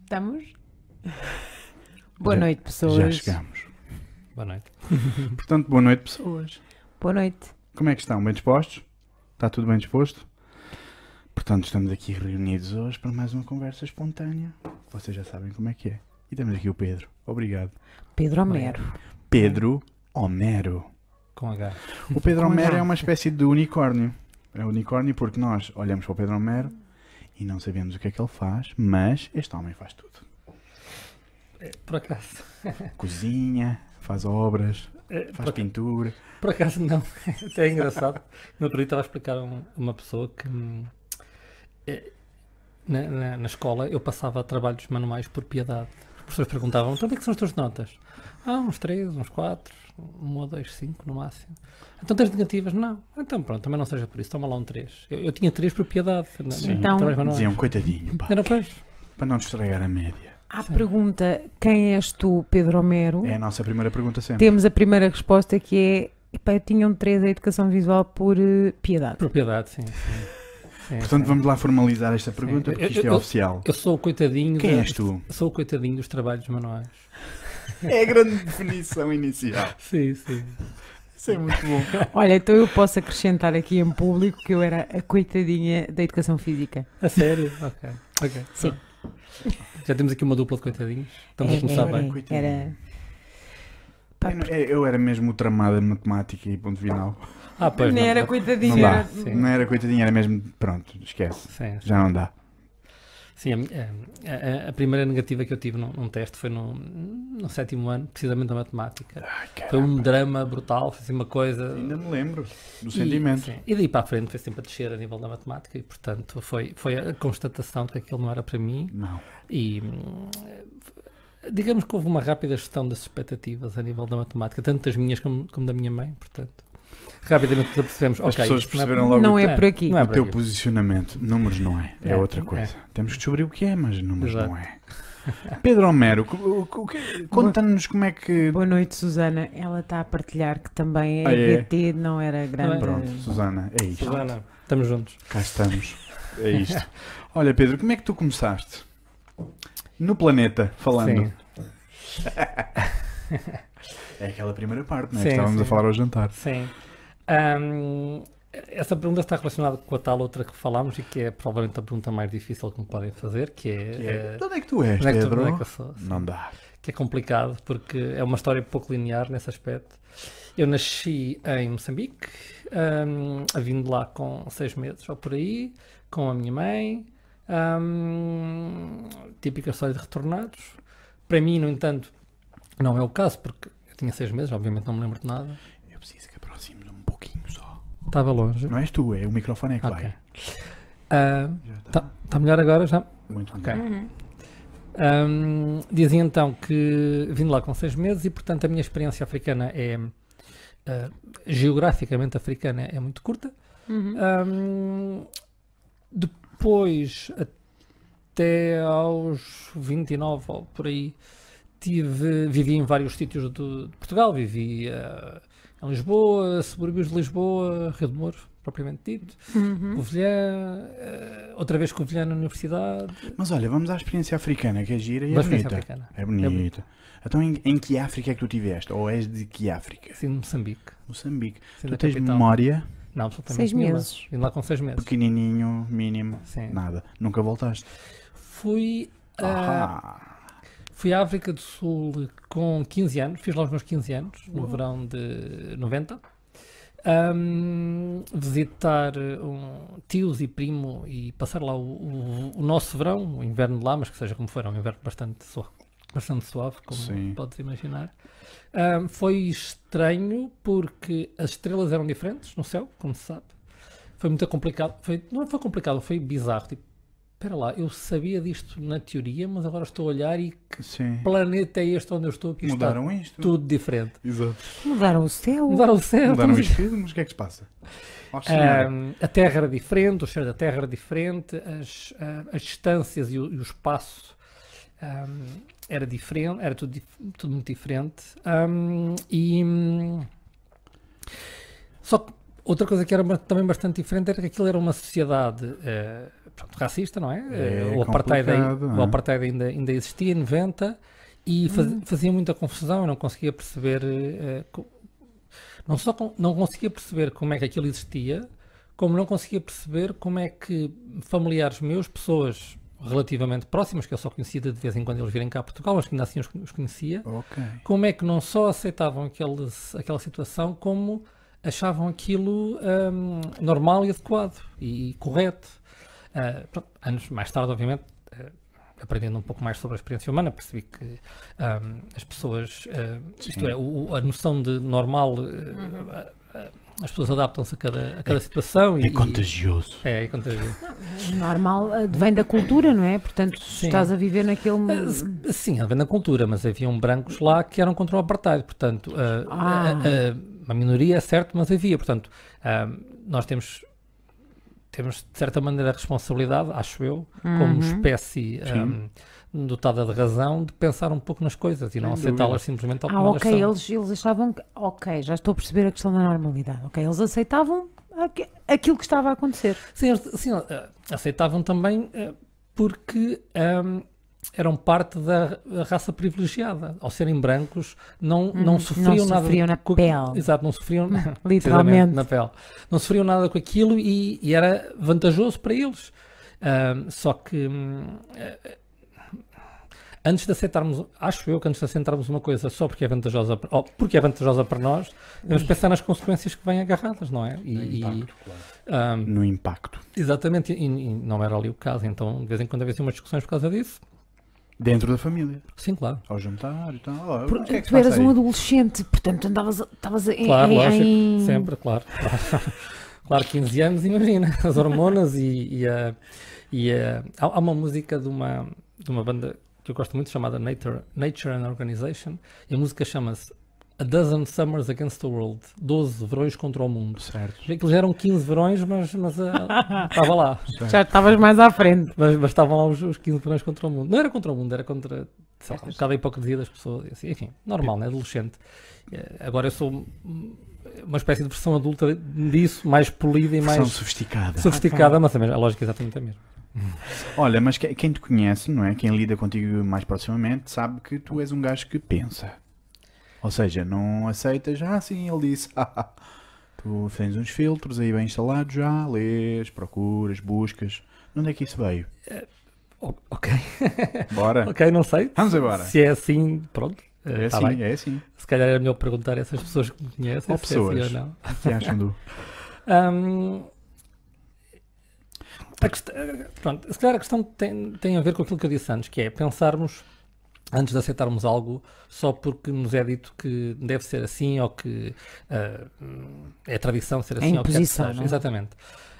Estamos? Boa noite, pessoas. Já chegamos. Boa noite. Portanto, boa noite, pessoas. Boa noite. Como é que estão? Bem dispostos? Está tudo bem disposto? Portanto, estamos aqui reunidos hoje para mais uma conversa espontânea. Vocês já sabem como é que é. E temos aqui o Pedro. Obrigado. Pedro Homero. Pedro Homero. Com H. O Pedro Com Homero H. é uma espécie de unicórnio. É um unicórnio porque nós olhamos para o Pedro Homero e não sabemos o que é que ele faz, mas este homem faz tudo. Por acaso. Cozinha, faz obras, faz pintura. Por acaso não. Até é engraçado. No outro dia estava a explicar a uma pessoa que na escola eu passava trabalhos manuais por piedade. As pessoas perguntavam, então onde é que são as tuas notas? Uns 3, uns 4, 1 ou 2, 5 no máximo. Então tens negativas? Não. Então pronto, também não seja por isso, toma lá um 3. Eu tinha 3 por piedade. Sim. Então, trabalhos manuais. Diziam, coitadinho, pá, Era pois. para não te estragar a média. À pergunta, quem és tu, Pedro Homero? É a nossa primeira pergunta sempre. Temos a primeira resposta que é, epá, eu tinha um 3 a educação visual por piedade. Propriedade, sim. Portanto, vamos lá formalizar esta pergunta, porque isto é oficial. Eu sou o coitadinho. Quem és tu? Sou o coitadinho dos trabalhos manuais. É a grande definição inicial. Sim. Isso é muito bom. Olha, então eu posso acrescentar aqui em público que eu era a coitadinha da educação física. A sério? Ok. Sim. Já temos aqui uma dupla de coitadinhos. Estamos a começar bem. Coitadinho. Era... Pá, Eu era mesmo tramado em matemática e ponto final. Pois nem não. era Não coitadinha. dá. Era... Sim. Não era coitadinho, era mesmo, pronto, esquece. Sim. Já não dá. Sim, a primeira negativa que eu tive num teste foi no 7º ano, precisamente da matemática. Ai, Foi um caramba. drama brutal, foi assim uma coisa... Ainda me lembro do sentimento. Sim. E daí para a frente foi sempre a descer a nível da matemática e, portanto, foi a constatação de que aquilo não era para mim. Não. E digamos que houve uma rápida gestão das expectativas a nível da matemática, tanto das minhas como da minha mãe, portanto, rapidamente percebemos, As ok, pessoas isto não é perceberam logo Não o é por aqui. não é o por teu aqui. posicionamento. Números não é. É É, outra coisa. Temos que descobrir o que é, mas números Exato. não é. Pedro Homero, conta-nos como é que... Boa noite, Susana. Ela está a partilhar que também a Ah, é? EBT não era grande. Pronto, Susana, é isto. Susana, estamos juntos. Cá estamos. É isto. Olha, Pedro, como é que tu começaste? No planeta, falando. Sim. É aquela primeira parte, não é? Sim, Que estávamos a sim. falar ao jantar. Sim. Essa pergunta está relacionada com a tal outra que falámos e que é provavelmente a pergunta mais difícil que me podem fazer, que é... De onde é que tu és, onde é que tu- Pedro? onde é que eu sou? Sim. Não dá. Que é complicado porque é uma história pouco linear nesse aspecto. Eu nasci em Moçambique, vindo de lá com 6 meses ou por aí, com a minha mãe, típica história de retornados. Para mim, no entanto, não é o caso, porque eu tinha 6 meses, obviamente não me lembro de nada. Eu preciso que aproximes um pouquinho só. Estava longe. Não és tu, é o microfone é que Ok. vai. Está melhor agora já? Muito Ok. bem. Dizia então que vim de lá com 6 meses e, portanto, a minha experiência africana é geograficamente africana é muito curta. Depois, até aos 29 ou por aí, vivi em vários sítios de Portugal. Vivi em Lisboa, subúrbios de Lisboa, Rio de Mouros, propriamente dito, Covilhã, outra vez Covilhã na universidade. Mas olha, vamos à experiência africana, que é gira e é Uma experiência bonita. africana. É bonita. Então, em que África é que tu estiveste? Ou és de que África? Sim, Moçambique. Moçambique. Sim, Tu da tens capital. memória, Não, absolutamente 6 nenhuma. meses. Vim lá com 6 meses. pequenininho, mínimo, Sim. nada. Nunca voltaste. Fui à África do Sul com 15 anos, fiz lá os meus 15 anos, no verão de 90. Visitar tios e primo e passar lá o nosso verão, o inverno de lá, mas que seja como for, é um inverno bastante suave, como Sim. podes imaginar. Foi estranho porque as estrelas eram diferentes no céu, como se sabe. Foi muito complicado. Não foi complicado, foi bizarro. Tipo, espera lá, eu sabia disto na teoria, mas agora estou a olhar e que Sim. planeta é este onde eu estou? Que isto Mudaram está isto. tudo diferente. Exato. Mudaram o céu. Mudaram o céu. Mudaram estamos- isto tudo, mas o que é que se passa? Ó, senhora. A Terra era diferente, o cheiro da Terra era diferente, as distâncias e o espaço era diferente, era tudo muito diferente. Só que outra coisa que era também bastante diferente era que aquilo era uma sociedade pronto, racista, não é? É O apartheid, complicado, não é? o apartheid ainda existia em 90 e fazia muita confusão. Eu não conseguia perceber, não conseguia perceber como é que aquilo existia, como não conseguia perceber como é que familiares meus, pessoas relativamente próximas, que eu só conhecia de vez em quando eles virem cá a Portugal, mas que ainda assim os conhecia, Ok. como é que não só aceitavam aquela situação, como achavam aquilo normal e adequado e correto. Pronto, anos mais tarde, obviamente, aprendendo um pouco mais sobre a experiência humana, percebi que as pessoas, isto é, a noção de normal, as pessoas adaptam-se a cada situação. É contagioso. É contagioso. Normal, vem da cultura, não é? Portanto, se Sim. estás a viver naquele... Sim, vem da cultura, mas haviam brancos lá que eram contra o apartheid, portanto, uma minoria é certo, mas havia, portanto, nós temos de certa maneira a responsabilidade, acho eu, como espécie dotada de razão, de pensar um pouco nas coisas e não aceitá-las simplesmente ao como ok, elas são. eles achavam que... Ok, já estou a perceber a questão da normalidade. Ok, eles aceitavam aquilo que estava a acontecer. Sim, aceitavam também porque eram parte da raça privilegiada. Ao serem brancos, não sofriam nada. Não sofriam na pele. Exato, não sofriam Literalmente. na pele. Não sofriam nada com aquilo e era vantajoso para eles. Só que antes de aceitarmos, acho eu que antes de aceitarmos uma coisa só porque é vantajosa para nós, devemos pensar nas consequências que vêm agarradas, não é? No impacto. Exatamente, e não era ali o caso, então de vez em quando havia umas discussões por causa disso. Dentro da família. Sim, claro. Ao jantar e tal. O Porque que é que se tu eras passa um aí? adolescente, portanto estavas Claro, lógico, em... sempre, claro. Claro, 15 anos, imagina, as hormonas há uma música de uma banda que eu gosto muito, chamada Nature and Organization, e a música chama-se A Dozen Summers Against the World, 12 verões contra o mundo. Certo. Aqueles eram 15 verões, mas estava lá. Já estavas mais à frente. Mas estavam lá os 15 verões contra o mundo. Não era contra o mundo, era contra, sei lá, um bocado a hipocrisia das pessoas. E assim, enfim, normal, né? Adolescente. Agora eu sou uma espécie de versão adulta disso, mais polida e Versão mais sofisticada. mas a lógica é exatamente a mesma. Olha, mas quem te conhece, não é? Quem lida contigo mais proximamente, sabe que tu és um gajo que pensa. Ou seja, não aceitas, sim, ele disse, tu tens uns filtros aí bem instalados já, lês, procuras, buscas. De onde é que isso veio? Ok. Bora. Ok, não sei. Vamos embora. Se é assim, pronto. É tá assim, bem. é assim. Se calhar era melhor perguntar a essas pessoas que me conhecem Ou se é assim pessoas. ou não. O que acham do... Pronto, se calhar a questão tem a ver com aquilo que eu disse antes, que é pensarmos, antes de aceitarmos algo, só porque nos é dito que deve ser assim, ou que é tradição ser assim, ou que imposição, seja. não é? Exatamente.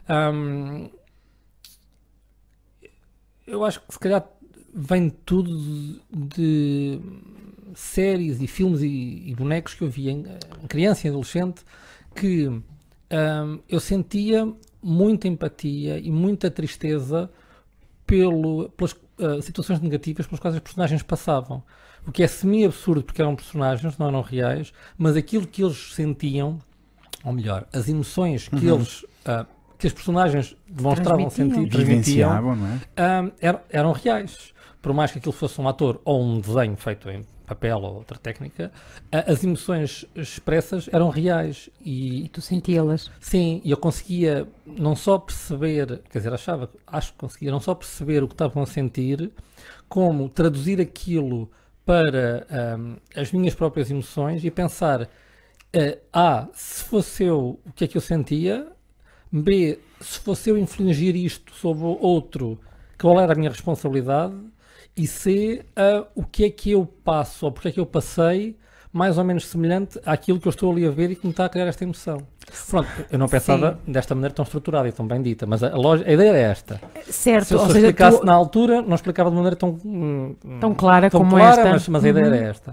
Eu acho que se calhar vem tudo de séries e filmes e bonecos que eu via em criança e adolescente, que eu sentia muita empatia e muita tristeza pelas situações negativas pelas quais os personagens passavam. O que é semi-absurdo porque eram personagens, não eram reais, mas aquilo que eles sentiam, ou melhor, as emoções que que os personagens demonstravam sentir, transmitiam, Vivenciavam, não é? eram reais. Por mais que aquilo fosse um ator ou um desenho feito em papel ou outra técnica, as emoções expressas eram reais. E tu sentias-las. Sim, e eu conseguia não só perceber, quer dizer, acho que conseguia não só perceber o que estavam a sentir, como traduzir aquilo para as minhas próprias emoções e pensar, se fosse eu, o que é que eu sentia? B, se fosse eu infligir isto sobre outro, qual era a minha responsabilidade? E C, o que é que eu passo, ou porque é que eu passei, mais ou menos semelhante àquilo que eu estou ali a ver e que me está a criar esta emoção. Pronto, eu não pensava desta maneira tão estruturada e tão bem dita, mas a ideia era esta. Certo, Se eu ou seja, explicasse na altura, não explicava de maneira tão clara tão como clara, esta. mas a ideia era esta.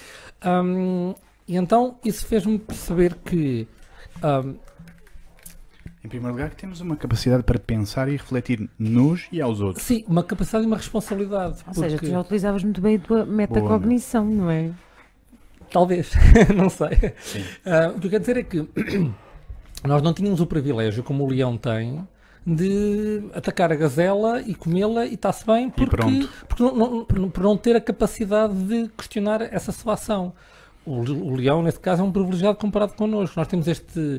E então isso fez-me perceber que Em primeiro lugar, que temos uma capacidade para pensar e refletir nos e aos outros. sim, uma capacidade e uma responsabilidade. Ou seja, tu porque- já utilizavas muito bem a tua metacognição, não é? Talvez, não sei. Sim. O que eu quero dizer é que nós não tínhamos o privilégio, como o Leão tem, de atacar a gazela e comê-la e está-se bem pronto. porque por não ter a capacidade de questionar essa sua ação. O leão, nesse caso, é um privilegiado comparado connosco. Nós temos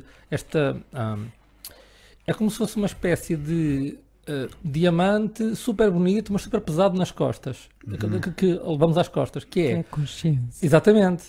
é como se fosse uma espécie de diamante super bonito, mas super pesado nas costas, que levamos às costas, que É é, a consciência. exatamente,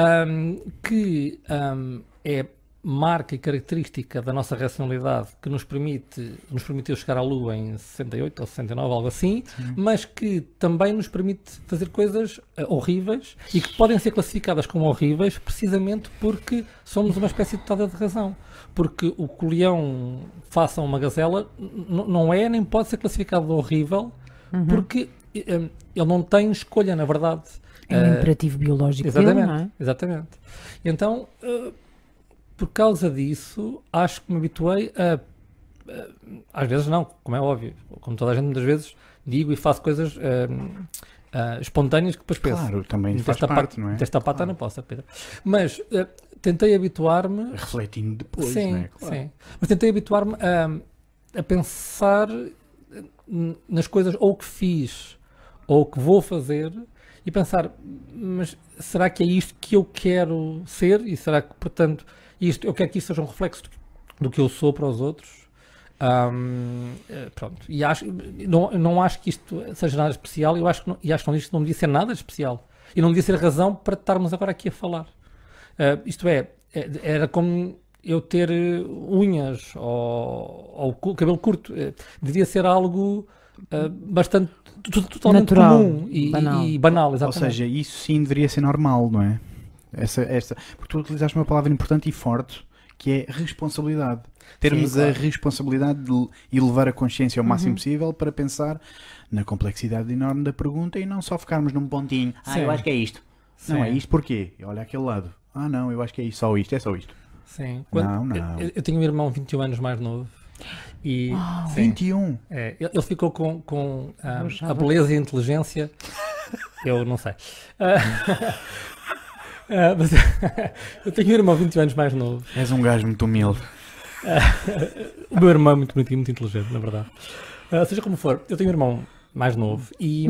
é marca e característica da nossa racionalidade que nos permitiu chegar à Lua em 68 ou 69, algo assim, mas que também nos permite fazer coisas horríveis e que podem ser classificadas como horríveis precisamente porque somos uma espécie dotada de razão. Porque o que o leão faça a uma gazela não é nem pode ser classificado de horrível porque ele não tem escolha, na verdade. É um imperativo biológico Exatamente, dele, não é? exatamente. Então, por causa disso, acho que me habituei às vezes não, como é óbvio, como toda a gente muitas vezes digo e faço coisas espontâneas que depois penso. Claro, também faz parte, não é? Esta pata não posso, Pedro. Mas tentei habituar-me. Refletindo depois, Sim, não é? Claro. sim. Mas tentei habituar-me a pensar nas coisas ou que fiz ou que vou fazer e pensar, mas será que é isto que eu quero ser? E será que, portanto, eu quero que isto seja um reflexo do que eu sou para os outros? Pronto. E não acho que isto seja nada especial. E acho que isto não devia ser nada especial. E não devia ser razão para estarmos agora aqui a falar. Isto era como eu ter unhas ou cabelo curto. Devia ser algo bastante totalmente natural, comum e banal, Ou exatamente. seja, isso sim deveria ser normal, não é? Porque tu utilizaste uma palavra importante e forte, que é responsabilidade. Termos Sim, claro. a responsabilidade de elevar a consciência ao máximo possível para pensar na complexidade enorme da pergunta e não só ficarmos num pontinho. Sim. Eu acho que é isto. Não, é Sim. isto porquê? Olha aquele lado. Não, eu acho que é isto, é só isto. Sim. Não. Eu tenho um irmão 21 anos mais novo e sim, 21. ele ficou com Eu a achava. beleza e a inteligência. Eu não sei. Mas eu tenho um irmão 21 anos mais novo. És um gajo muito humilde. O meu irmão é muito bonito e muito inteligente, na verdade. Seja como for, eu tenho um irmão mais novo e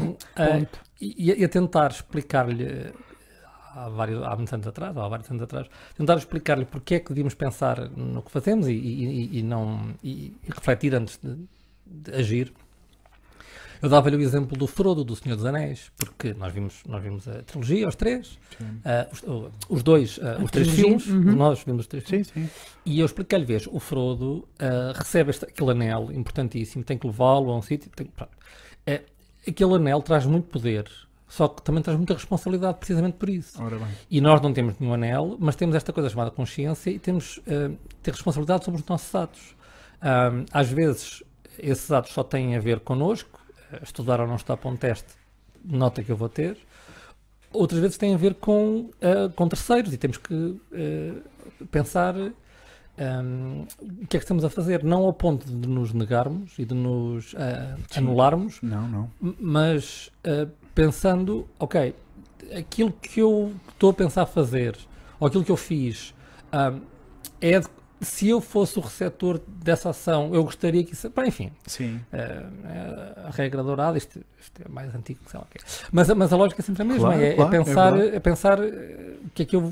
a tentar explicar-lhe há muitos anos atrás, tentar explicar-lhe porque é que devíamos pensar no que fazemos e refletir antes de agir. Eu dava-lhe o exemplo do Frodo, do Senhor dos Anéis, porque nós vimos a trilogia, os três, os três trilogia, filmes, nós vimos os três filmes. Sim. E eu expliquei-lhe, vês, o Frodo recebe aquele anel importantíssimo, tem que levá-lo a um sítio. Aquele anel traz muito poder, só que também traz muita responsabilidade precisamente por isso. Ora bem. E nós não temos nenhum anel, mas temos esta coisa chamada consciência e temos ter responsabilidade sobre os nossos atos. Às vezes, esses atos só têm a ver connosco, estudar ou não estudar para um teste, nota que eu vou ter. Outras vezes têm a ver com terceiros e temos que pensar o que é que estamos a fazer, não ao ponto de nos negarmos e de nos anularmos, Não. mas pensando, ok, aquilo que eu estou a pensar fazer, ou aquilo que eu fiz, se eu fosse o receptor dessa ação, eu gostaria que isso... Bem, enfim, Sim. a regra dourada, isto é mais antigo, sei lá o que é. Mas a lógica é sempre a mesma, Claro, é claro, é pensar o que é que eu...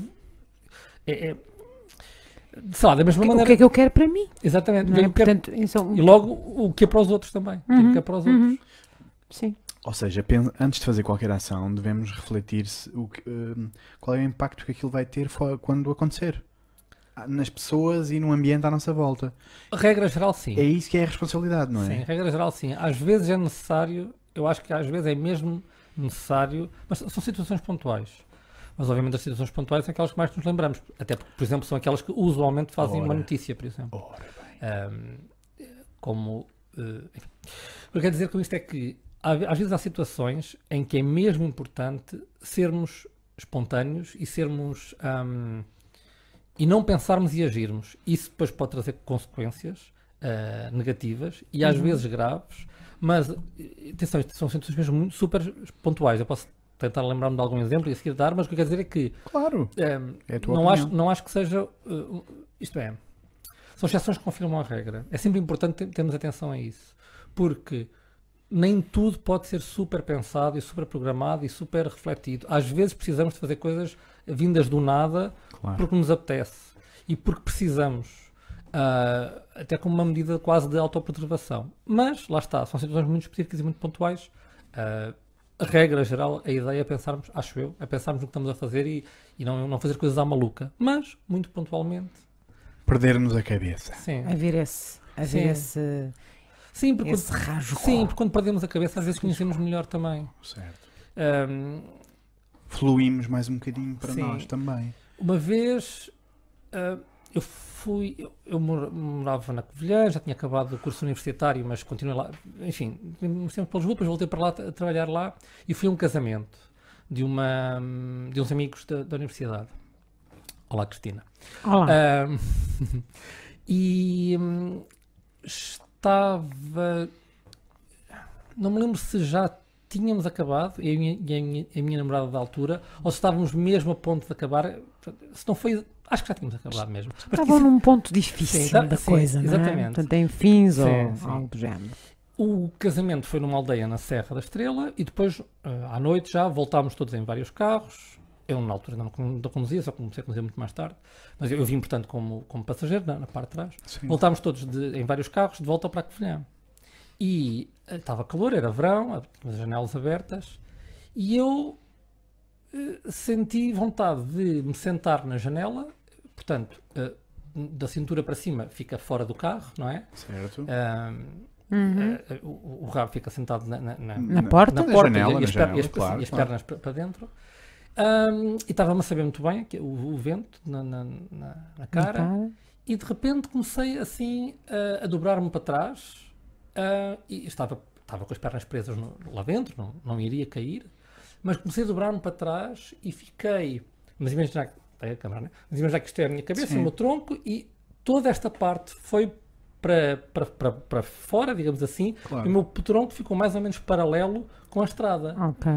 sei lá, da mesma O maneira... que é que eu quero para mim? Exatamente, Não o que é? é que eu quero- Portanto, isso é um- e logo o que é para os outros também, aquilo que é para os outros. Sim. Ou seja, antes de fazer qualquer ação, devemos refletir qual é o impacto que aquilo vai ter quando acontecer. Nas pessoas e no ambiente à nossa volta. Regra geral, sim. É isso que é a responsabilidade, não Sim, é? regra geral, sim. Às vezes é necessário, eu acho que às vezes é mesmo necessário, mas são situações pontuais. Mas obviamente as situações pontuais são aquelas que mais nos lembramos. Até porque, por exemplo, são aquelas que usualmente fazem uma Ora. notícia, por exemplo. Ora bem. Enfim. O que eu quero dizer com isto é que às vezes há situações em que é mesmo importante sermos espontâneos e sermos e não pensarmos e agirmos. Isso depois pode trazer consequências negativas e às vezes graves, mas atenção, isto são situações mesmo muito super pontuais. Eu posso tentar lembrar-me de algum exemplo e a seguir dar, mas o que eu quero dizer é que Claro. É a tua não opinião. acho que seja isto é, São exceções que confirmam a regra. É sempre importante termos atenção a isso. Porque nem tudo pode ser super pensado e super programado e super refletido. Às vezes precisamos de fazer coisas vindas do nada Claro. porque nos apetece e porque precisamos, até como uma medida quase de autopreservação. Mas, lá está, são situações muito específicas e muito pontuais. A regra geral, a ideia é pensarmos, acho eu, é pensarmos no que estamos a fazer e não fazer coisas à maluca. Mas, muito pontualmente, Perder-nos a cabeça. sim. Haver Sim. esse Sim, porque, rasgo. sim, porque quando perdemos a cabeça, às vezes conhecemos melhor também. Certo. Ahm, Fluímos mais um bocadinho para Sim. nós também. Uma vez eu morava na Covilhã, já tinha acabado o curso universitário, mas continuei lá, enfim, sempre para Lisboa, depois voltei para lá a trabalhar lá e fui a um casamento de uns amigos da universidade. Olá, Cristina. Olá. E estava, não me lembro se já tínhamos acabado, eu e a minha namorada da altura, ou se estávamos mesmo a ponto de acabar. Se não foi, acho que já tínhamos acabado mesmo. Mas Estavam num ponto difícil Sim, da sim, coisa, não é? exatamente. Portanto, em fins Sim, ou sim. algo do género. o casamento foi numa aldeia na Serra da Estrela e depois, à noite já, voltámos todos em vários carros. Eu, na altura, não conduzia, só comecei a conduzir muito mais tarde. Mas eu vim, portanto, como passageiro, na parte de trás. Sim. Voltámos todos em vários carros de volta para a Covilhã. E estava calor, era verão, as janelas abertas. E eu senti vontade de me sentar na janela. Portanto, da cintura para cima fica fora do carro, não é? Certo. O rabo fica sentado Na porta? na Na porta janela, e as, na janela, claro, e as claro. pernas para dentro. E estava-me a saber muito bem o vento na cara. E de repente comecei assim a dobrar-me para trás e estava com as pernas presas lá dentro, não iria cair, mas comecei a dobrar-me para trás e fiquei, mas imagina a câmera, né? Mas imagina que isto é a minha cabeça, Sim. o meu tronco e toda esta parte foi para fora, digamos assim, Claro. e o meu tronco ficou mais ou menos paralelo com a estrada. Ok.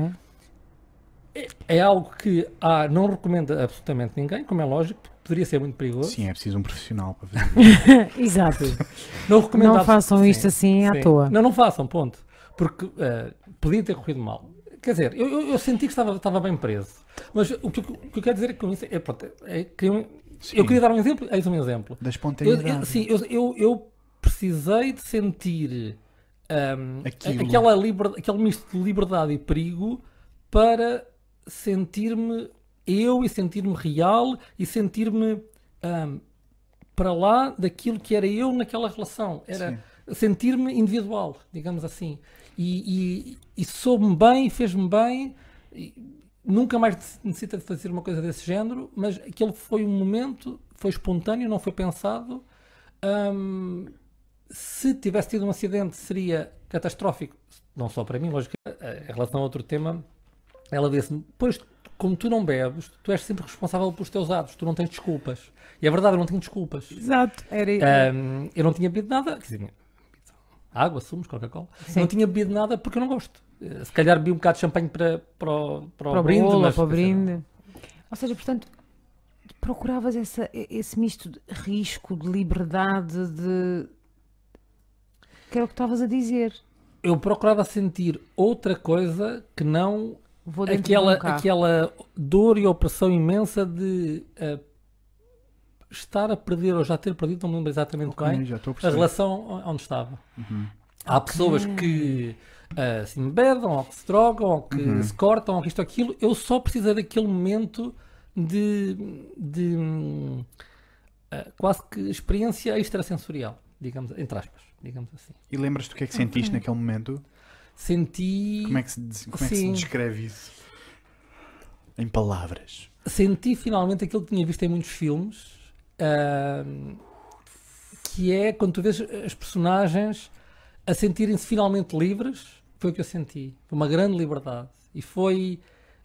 É algo que não recomendo absolutamente ninguém, como é lógico, porque poderia ser muito perigoso. Sim, é preciso um profissional para fazer. Exato. Não recomendo Não façam sim, isto assim à sim. toa. Não façam, ponto. Porque podia ter corrido mal. Quer dizer, eu senti que estava bem preso. Mas o que eu quero dizer é que com isso eu queria dar um exemplo, eis um exemplo. Da espontaneidade. Sim, eu precisei de sentir Aquilo. aquele misto de liberdade e perigo para sentir-me eu e sentir-me real e sentir-me para lá daquilo que era eu naquela relação. Era sentir-me individual, digamos assim. E soube-me bem, fez-me bem. Nunca mais necessita de fazer uma coisa desse género, mas aquele foi um momento, foi espontâneo, não foi pensado. Se tivesse tido um acidente seria catastrófico, não só para mim, lógico. Em relação a outro tema, ela disse-me, pois, como tu não bebes, tu és sempre responsável pelos teus atos, tu não tens desculpas. E é verdade, eu não tenho desculpas. Exato. Era Eu não tinha bebido nada, quer dizer, água, sumos, Coca-Cola. Sim. Não tinha bebido nada porque eu não gosto. Se calhar bebi um bocado de champanhe para o brinde, bolo, mas para o brinde. Ou seja, portanto, procuravas esse misto de risco, de liberdade, que era o que estavas a dizer. eu procurava sentir outra coisa que não Vou dentro de um carro. aquela dor e opressão imensa de estar a perder ou já ter perdido, não me lembro exatamente Ok, bem, já estou a a perceber. relação onde estava. Uhum. Há pessoas que se embedam, ou que se drogam, ou que se cortam, ou que isto ou aquilo. Eu só precisei daquele momento de quase que experiência extrasensorial, digamos, entre aspas, digamos assim. E lembras-te o que é que sentiste naquele momento? Senti... Como é que se Sim. descreve isso? Em palavras. Senti finalmente aquilo que tinha visto em muitos filmes, que é quando tu vês as personagens a sentirem-se finalmente livres. Foi o que eu senti. Foi uma grande liberdade. E foi...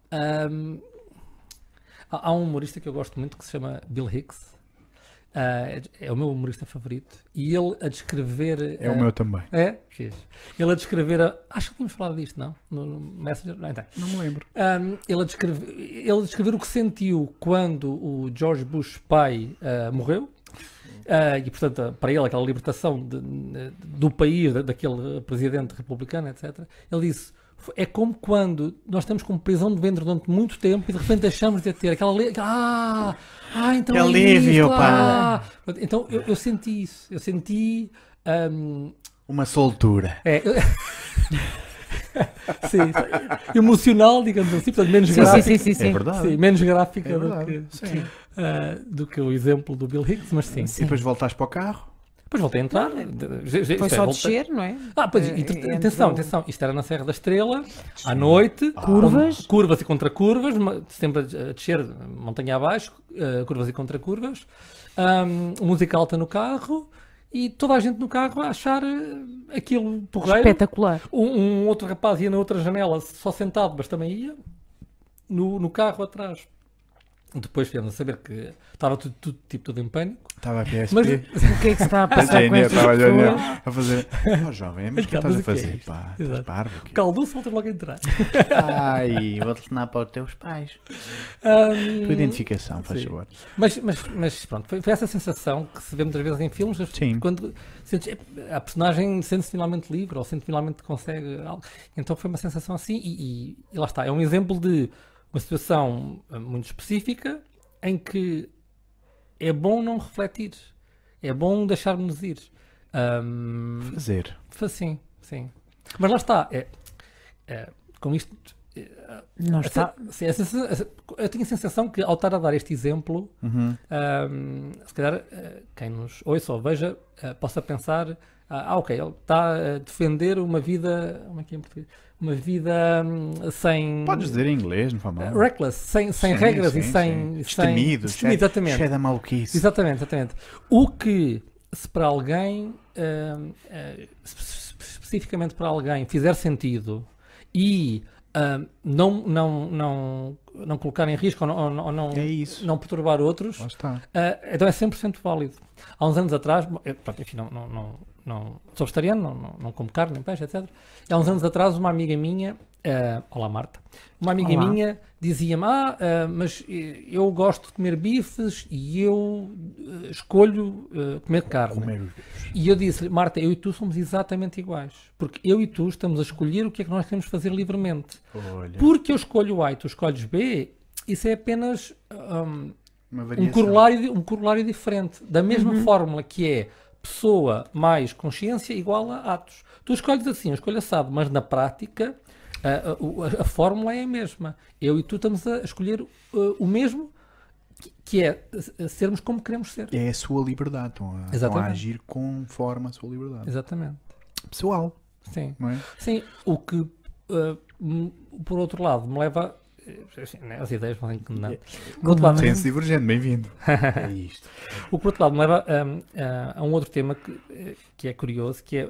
há um humorista que eu gosto muito que se chama Bill Hicks. É o meu humorista favorito. E ele a descrever... É o meu também. É? Fiz. Ele a descrever... Acho que tínhamos falado disto, não? No Messenger? Não, então. Não me lembro. Ele a descrever o que sentiu quando o George Bush pai morreu E, portanto, para ele, aquela libertação do país, daquele presidente republicano, etc., ele disse: é como quando nós estamos com prisão de ventre durante muito tempo e de repente deixamos de ter aquela. Então Que é alívio, isto, pá. Então eu senti isso. Eu senti. Uma soltura. Sim, emocional, digamos assim, portanto, menos gráfica. Sim. É verdade. Sim, menos gráfica É verdade. Sim. do que o exemplo do Bill Hicks, mas sim. E depois voltaste para o carro? Depois voltei a entrar. Foi só descer, não é? Pois, Entrou- atenção, isto era na Serra da Estrela, à noite, curvas e contracurvas, sempre a descer, montanha abaixo, curvas e contracurvas, música alta no carro e toda a gente no carro a achar aquilo porreiro. Espetacular. Um outro rapaz ia na outra janela só sentado, mas também ia no carro atrás. Depois viemos a saber que estava tudo em pânico. Estava a PSP. Mas- O que é que se está a passar com estas Estava pessoas? a fazer. Oh, jovem, mas o que Então, estás a mas o que é fazer? isto? Pá, Exato. estás parvo aqui. Caldo-se, volta logo a entrar. Ai, vou telefonar para os teus pais. Tua identificação, faz sim. favor. Mas pronto, foi essa sensação que se vê muitas vezes em filmes, Sim. quando a personagem sente-se finalmente livre ou sente finalmente consegue algo. Então foi uma sensação assim e lá está, é um exemplo de uma situação muito específica em que é bom não refletir, é bom deixar-nos ir. Fazer. Sim. Mas lá está, com isto... Não está. Eu tenho a sensação que ao estar a dar este exemplo, se calhar quem nos ouça ou veja possa pensar: ok, ele está a defender uma vida. Como é que é em português? Uma vida sem. Podes dizer em inglês, não faz mal. Reckless, sem Sim, regras sim, e sim. sem. Destemido, Exatamente. cheio da maluquice. Exatamente. O que, se para alguém, especificamente para alguém, fizer sentido e não colocar em risco ou não, É isso. não perturbar outros, Lá está. então é 100% válido. Há uns anos atrás, pronto, enfim, não sou vegetariano, não como carne, nem peixe, etc. Há uns anos atrás, uma amiga minha, olá Marta, uma amiga Olá. minha dizia-me: mas eu gosto de comer bifes e eu escolho comer carne. Comer os bichos. E eu disse-lhe: Marta, eu e tu somos exatamente iguais, porque eu e tu estamos a escolher o que é que nós queremos fazer livremente. Olha, Porque eu escolho A e tu escolhes B, isso é apenas uma um variação. corolário diferente, da mesma fórmula que é pessoa mais consciência igual a atos. Tu escolhes assim, eu escolho assado, mas na prática a fórmula é a mesma. Eu e tu estamos a escolher o mesmo, que é sermos como queremos ser. É a sua liberdade. Estão a Exatamente. agir conforme a sua liberdade. Exatamente. Pessoal, Sim. não é? Sim, o que por outro lado me leva assim, né, as ideias vão inclinando. Por outro lado, Senso divergente, bem-vindo. É isto. o que por outro lado me leva a um outro tema que é curioso, que é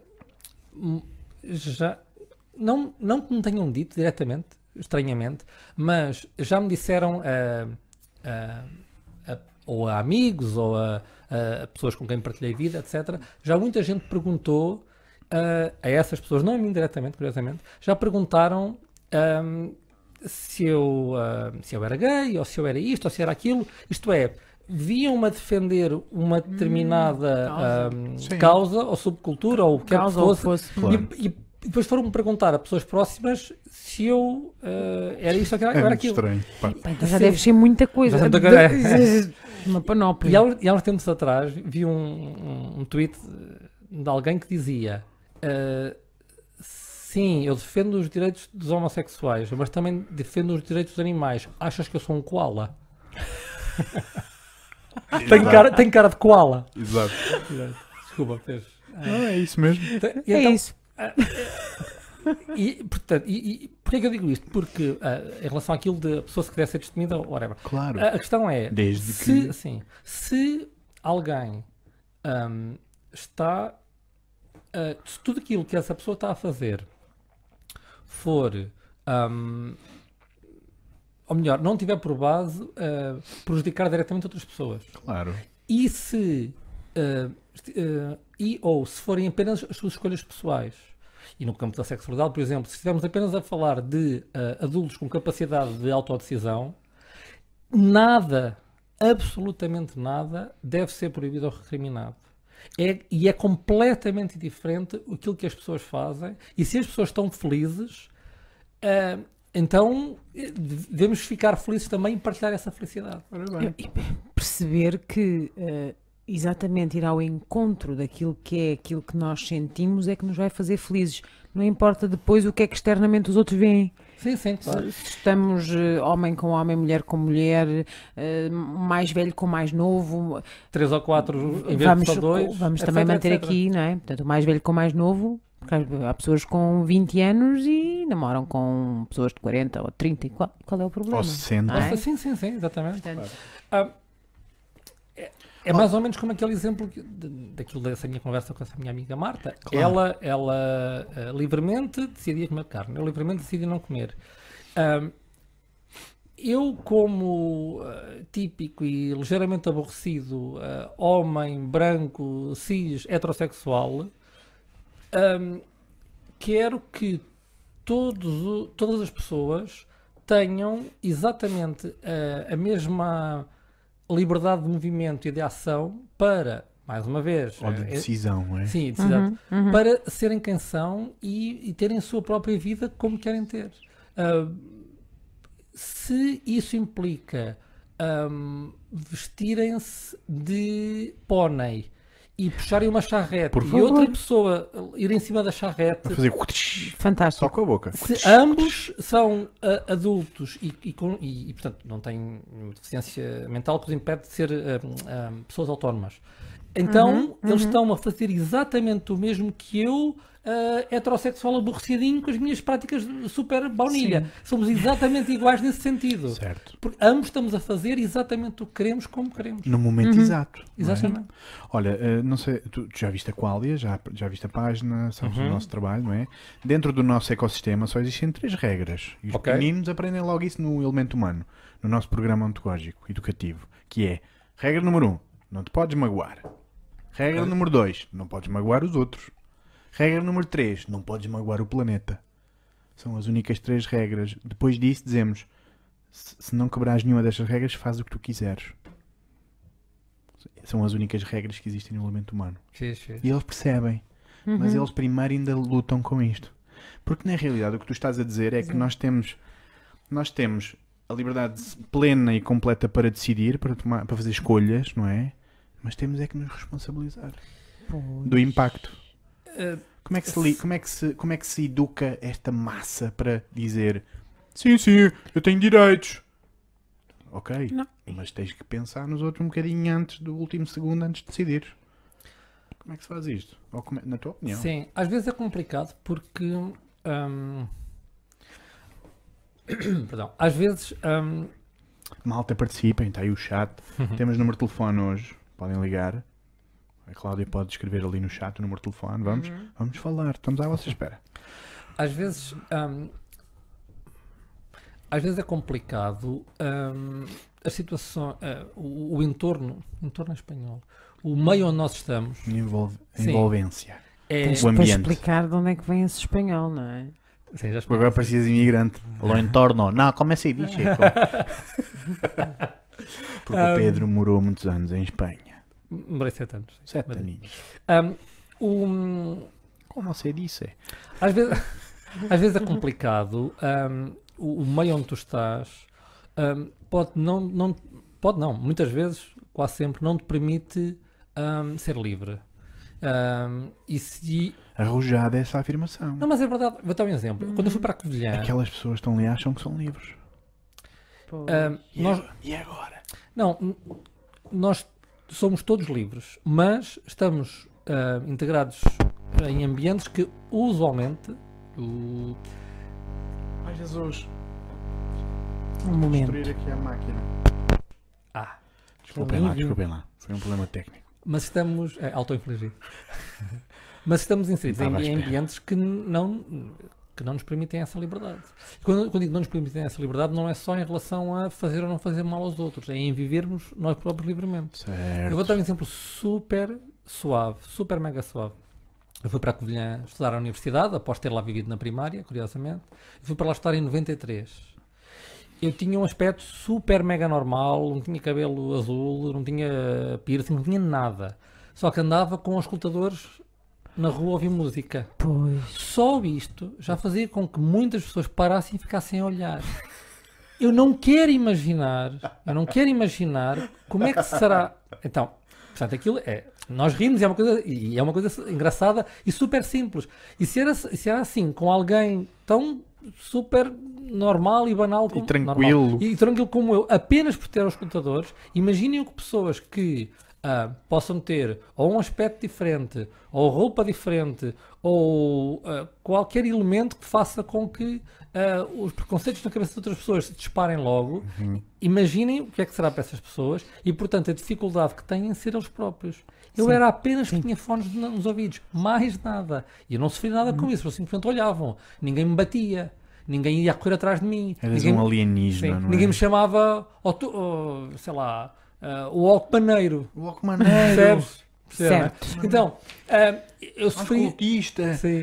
já não que me tenham dito diretamente, estranhamente, mas já me disseram ou a amigos ou a pessoas com quem partilhei vida, etc. Já muita gente perguntou a essas pessoas, não a mim diretamente, curiosamente, já perguntaram se eu era gay, ou se eu era isto, ou se era aquilo. Isto é, viam-me a defender uma determinada Sim. causa ou subcultura, ou o que quer que Causa ou fosse. fosse. Claro. E depois foram-me perguntar a pessoas próximas se eu era isto ou É era muito aquilo. estranho. Pá. Então já deve ser muita coisa. Já muita coisa. Uma panóplia. E há uns tempos atrás vi um tweet de alguém que dizia: sim, eu defendo os direitos dos homossexuais, mas também defendo os direitos dos animais. Achas que eu sou um koala? Tenho cara de koala. Exato. Desculpa, fez. Não, é isso mesmo. E É então, isso. E, portanto, porquê é que eu digo isto? Porque em relação àquilo de a pessoa se quiser ser destemida ou whatever, Claro. a questão é, Desde se, que- sim, se alguém está, se tudo aquilo que essa pessoa está a fazer for, ou melhor, não tiver por base prejudicar diretamente outras pessoas, Claro. e se ou se forem apenas as suas escolhas pessoais, e no campo da sexualidade, por exemplo, se estivermos apenas a falar de adultos com capacidade de autodecisão, nada absolutamente nada deve ser proibido ou recriminado. E é completamente diferente aquilo que as pessoas fazem, e se as pessoas estão felizes, então devemos ficar felizes também e partilhar essa felicidade. Ora bem. E perceber que exatamente ir ao encontro daquilo que nós sentimos é que nos vai fazer felizes. Não importa depois o que é que externamente os outros veem. Sim, sim, claro. Se estamos homem com homem, mulher com mulher, mais velho com mais novo, 3 ou 4 em vez de só 2. vamos também manter aqui, não é? Portanto, o mais velho com mais novo, porque há pessoas com 20 anos e namoram com pessoas de 40 ou 30. E qual é o problema? Ou 60. Não é? Sim, exatamente. Portanto, É mais ou menos como aquele exemplo daquilo dessa minha conversa com essa minha amiga Marta. Claro. Ela livremente decidia comer carne, eu livremente decidi não comer. Eu, como típico e ligeiramente aborrecido homem branco, cis, heterossexual, quero que todas as pessoas tenham exatamente a mesma liberdade de movimento e de ação para, mais uma vez, Ou de decisão, não é? sim, decisão, para serem quem são e terem a sua própria vida como querem ter. Se isso implica vestirem-se de pônei e puxarem uma charrete Por e favor. outra pessoa ir em cima da charrete, Para fazer fantástico. só com a boca. se ambos são adultos e, portanto, não têm nenhuma deficiência mental que os impede de ser pessoas autónomas, então eles estão a fazer exatamente o mesmo que eu, heterossexual aborrecidinho, com as minhas práticas de super baunilha. Somos exatamente iguais nesse sentido. Certo. Porque ambos estamos a fazer exatamente o que queremos, como queremos. No momento exato. não é? Exatamente. Olha, não sei, tu já viste a Qualia, já viste a página, sabes do nosso trabalho, não é? Dentro do nosso ecossistema só existem 3 regras. E os Ok. pequeninos aprendem logo isso no elemento humano, no nosso programa ontológico, educativo, que é, regra número 1, não te podes magoar. Regra número 2, não podes magoar os outros. Regra número 3, não podes magoar o planeta. São as únicas 3 regras. Depois disso dizemos, se não quebrares nenhuma destas regras, faz o que tu quiseres. São as únicas regras que existem no elemento humano. Fixe. E eles percebem. Mas eles primeiro ainda lutam com isto. Porque na realidade o que tu estás a dizer é que nós temos a liberdade plena e completa para decidir, para fazer escolhas, não é? Mas temos é que nos responsabilizar do impacto. Como é que se educa esta massa para dizer sim, eu tenho direitos? Ok, Não. mas tens que pensar nos outros um bocadinho antes do último segundo, antes de decidir. Como é que se faz isto? Na tua opinião? Sim, às vezes é complicado porque perdão, às vezes Malta, participem, está aí o chat. Temos número de telefone hoje, podem ligar. A Cláudia pode escrever ali no chat o número de telefone. Vamos falar, estamos à vossa espera. às vezes é complicado a situação, o entorno em espanhol, o meio onde nós estamos Sim. Envolvência. é, Tens O depois ambiente. explicar de onde é que vem esse espanhol, não é? Sim, já Porque agora parecias imigrante. Falou entorno. Não, como é que se diz? Chico? Porque o Pedro morou muitos anos em Espanha. merece ser tantos. 7 Mas- aninhos. Como você disse? Às vezes é complicado. O meio onde tu estás pode não, muitas vezes, quase sempre, não te permite ser livre. E se... Arrojada essa afirmação. Não, mas é verdade. Vou dar um exemplo. Quando eu fui para a Covilhã, Aquelas pessoas que estão ali e acham que são livres. nós, E agora? não, nós somos todos livres, mas estamos integrados em ambientes que usualmente Ai, Jesus. Um momento. Destruir aqui a máquina. Ah, Desculpem lá. Foi um problema técnico. mas estamos auto-infligido. Mas estamos inseridos Estava à em espera. ambientes que não nos permitem essa liberdade. Quando digo não nos permitem essa liberdade, não é só em relação a fazer ou não fazer mal aos outros, é em vivermos nós próprios livremente. Certo. Eu vou dar um exemplo super suave, super mega suave. Eu fui para a Covilhã estudar à universidade, após ter lá vivido na primária, curiosamente. Eu fui para lá estudar em 93. eu tinha um aspecto super mega normal, não tinha cabelo azul, não tinha piercing, não tinha nada. Só que andava com os escutadores na rua a ouvir música. Pois. Só isto já fazia com que muitas pessoas parassem e ficassem a olhar. Eu não quero imaginar como é que será. Então, portanto, aquilo é. Nós rimos e é uma coisa engraçada e super simples. E se era assim, com alguém tão super normal e banal como, E tranquilo. normal, e tranquilo como eu, apenas por ter os escutadores, imaginem que pessoas que possam ter ou um aspecto diferente, ou roupa diferente, ou qualquer elemento que faça com que os preconceitos na cabeça de outras pessoas se disparem logo. Imaginem o que é que será para essas pessoas e, portanto, a dificuldade que têm em ser eles próprios. Eu era apenas que tinha fones nos ouvidos, mais nada. E eu não sofri nada com isso, eles simplesmente olhavam. Ninguém me batia, ninguém ia correr atrás de mim. Eras ninguém, um alienígena, não é? ninguém me chamava, sei lá, o alcopaneiro. O Walkmaneiro. Percebes? Certo. Então, eu sofri. Cultista. Sim.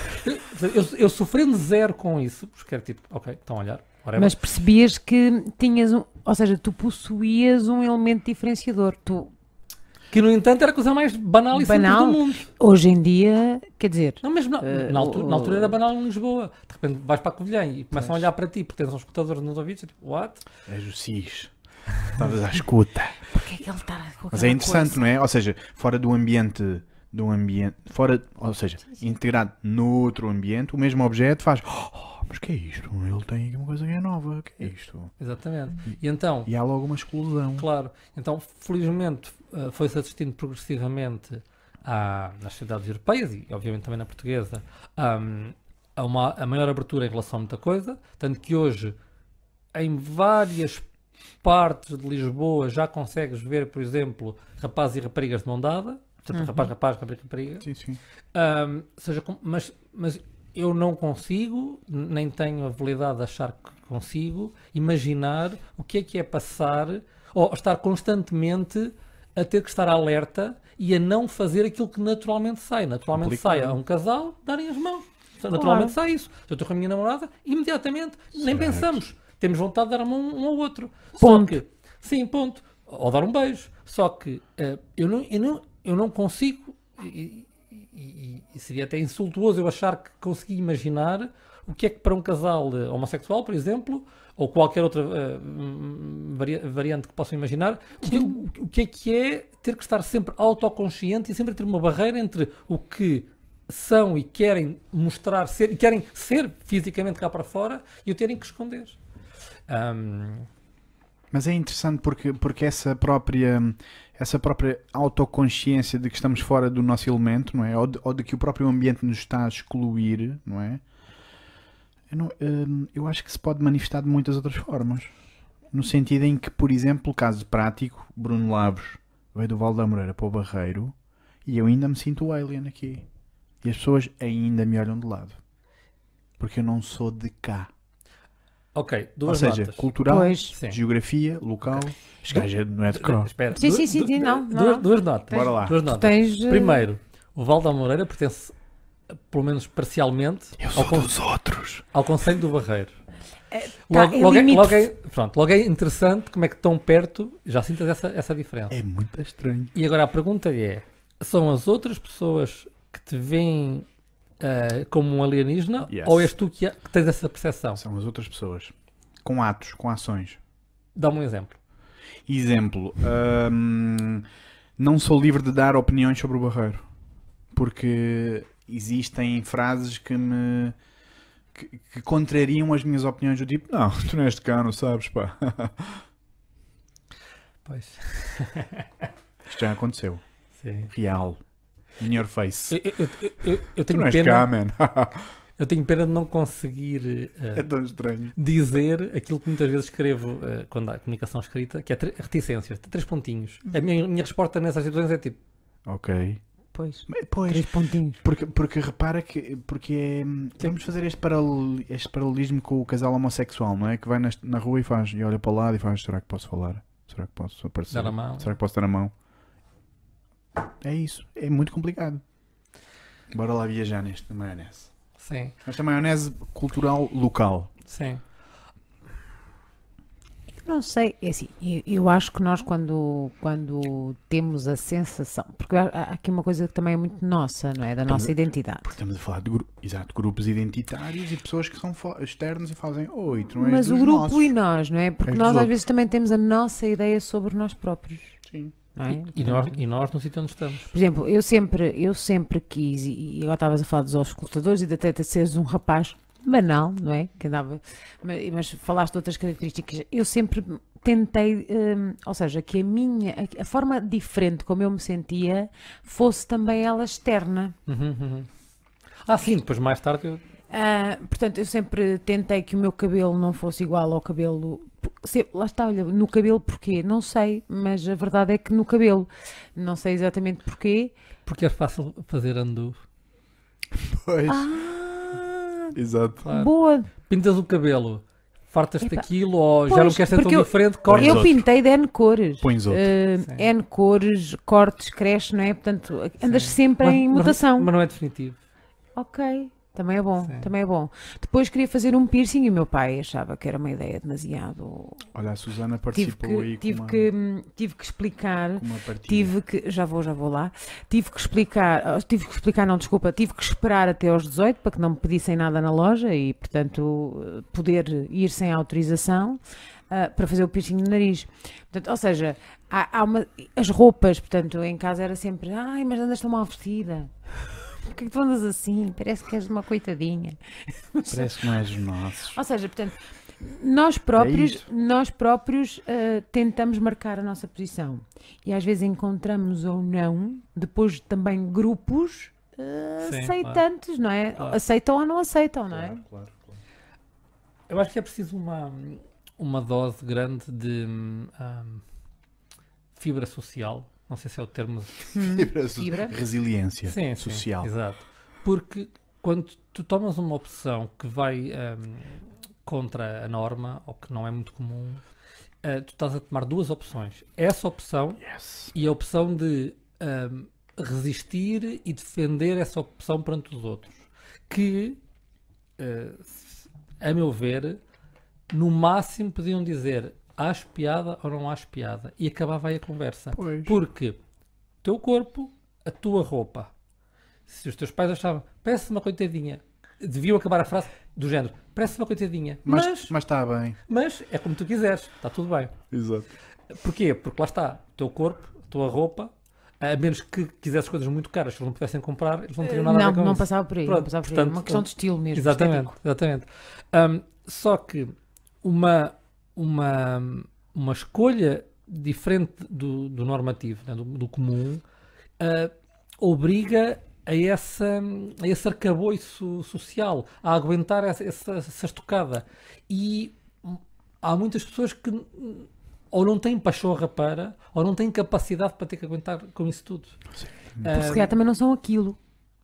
eu sofrendo zero com isso, porque era tipo, ok, estão a olhar. whatever. Mas percebias que tinhas ou seja, tu possuías um elemento diferenciador. Que no entanto era a coisa mais banal e simples Banal? do mundo. Hoje em dia, quer dizer, Não, mas na altura era banal em Lisboa. De repente vais para a Covilhã e começam a olhar para ti porque tens uns escutadores nos ouvidos. Tipo, what? És o Cis. Estavas à escuta. porque é que ele está com Mas é aquela interessante, coisa? não é? Ou seja, fora do ambiente, fora, ou seja, integrado noutro ambiente, o mesmo objeto faz, mas que é isto? Ele tem aqui uma coisa que é nova, o que é isto? Exatamente. E então, E há logo uma explosão. claro, então felizmente foi-se assistindo progressivamente nas cidades europeias e obviamente também na portuguesa a maior abertura em relação a muita coisa, tanto que hoje em várias partes de Lisboa já consegues ver, por exemplo, rapazes e raparigas de mão dada, portanto, rapaz, rapariga. Sim, sim. Mas eu não consigo, nem tenho a habilidade de achar que consigo, imaginar o que é passar, ou estar constantemente a ter que estar alerta e a não fazer aquilo que naturalmente sai. Naturalmente Complicado. sai a um casal darem as mãos. Naturalmente sai isso. Se eu estou com a minha namorada, imediatamente, nem Certo. pensamos. Temos vontade de dar a mão um ao outro. Ponto. Só que, sim, ponto. Ou dar um beijo. Só que eu não consigo, e seria até insultuoso eu achar que consegui imaginar o que é que para um casal homossexual, por exemplo, ou qualquer outra variante que possam imaginar, o que é ter que estar sempre autoconsciente e sempre ter uma barreira entre o que são e querem mostrar ser, e querem ser fisicamente cá para fora e o terem que esconder. Mas é interessante porque essa própria autoconsciência de que estamos fora do nosso elemento, não é? Ou de que o próprio ambiente nos está a excluir, não é? Eu acho que se pode manifestar de muitas outras formas. No sentido em que, por exemplo, caso prático, Bruno Laves veio do Val da Moreira para o Barreiro e eu ainda me sinto alien aqui. E as pessoas ainda me olham de lado. Porque eu não sou de cá. Ok, Ou duas seja, notas. cultural, Pois. Sim. geografia, local. Este gajo não é de cross. Espera. Sim, sim, não. Duas notas. Bora lá. Duas notas. Tens, Primeiro, o Val da Moreira pertence, pelo menos parcialmente, Eu sou dos outros. ao Concelho do Barreiro. tá, é limite. Logo é interessante como é que tão perto, já sintas essa diferença. É muito estranho. E agora a pergunta é, são as outras pessoas que te veem como um alienígena, Yes. ou és tu que tens essa percepção? São as outras pessoas. Com atos, com ações. Dá-me um exemplo. Exemplo. Não sou livre de dar opiniões sobre o Barreiro. Porque existem frases que contrariam as minhas opiniões do tipo, não, tu não és de cá, não sabes, pá. Pois. Isto já aconteceu. Sim. Real. In your face. Eu Tu tenho não és de cá, pena, man. eu tenho pena de não conseguir É tão estranho. dizer aquilo que muitas vezes escrevo quando há comunicação escrita, que é reticências, 3 pontinhos. A minha resposta nessas situações é tipo, Ok. Pois, Pois, 3 pontinhos. porque repara que vamos fazer este paralelismo com o casal homossexual, não é? Que vai na rua e faz, e olha para o lado e faz, será que posso falar? Será que posso aparecer? dar a mão. Será que posso dar a mão? É isso, é muito complicado. Bora lá viajar nesta maionese. Sim, Esta maionese cultural local. sim. Não sei, é assim, eu acho que nós quando temos a sensação, porque há aqui uma coisa que também é muito nossa, não é? Da nossa identidade. Porque estamos a falar de grupos identitários e pessoas que são externos e fazem, oi, tu não és Mas o dos grupo nossos. e nós, não é? Porque És nós dos às outros. vezes também temos a nossa ideia sobre nós próprios, Sim. não é? E nós no sítio onde estamos. Por exemplo, eu sempre quis, e agora estavas a falar dos auscultadores e de até seres um rapaz banal, não é? Que andava, mas falaste de outras características. Eu sempre tentei, ou seja, que a forma diferente como eu me sentia fosse também ela externa. Ah, sim, depois mais tarde eu... Portanto, eu sempre tentei que o meu cabelo não fosse igual ao cabelo. Lá está, olha, no cabelo porquê? Não sei, mas a verdade é que no cabelo, não sei exatamente porquê. Porque é fácil fazer andu. Pois, Ah, exato. Claro. boa! Pintas o cabelo, fartas-te Epá, daquilo, ou já pois, não queres ser tão porque eu- diferente, Pões corta. Eu outro. pintei de N cores. Pões outro. Sim. N cores, cortes, cresce, não é? Portanto, andas sempre em mutação. Mas não é definitivo. Ok, também é bom, Sim. também é bom. Depois queria fazer um piercing e o meu pai achava que era uma ideia demasiado. Olha, a Susana Tive participou aí que, com tive que explicar. uma partilha. Tive que, já vou lá. Tive que explicar, não, desculpa, tive que esperar até aos 18 para que não me pedissem nada na loja e, portanto, poder ir sem autorização para fazer o piercing no nariz. Portanto, ou seja, as roupas, portanto, em casa era sempre, ai, mas andas tão mal vestida. Porquê que tu andas assim? Parece que és uma coitadinha. Parece que não és dos nossos. Ou seja, portanto, nós próprios tentamos marcar a nossa posição e às vezes encontramos ou não, depois também grupos Sim, aceitantes, não é? Claro. Aceitam ou não aceitam, não é? Claro. Eu acho que é preciso uma dose grande de fibra social. Não sei se é o termo. Fibra. Resiliência Sim, social. Exato. Porque quando tu tomas uma opção que vai contra a norma, ou que não é muito comum, tu estás a tomar duas opções. Essa opção Yes. e a opção de resistir e defender essa opção perante os outros. Que, a meu ver, no máximo podiam dizer acho piada ou não acho piada. E acabava aí a conversa. Pois. Porque o teu corpo, a tua roupa. Se os teus pais achavam, parece uma coitadinha, deviam acabar a frase do género, parece uma coitadinha. Mas está bem. Mas é como tu quiseres, está tudo bem. Exato. Porquê? Porque lá está, o teu corpo, a tua roupa, a menos que quisessem coisas muito caras, que eles não pudessem comprar, eles não teriam nada a ver com Não isso. passava por aí. Pronto, Não passava por aí. portanto, Uma questão de estilo mesmo. Exatamente, estético. exatamente. Só que uma escolha diferente do normativo, né, do comum, obriga a esse arcabouço social, a aguentar essa estocada. E há muitas pessoas que ou não têm pachorra para, ou não têm capacidade para ter que aguentar com isso tudo. Porque se calhar também não são aquilo.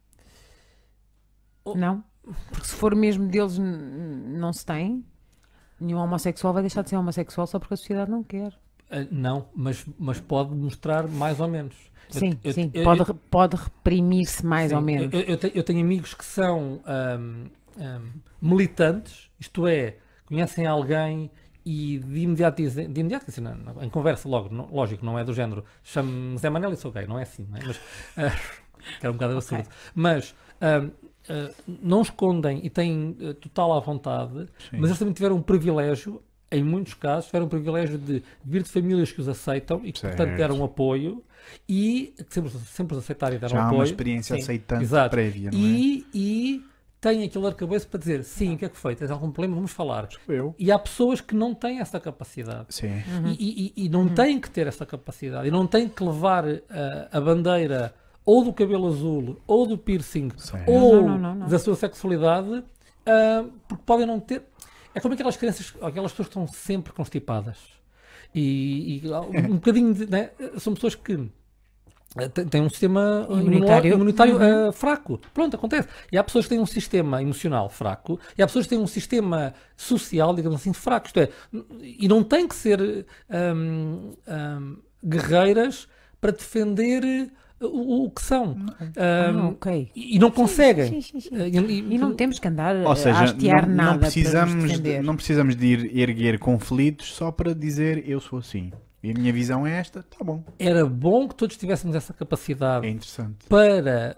Oh. Não? Porque se for mesmo deles, não se tem. Nenhum homossexual vai deixar de ser homossexual só porque a sociedade não quer. Não, mas pode mostrar mais ou menos. Sim, Eu- sim. eu- Pode reprimir-se mais Sim, ou menos. Eu tenho amigos que são militantes, isto é, conhecem alguém e de imediato dizem, assim, em conversa logo, lógico, não é do género, chamo-me Zé Manel e sou gay, não é assim, não é? Mas, que era um bocado absurdo. Mas não escondem e têm total à vontade, Sim. mas eles também tiveram um privilégio, em muitos casos, tiveram um privilégio de vir de famílias que os aceitam e que, portanto, Certo. deram apoio e que sempre os aceitaram e deram Já há apoio. uma experiência Sim, aceitante exato. prévia, não é? E têm aquele arcabouço para dizer, sim, o que é que foi? Tens algum problema? Vamos falar. Eu. E há pessoas que não têm essa capacidade. Sim. E não têm que ter essa capacidade. E não têm que levar a bandeira ou do cabelo azul, ou do piercing, Certo. ou Não. da sua sexualidade, porque podem não ter... É como aquelas crianças, aquelas pessoas que estão sempre constipadas. E um bocadinho de... Né? São pessoas que têm um sistema imunitário fraco. Pronto, acontece. E há pessoas que têm um sistema emocional fraco e há pessoas que têm um sistema social, digamos assim, fraco. Isto é, e não têm que ser guerreiras para defender o que são. Ok. E não conseguem. Sim. E não temos que andar Ou a seja, hastear não nada para nos precisamos defender. não precisamos de ir erguer conflitos só para dizer eu sou assim. E a minha visão é esta, tá bom. Era bom que todos tivéssemos essa capacidade É interessante. para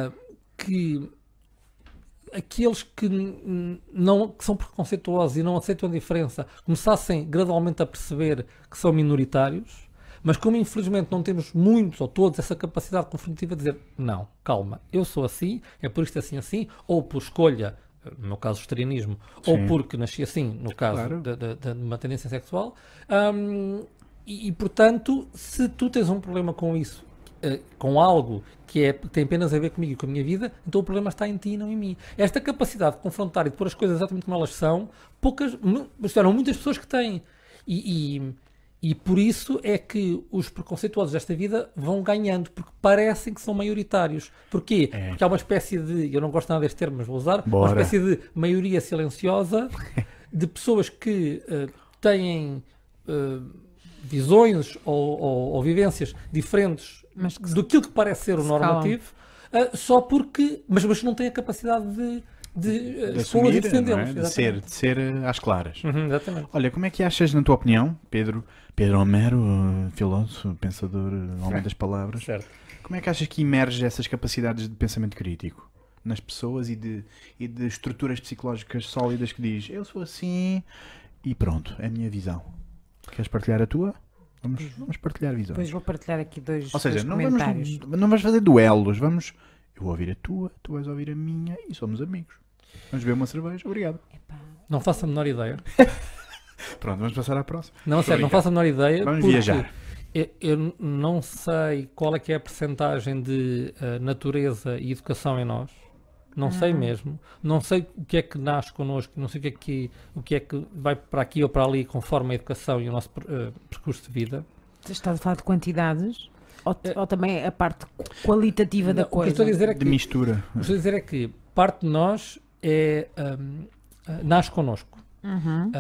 que aqueles que que são preconceituosos e não aceitam a diferença começassem gradualmente a perceber que são minoritários, mas como infelizmente não temos muitos ou todos essa capacidade confrontativa de dizer não, calma, eu sou assim, é por isto assim, ou por escolha, no meu caso o vegetarianismo, ou Sim. porque nasci assim, no caso Claro. de uma tendência sexual, portanto, se tu tens um problema com isso, com algo que tem apenas a ver comigo e com a minha vida, então o problema está em ti e não em mim. Esta capacidade de confrontar e de pôr as coisas exatamente como elas são, muitas pessoas que têm. E por isso é que os preconceituosos desta vida vão ganhando, porque parecem que são maioritários. Porquê? É. Porque há uma espécie de, eu não gosto nada deste termo, mas vou usar, uma Bora. espécie de maioria silenciosa de pessoas que têm visões ou vivências diferentes Mas que do que parece ser o se normativo, só porque, mas não têm a capacidade de De expô-los e assumir, não defendê-los. é? De Exatamente. ser às claras. Uhum, exatamente. Olha, como é que achas, na tua opinião, Pedro Homero, filósofo, pensador, homem das palavras, Certo. como é que achas que emerge essas capacidades de pensamento crítico nas pessoas e de estruturas psicológicas sólidas que diz eu sou assim e pronto, é a minha visão. Queres partilhar a tua? Vamos partilhar visões. Depois vou partilhar aqui dois Ou seja, não comentários. vamos fazer duelos, eu vou ouvir a tua, tu vais ouvir a minha e somos amigos. Vamos beber uma cerveja, obrigado. Epá, Não faço a menor ideia. Pronto, vamos passar à próxima. Não, sério, não faço a menor ideia. Vamos porque viajar. Eu não sei qual é que é a percentagem de natureza e educação em nós. Não sei mesmo. Não sei o que é que nasce connosco, não sei o que é que vai para aqui ou para ali conforme a educação e o nosso percurso de vida. estás a falar de quantidades ou também a parte qualitativa da O que eu coisa? estou a dizer é De que, mistura. o que estou a dizer é que parte de nós nasce connosco. Uhum.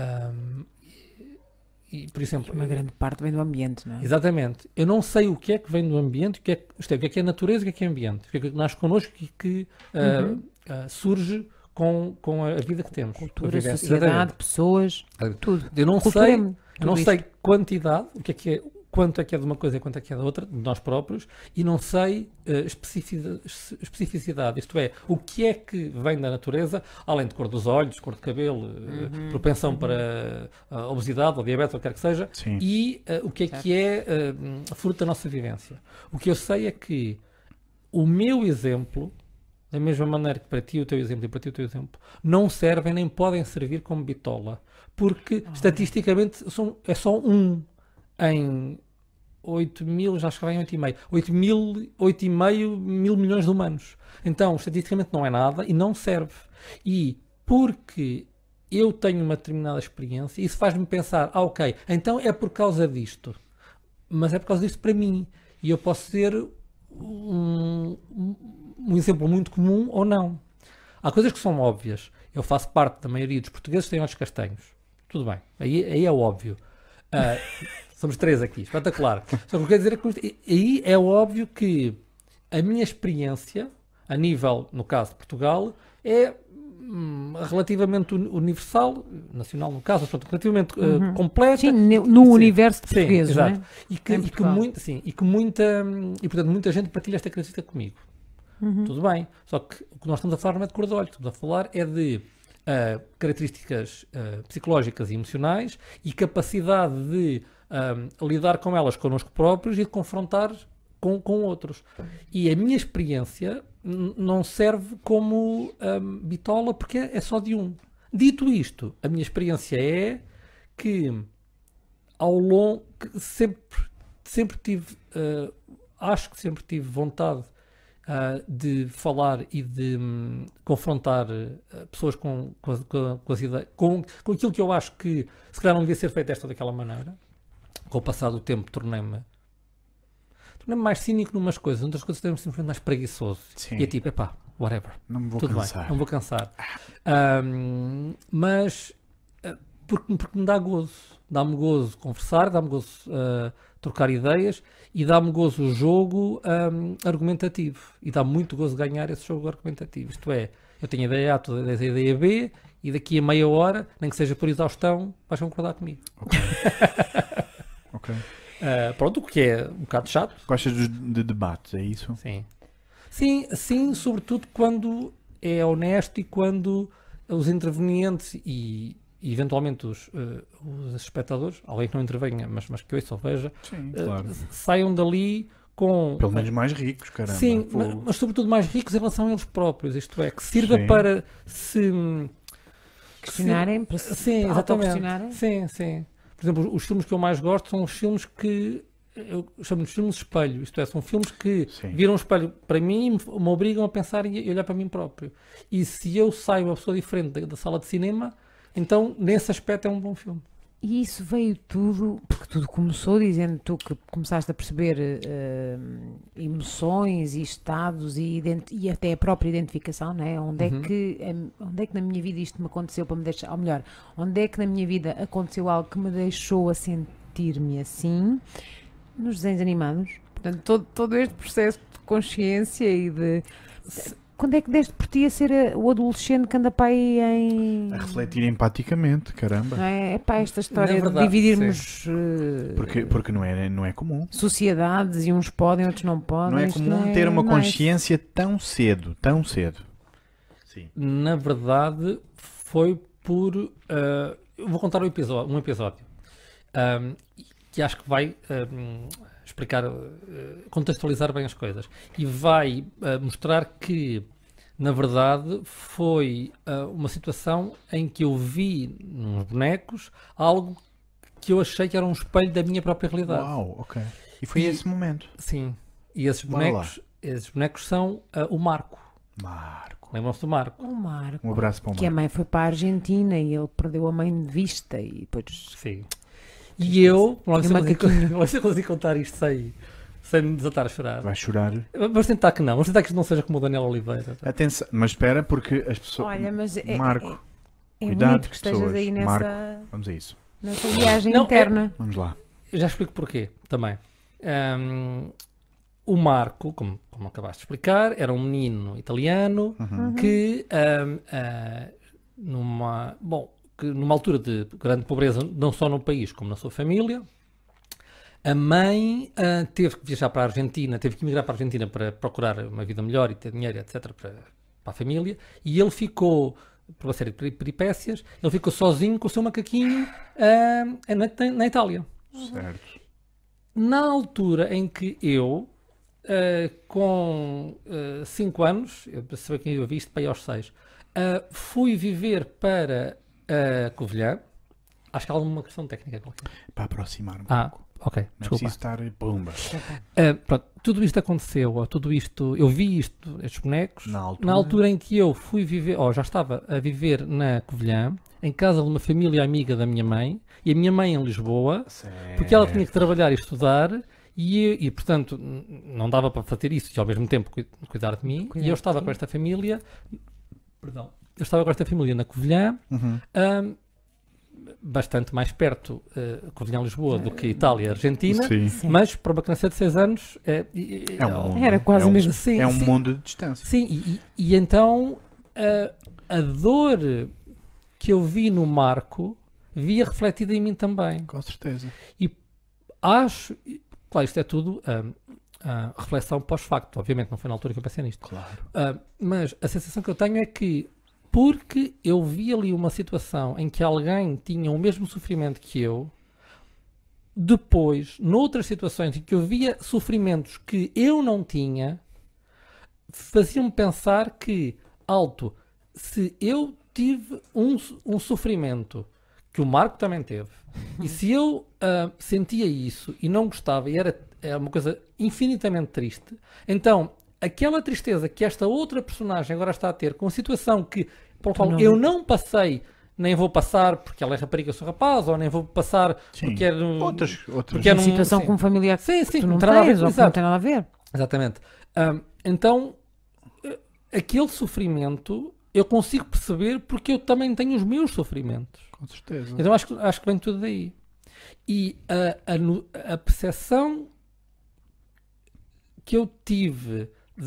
E, por exemplo, Uma grande parte vem do ambiente, não é? exatamente. Eu não sei o que é que vem do ambiente, o que é que é natureza e o que é ambiente. O que é que nasce connosco e que surge com a vida que temos. Cultura, Com a vivência. sociedade, Exatamente. pessoas, tudo. Eu não Cultura sei, é eu tudo não isto. sei quantidade, quanto é que é de uma coisa e quanto é que é da outra, de nós próprios, e não sei especificidade, isto é, o que é que vem da natureza, além de cor dos olhos, cor de cabelo, propensão para a obesidade ou diabetes, ou o que quer que seja, Sim. e o que é fruto da nossa vivência. O que eu sei é que o meu exemplo, da mesma maneira que para ti o teu exemplo e para ti o teu exemplo, não servem nem podem servir como bitola, porque estatisticamente é só um em 8 mil, já acho que vai em 8,5. 8,5 mil milhões de humanos. Então, estatisticamente não é nada e não serve. E porque eu tenho uma determinada experiência, isso faz-me pensar, ok, então é por causa disto. Mas é por causa disto para mim. E eu posso ser um exemplo muito comum ou não. Há coisas que são óbvias. Eu faço parte da maioria dos portugueses que têm olhos castanhos. Tudo bem. Aí é óbvio. Somos 3 aqui, espetacular. Só que eu quero dizer é que aí é óbvio que a minha experiência, a nível, no caso de Portugal, é relativamente universal, nacional no caso, mas pronto, relativamente completa. Sim, no Sim. universo de Sim, portugueses, não exato. é? E portanto muita gente partilha esta característica comigo. Tudo bem. Só que o que nós estamos a falar não é de cor de olho, estamos a falar é de características psicológicas e emocionais e capacidade de lidar com elas connosco próprios e de confrontar com outros. E a minha experiência não serve como bitola porque é só de um. Dito isto, a minha experiência é que ao longo sempre tive acho que sempre tive vontade de falar e de confrontar pessoas com as ideias, com aquilo que eu acho que se calhar não devia ser feito desta ou daquela maneira. Com o passar do tempo tornei-me mais cínico numas coisas, outras coisas tornei-me simplesmente mais preguiçoso. Sim. E é tipo, epá, whatever. Não me vou Tudo cansar. bem, não vou cansar. Mas porque me dá gozo. Dá-me gozo conversar, dá-me gozo trocar ideias e dá-me gozo o jogo argumentativo. E dá muito gozo ganhar esse jogo argumentativo. Isto é, eu tenho a ideia A, tu tens a ideia B, e daqui a meia hora, nem que seja por exaustão, vais concordar comigo. Ok. Pronto, o que é um bocado chato. Gostas de debates, é isso? Sim. Sim, sobretudo quando é honesto e quando os intervenientes e eventualmente os espectadores, alguém que não intervenha, mas que ouça ou veja, Sim, claro. saiam dali com... Pelo menos mais ricos, caramba. Sim, mas sobretudo mais ricos em relação a eles próprios, isto é, que sirva Sim. para se... Questionarem, para se Sim, exatamente. autoquestionarem. Sim. Por exemplo, os filmes que eu mais gosto são os filmes que eu chamo de filmes espelho, isto é, são filmes que Sim. viram um espelho para mim e me obrigam a pensar e olhar para mim próprio. E se eu saio uma pessoa diferente da sala de cinema, então nesse aspecto é um bom filme. E isso veio tudo, porque tudo começou dizendo tu que começaste a perceber emoções e estados e até a própria identificação, não é? Onde é que na minha vida isto me aconteceu para me deixar, ou melhor, onde é que na minha vida aconteceu algo que me deixou a sentir-me assim, nos desenhos animados. Portanto, todo este processo de consciência e de... Quando é que deste por ti a ser o adolescente que anda para aí em... A refletir empaticamente, caramba. Não é? É para esta história Na verdade, de dividirmos Porque não é comum. sociedades e uns podem, outros não podem. Não é Isto comum ter uma nice. consciência tão cedo. Sim. Na verdade, foi por... eu vou contar um episódio que acho que vai explicar, contextualizar bem as coisas. E vai mostrar que, na verdade, foi uma situação em que eu vi nos bonecos algo que eu achei que era um espelho da minha própria realidade. Uau, ok. E foi esse momento. Sim. E esses Bora lá. bonecos são o Marco. Marco. Lembram-se do Marco? O Marco. Um abraço para o Que a Marco. mãe foi para a Argentina e ele perdeu a mãe de vista e depois... Sim. E eu, não Tinha sei se eu consigo contar isto sem me desatar a chorar. Vai chorar. Vamos tentar que não. Vamos tentar que isto não seja como o Daniel Oliveira. Atenção, mas espera, porque as pessoas. Olha, mas é Marco, bonito cuidado, que estejas pessoas. aí Marco. Vamos a isso. nessa viagem Não, interna. Vamos lá. Eu já explico porquê também. O Marco, como acabaste de explicar, era um menino italiano que numa altura de grande pobreza, não só no país como na sua família, a mãe teve que viajar para a Argentina, teve que emigrar para a Argentina para procurar uma vida melhor e ter dinheiro, etc., para a família, e ele ficou, por uma série de peripécias, ele ficou sozinho com o seu macaquinho na Itália. Certo. Na altura em que eu, com 5 anos, eu percebi que eu vi isto para ir aos 6, fui viver para Covilhã. Acho que há alguma questão técnica qualquer. Para aproximar um Ah, pouco. ok, Não é desculpa. preciso estar pumba. Pronto, tudo isto aconteceu, tudo isto, eu vi estes bonecos Na altura. na altura em que eu fui viver, já estava a viver na Covilhã, em casa de uma família amiga da minha mãe, e a minha mãe em Lisboa, porque ela tinha que trabalhar e estudar, e portanto não dava para fazer isso e ao mesmo tempo cuidar de mim, e eu estava com esta família, na Covilhã, bastante mais perto Covilhã-Lisboa do que Itália-Argentina, Sim. mas para uma criança de 6 anos É um mundo. Era quase é um, mesmo. Sim, É um sim. mundo de distância. Sim, e então a dor que eu vi no Marco via refletida em mim também. Com certeza. Acho, claro, isto é tudo reflexão pós-facto, obviamente, não foi na altura que eu pensei nisto. Claro. Mas a sensação que eu tenho é que, porque eu vi ali uma situação em que alguém tinha o mesmo sofrimento que eu, depois, noutras situações em que eu via sofrimentos que eu não tinha, fazia-me pensar que, se eu tive um sofrimento que o Marco também teve, e se eu sentia isso e não gostava, e era uma coisa infinitamente triste, então aquela tristeza que esta outra personagem agora está a ter com a situação pela qual eu não passei, nem vou passar porque ela é rapariga, eu sou rapaz, ou nem vou passar Sim. porque era Outras. porque era Uma situação sim. com um familiar que Sim, tu não não tem nada a ver, tens ou que exato. não tem nada a ver. Exatamente. Então, aquele sofrimento eu consigo perceber porque eu também tenho os meus sofrimentos. Com certeza. Então acho que vem tudo daí. E a percepção que eu tive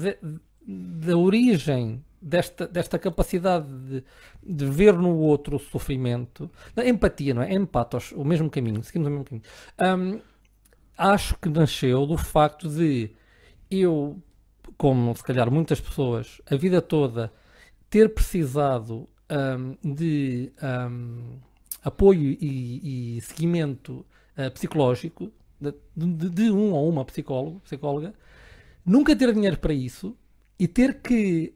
da origem desta capacidade de ver no outro o sofrimento, da empatia, não é? Empatos, o mesmo caminho, seguimos o mesmo caminho. Acho que nasceu do facto de eu, como se calhar muitas pessoas, a vida toda, ter precisado de apoio e seguimento psicológico de um ou uma psicóloga, nunca ter dinheiro para isso e ter que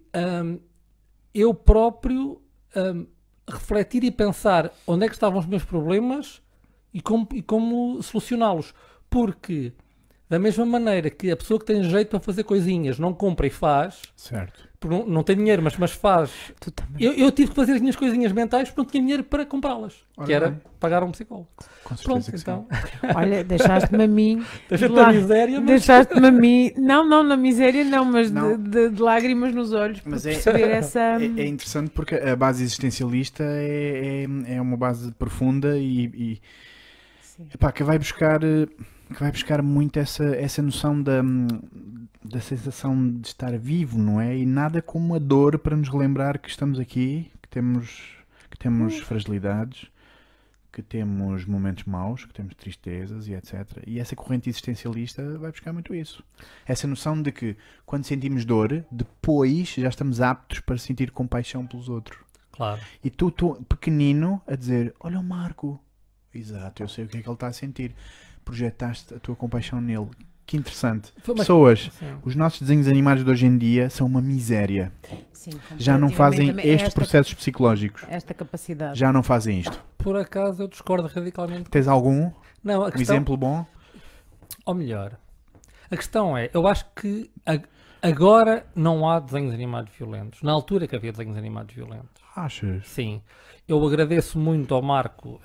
eu próprio refletir e pensar onde é que estavam os meus problemas e como solucioná-los. Porque, da mesma maneira que a pessoa que tem jeito para fazer coisinhas não compra e faz, Certo. porque não tem dinheiro, mas faz. Tu também. Eu tive que fazer as minhas coisinhas mentais porque não tinha dinheiro para comprá-las, Ora que era bem. pagar um psicólogo. Com certeza Pronto, que então. Olha, deixaste-me a mim. Deixa-te lá- a miséria, mas... Deixaste-me a mim. Não, na miséria não, mas Não. de lágrimas nos olhos. Mas Por é- perceber essa. É interessante porque a base existencialista é uma base profunda e Sim. epá, que vai buscar muito essa noção da sensação de estar vivo, não é? E nada como a dor para nos relembrar que estamos aqui, que temos fragilidades, que temos momentos maus, que temos tristezas e etc. E essa corrente existencialista vai buscar muito isso. Essa noção de que quando sentimos dor, depois já estamos aptos para sentir compaixão pelos outros. Claro. E tu pequenino, a dizer, olha o Marco. Exato, eu sei o que é que ele está a sentir. Projetaste a tua compaixão nele. Que interessante. Pessoas, Sim. os nossos desenhos animados de hoje em dia são uma miséria. Sim, Já não fazem completamente. estes processos psicológicos. Esta capacidade. Já não fazem isto. Por acaso eu discordo radicalmente. Tens algum Não, a questão, exemplo bom? ou melhor, a questão é, eu acho que agora não há desenhos animados violentos. Na altura que havia desenhos animados violentos. Achas? Sim. Eu agradeço muito ao Marco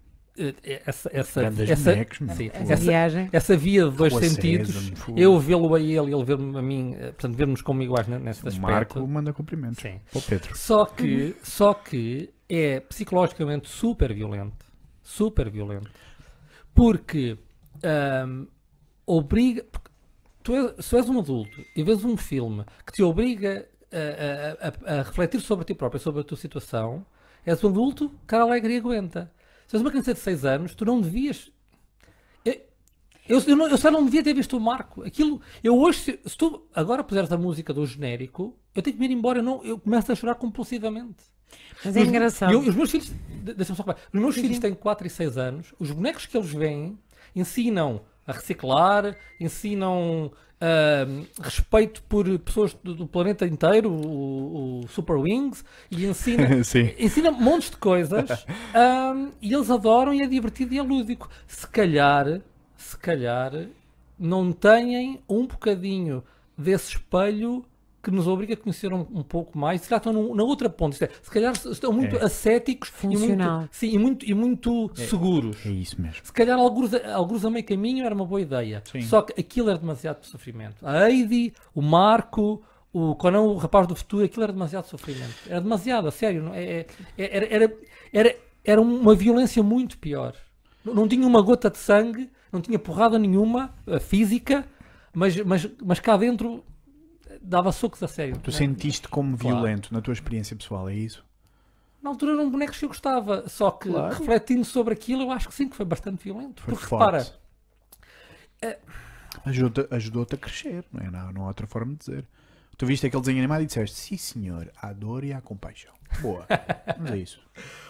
essa Grandes bonecos, meu. sim, Essa viagem. essa via de dois Rua sentidos. Sésamo, fogo. Eu vê-lo a ele e ele ver-me a mim, portanto, vermos como iguais nesse O aspecto. Marco manda cumprimentos. Sim. Para o Pedro. Só que é psicologicamente super violento. Super violento. Porque obriga. Se tu és um adulto e vês um filme que te obriga a refletir sobre ti próprio, sobre a tua situação, és um adulto, cara alegre e aguenta. Se és uma criança de 6 anos, tu não devias. Eu só não devia ter visto o Marco. Aquilo, eu hoje, se tu agora puseres a música do genérico, eu tenho que me ir embora. Eu começo a chorar compulsivamente. Mas é engraçado. Os meus filhos, deixa-me só falar, os meus Sim, filhos sim. têm 4 e 6 anos, os bonecos que eles veem ensinam a reciclar, ensinam respeito por pessoas do planeta inteiro, o Super Wings, e Sim. ensina montes de coisas, e eles adoram e é divertido e é lúdico. Se calhar não têm um bocadinho desse espelho que nos obriga a conhecer um pouco mais. Se calhar estão na outra ponta. Isto é, se calhar estão muito ascéticos Funcional. e muito seguros. É isso mesmo. Se calhar alguns a meio caminho era uma boa ideia. Sim. Só que aquilo era demasiado sofrimento. A Heidi, o Marco, o Conan, o rapaz do futuro, aquilo era demasiado sofrimento. Era demasiado, a sério. Era uma violência muito pior. Não tinha uma gota de sangue, não tinha porrada nenhuma física, mas cá dentro dava socos a sério. Tu né? sentiste como Claro. violento na tua experiência pessoal, é isso? Na altura eram bonecos que eu gostava, só que Claro. refletindo sobre aquilo, eu acho que sim, que foi bastante violento. Foi Porque forte. repara, Ajudou-te a crescer, não é? Não há outra forma de dizer. Tu viste aquele desenho animado e disseste, sim senhor, há dor e há compaixão. Boa. Vamos a isso.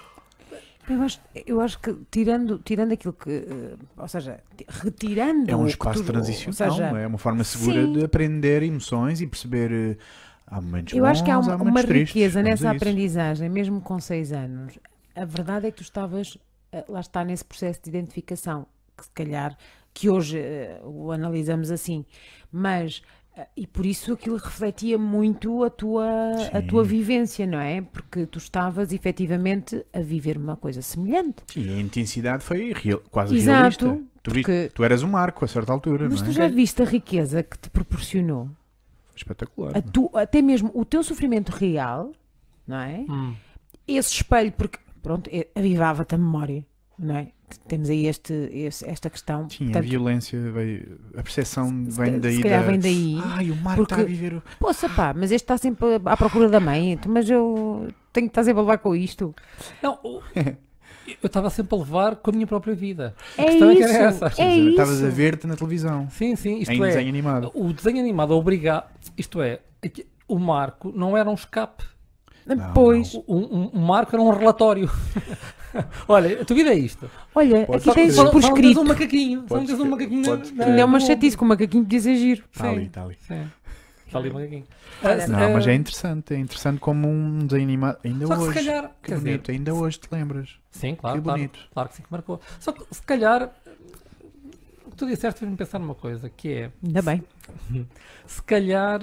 Eu acho que tirando aquilo que, ou seja, retirando É um o que espaço tu- transicional, ou seja, não é uma forma segura sim. de aprender emoções e perceber há momentos eu bons, acho que há uma momentos tristes. riqueza Vamos nessa a isso. aprendizagem, mesmo com 6 anos. A verdade é que tu estavas, lá está, nesse processo de identificação, que se calhar, que hoje o analisamos assim, mas, e por isso aquilo refletia muito a tua vivência, não é? Porque tu estavas efetivamente a viver uma coisa semelhante. E a intensidade foi quase Exato, realista. porque- Tu eras um Marco a certa altura, Mas não tu é? já viste a riqueza que te proporcionou? Foi espetacular. Até mesmo o teu sofrimento real, não é? Esse espelho, porque, pronto, avivava-te a memória, não é? Temos aí esta questão. Sim, Portanto, a violência veio, a percepção vem daí. se calhar vem daí. Ai, o Marco está a viver. Poxa, pá, mas este está sempre à procura da mãe, mas eu tenho que estar sempre a levar com isto. Não, eu estava sempre a levar com a minha própria vida. É A questão é que isso, era essa. Estavas a ver-te na televisão. Sim, isto em é. desenho animado. O desenho animado obriga. Isto é, o Marco não era um escape. Não, Pois. O Marco era um relatório. Olha, a tua vida é isto. Olha, Pode aqui ser. tens Só por Só me escrito. tens um macaquinho. Só me Podes tens um crer, macaquinho. podes crer. Ainda é uma chatice com o macaquinho de dizer giro. Está ali, está ali. Sim. Está ali o macaquinho. Não, mas é interessante como um desenho animado. Ainda Só que hoje. se calhar. Que Quer bonito, dizer, ainda hoje te lembras. sim, Que claro, bonito. claro que sim que marcou. Só que se calhar. O que tu disseste fez-me pensar numa coisa, que é. Ainda bem. Se calhar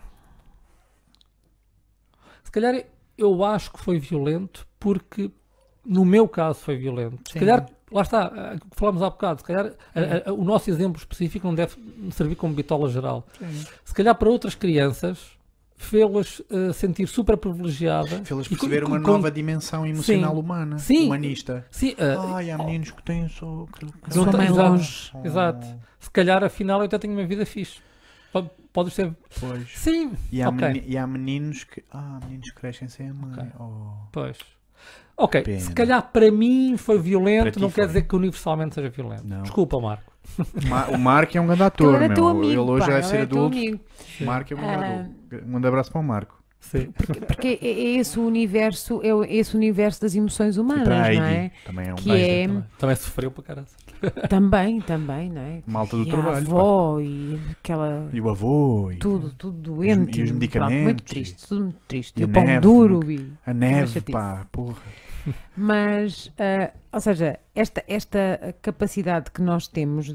eu acho que foi violento porque no meu caso foi violento. Se Sim. calhar, lá está, o que falámos há bocado, se calhar o nosso exemplo específico não deve servir como bitola geral. Se calhar para outras crianças fê-las sentir super privilegiadas. Fê-las E com- perceber com- uma com- nova dimensão emocional humana, Sim. humanista. Sim, Ai, há meninos que têm só... São Exato. mais longe. Exato. Se calhar afinal eu até tenho uma vida fixe. Pode ser. Pois. Sim, E há, ok. e há meninos que... meninos que crescem sem a mãe. Ok. Oh. Pois. Ok, Pena. se calhar para mim foi Para violento, ti não foi. quer dizer que universalmente seja violento. Não. Desculpa, Marco. O Marco é um grande ator, Ele era teu meu. amigo, Ele hoje pá, deve ele ser era teu adulto. amigo. O Marco é um grande adulto. Um grande abraço para o Marco. Sim. Porque é esse o universo, esse universo das emoções E humanas, para a não Iggy. é? Também é um Que beijo. é- Também sofreu para caralho. Também, não é? Malta do E trabalho. a avó e aquela... E o avô. E Tudo doente. e os Pronto, medicamentos, muito triste, tudo muito triste. e E a o pão neve, duro e... a neve, chatice. pá, porra. Mas, ou seja, esta capacidade que nós temos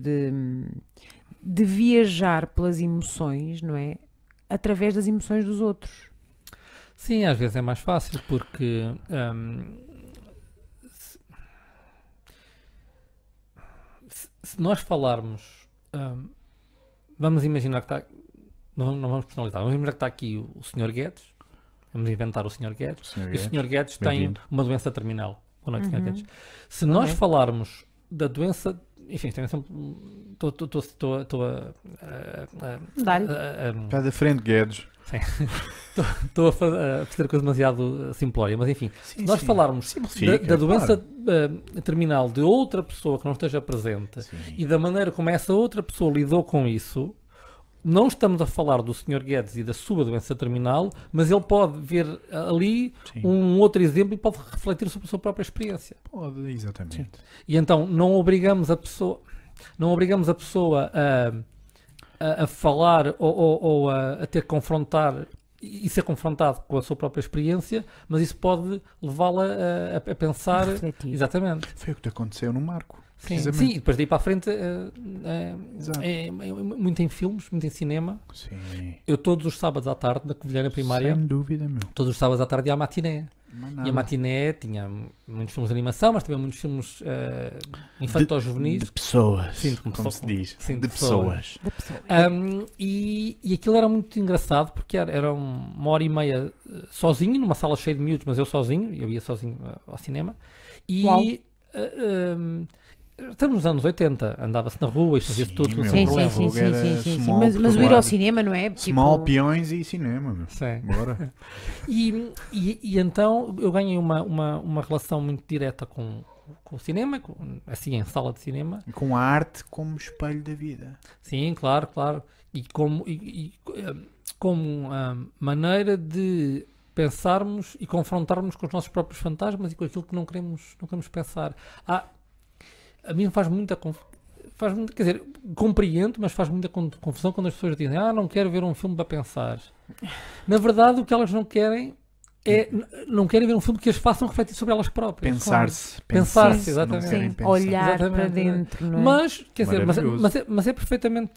de viajar pelas emoções, não é? Através das emoções dos outros. Sim, às vezes é mais fácil porque se nós falarmos, vamos imaginar que está, não vamos personalizar, vamos imaginar que está aqui o Sr. Guedes, vamos inventar o Sr. Guedes, Senhor e o Guedes. Sr. Guedes tem bem-vindo. uma doença terminal. Boa noite, Sr. Uhum. Guedes. Se nós noite. falarmos da doença, enfim, estou Dá-lhe. Está da frente, Guedes. Estou a fazer coisa demasiado simplória, mas enfim, se nós falarmos Simplifica, da doença claro. terminal de outra pessoa que não esteja presente Sim. e da maneira como essa outra pessoa lidou com isso, não estamos a falar do Sr. Guedes e da sua doença terminal, mas ele pode ver ali Sim. um outro exemplo e pode refletir sobre a sua própria experiência. Pode, exatamente. E então não obrigamos a pessoa a falar ou a ter que confrontar e ser confrontado com a sua própria experiência, mas isso pode levá-la a pensar. Refletir. Exatamente. Foi o que te aconteceu no Marco. Sim, Precisamente. sim, e depois daí para a frente Exato. é muito em filmes, muito em cinema. Sim. Eu todos os sábados à tarde, na Covilhã Primária, Sem dúvida, meu. todos os sábados à tarde ia à matiné. Mais E nada. a matiné tinha muitos filmes de animação, mas também muitos filmes infantos-juvenis. De pessoas. Sim, como se diz. sim, de de pessoas. pessoas. Da pessoa. E aquilo era muito engraçado porque era uma hora e meia sozinho, numa sala cheia de miúdos, mas eu sozinho, eu ia sozinho ao cinema. E Uau. estamos nos anos 80, andava-se na rua e fazia-se Sim, tudo meu. sem Sim, problema. sim, sim, Era sim, sim, sim. small, Mas o ir claro. ao cinema, não é? Small, Tipo, peões e cinema, meu. Sim. Bora. E então eu ganhei uma relação muito direta com o cinema, assim em sala de cinema. E com a arte como espelho da vida. Sim, claro. E como maneira de pensarmos e confrontarmos com os nossos próprios fantasmas e com aquilo que não queremos pensar. A mim faz muita quer dizer, compreendo, mas faz muita confusão quando as pessoas dizem não quero ver um filme para pensar. Na verdade, o que elas não querem não querem ver um filme que as façam refletir sobre elas próprias. Pensar-se. Pensar-se, Não exatamente. querem sim, pensar. olhar Exatamente, para exatamente. dentro, não é? Mas, quer dizer, Maravilhoso. mas é perfeitamente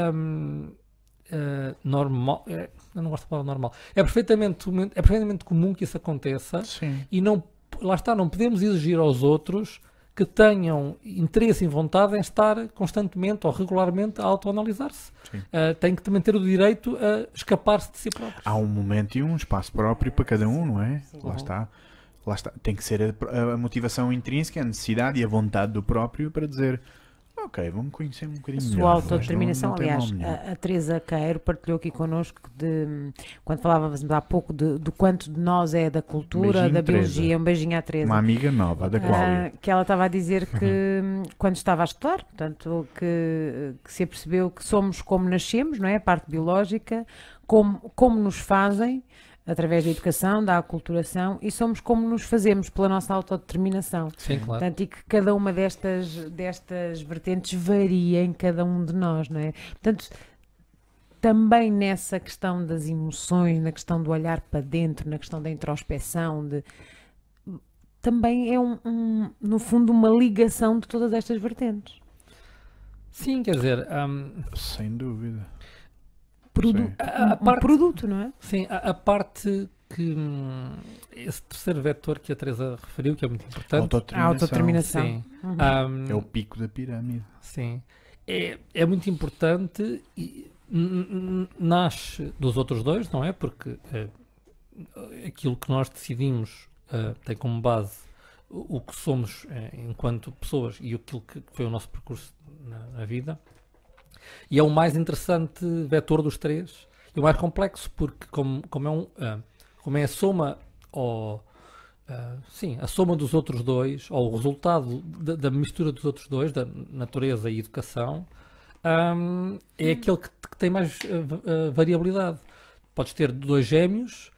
normal. Eu não gosto da palavra normal. É perfeitamente comum que isso aconteça Sim. e não, lá está, não podemos exigir aos outros que tenham interesse e vontade em estar constantemente ou regularmente a autoanalisar-se. Sim. Têm que também ter o direito a escapar-se de si próprios. Há um momento e um espaço próprio para cada um, não é? Sim. Lá está. Lá está. Tem que ser a motivação intrínseca, a necessidade e a vontade do próprio para dizer ok, vamos conhecer um A bocadinho sua melhor. autodeterminação, Não tem aliás, mal nenhum. a Teresa Queiro partilhou aqui connosco quando falávamos há pouco do quanto de nós é da cultura, Beijinho, da Teresa. biologia, um beijinho à Teresa. Uma amiga nova, da Cláudia. Que ela estava a dizer que quando estava a estudar, portanto, que se apercebeu que somos como nascemos, não é? A parte biológica, como nos fazem, através da educação, da aculturação, e somos como nos fazemos pela nossa autodeterminação. Sim, claro. Portanto, e que cada uma destas vertentes varia em cada um de nós, não é? Portanto, também nessa questão das emoções, na questão do olhar para dentro, na questão da introspeção, também é no fundo uma ligação de todas estas vertentes. Sim, quer dizer, Sem dúvida. Sim. Produto, não é? sim, a parte que esse terceiro vetor que a Teresa referiu, que é muito importante. A autodeterminação. Sim, Uhum. É o pico da pirâmide. sim. É muito importante e nasce dos outros dois, não é? Porque aquilo que nós decidimos tem como base o que somos enquanto pessoas e aquilo que foi o nosso percurso na vida. E é o mais interessante vetor dos três e o mais complexo, porque como é a soma a soma dos outros dois, ou o resultado da mistura dos outros dois, da natureza e educação, é aquele que tem mais variabilidade. Podes ter dois gêmeos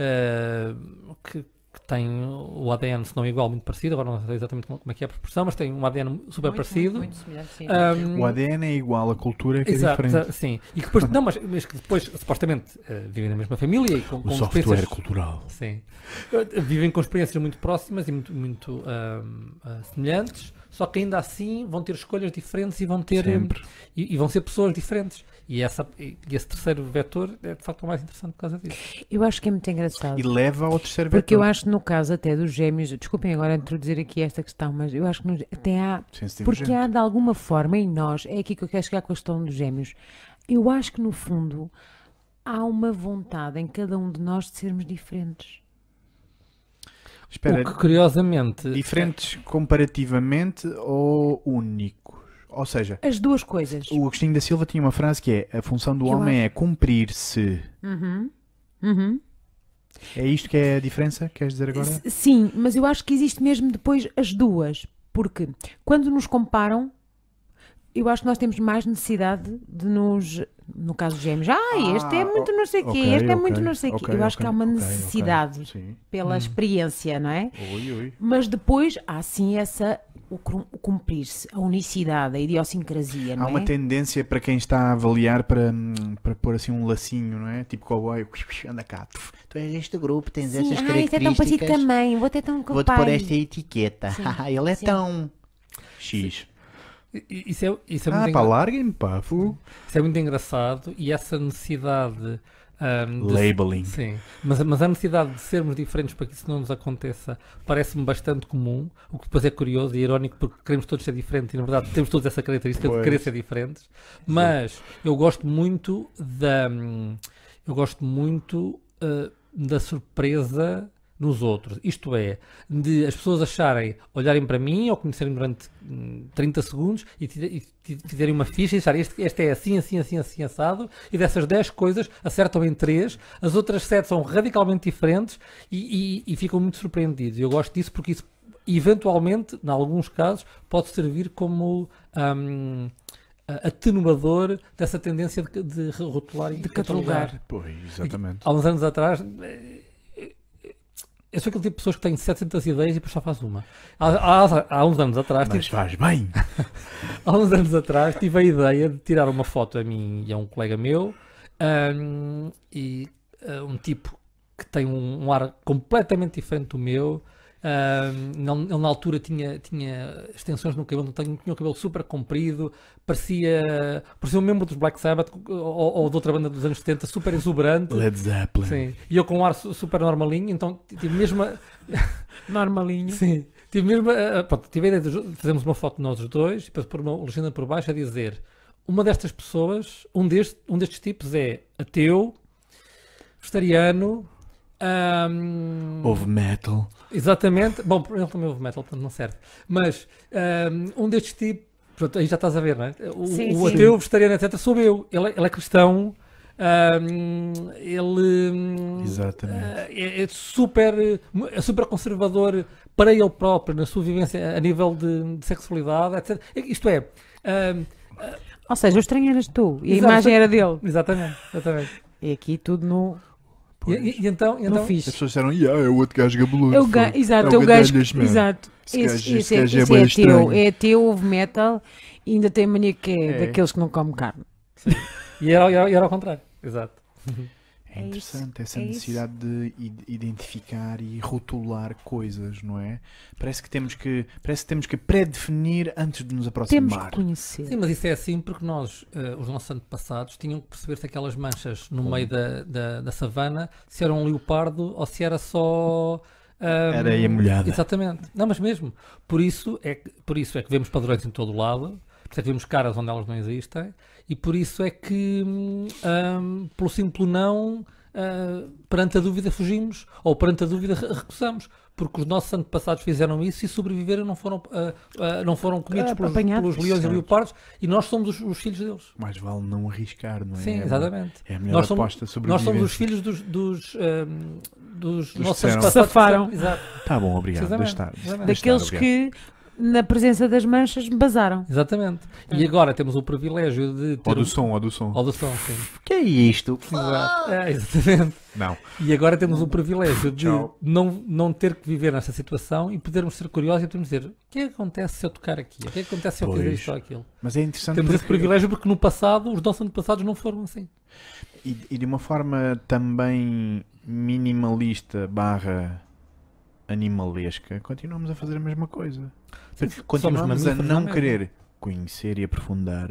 que têm o ADN, se não igual, muito parecido, agora não sei exatamente como é que é a proporção, mas têm um ADN super parecido. Muito semelhante, sim. O ADN é igual, a cultura é que é Exato, diferente. sim. E que depois, não, mas que depois supostamente vivem na mesma família e com O software experiências. cultural. Sim. Vivem com experiências muito próximas e muito semelhantes, só que ainda assim vão ter escolhas diferentes e vão ter Sempre. e vão ser pessoas diferentes. E esse terceiro vetor é de facto o mais interessante por causa disso. Eu acho que é muito engraçado. E leva ao terceiro Porque vetor. eu acho que no caso até dos gêmeos, desculpem agora introduzir aqui esta questão, mas eu acho que porque há de alguma forma em nós, é aqui que eu quero chegar com a questão dos gêmeos, eu acho que no fundo há uma vontade em cada um de nós de sermos diferentes. Espera, O que curiosamente diferentes comparativamente ou únicos? Ou seja, As duas coisas. o Agostinho da Silva tinha uma frase que é: a função do Que eu homem é cumprir-se. Uhum. É isto que é a diferença? Queres dizer agora? Sim, mas eu acho que existe mesmo depois as duas, porque quando nos comparam, eu acho que nós temos mais necessidade de nos, no caso dos gêmeos, este é muito não sei o quê, ok, este é ok, muito não sei o quê. ok, Eu acho que há uma ok, necessidade Sim. pela experiência, não é? Oi. Mas depois há sim o cumprir-se, a unicidade, a idiosincrasia, não Há uma é? tendência para quem está a avaliar para pôr assim um lacinho, não é? Tipo cowboy, anda cá. Tu és deste grupo, tens Sim, estas isto é tão parecido características. também, vou ter tão com o Vou-te pôr pai. esta etiqueta. Sim, Ele é sim. tão... X. isso é muito Pá, larguem-me, pá. isso é muito engraçado e essa necessidade de Labeling. sim, mas a necessidade de sermos diferentes para que isso não nos aconteça parece-me bastante comum, o que depois é curioso e irónico porque queremos todos ser diferentes e na verdade temos todos essa característica de Pois. querer ser diferentes, mas eu gosto muito da surpresa nos outros, isto é, de as pessoas olharem para mim ou conhecerem durante 30 segundos e fizerem uma ficha e acharem este é assim, assado, e dessas 10 coisas acertam em 3, as outras 7 são radicalmente diferentes e ficam muito surpreendidos. Eu gosto disso porque isso, eventualmente, em alguns casos, pode servir como atenuador dessa tendência de rotular e De catalogar. Pois, exatamente. Há uns anos atrás, eu sou aquele tipo de pessoas que têm 700 ideias e depois só faz uma. Há uns anos atrás, Mas faz bem. há uns anos atrás, tive a ideia de tirar uma foto a mim e a um colega meu, um tipo que tem um ar completamente diferente do meu. Ele na altura tinha extensões no cabelo, tinha o cabelo super comprido, parecia um membro dos Black Sabbath ou de outra banda dos anos 70, super exuberante. Led Zeppelin. Sim. E eu com um ar super normalinho, então tive mesmo Normalinho. sim, Tive mesmo, pronto, tive a ideia de fazermos uma foto de nós os dois e depois pôr uma legenda por baixo a dizer: uma destas pessoas, um destes tipos é ateu, vegetariano, Houve metal. exatamente. Bom, ele também ouve metal, portanto não serve. Mas um destes tipos, pronto, aí já estás a ver, não é? Sim, O sim. ateu, vegetariano, etc. Sou eu. Ele é cristão. Ele Exatamente. é super conservador para ele próprio, na sua vivência a nível de sexualidade, etc. Isto é, Ou seja, o estranho eras tu e a Exato. imagem era dele. exatamente. E aqui tudo no E então, no As fixe. pessoas disseram, é o outro gajo gabeludo. É o foi. exato, É o gajo. Gadalhas, man. Exato. Esse gajo- Esse esse gajo é esse bué é estranho. ateu, é ateu, ouve metal e ainda tem mania que é É. daqueles que não comem carne. e era ao contrário. Exato. É É interessante isso, essa é necessidade de identificar e rotular coisas, não é? Parece que temos que pré-definir antes de nos Temos aproximar. que conhecer. Sim, mas isso é assim porque nós, os nossos antepassados, tinham que perceber se aquelas manchas no meio da savana, se era um leopardo ou se era só... Areia molhada. Exatamente. Não, mas mesmo. Por isso é que vemos padrões em todo o lado, por isso é que vemos caras onde elas não existem, e por isso é que, pelo simples não, perante a dúvida fugimos, ou perante a dúvida recusamos. Porque os nossos antepassados fizeram isso e sobreviveram, não foram comidos Apanhados. pelos leões e Certo. leopardos, e nós somos os filhos deles. Mais vale não arriscar, não é? Sim, É exatamente. É a melhor Nós somos- aposta sobre Nós somos os filhos dos nossos disseram. antepassados. Safaram. Exato. Tá bom, obrigado. Precisamente, Deixa estar. precisamente. Deixa Daqueles estar, obrigado. que, na presença das manchas, basaram. Exatamente. E agora temos o privilégio de ter Ou do som, ou do som. Ou do som, sim. Que é isto? Exato. Exatamente. Não. E agora temos o privilégio de Tchau. não ter que viver nessa situação e podermos ser curiosos e podermos dizer: o que é que acontece se eu tocar aqui? O que é que acontece se eu fizer Pois. isto ou aquilo? Mas é interessante Temos esse porque- privilégio porque no passado os nossos antepassados não foram assim. E de uma forma também minimalista barra animalesca, continuamos a fazer a mesma coisa. Sim, Continuamos somos a mamíferos não mesmo. querer conhecer e aprofundar.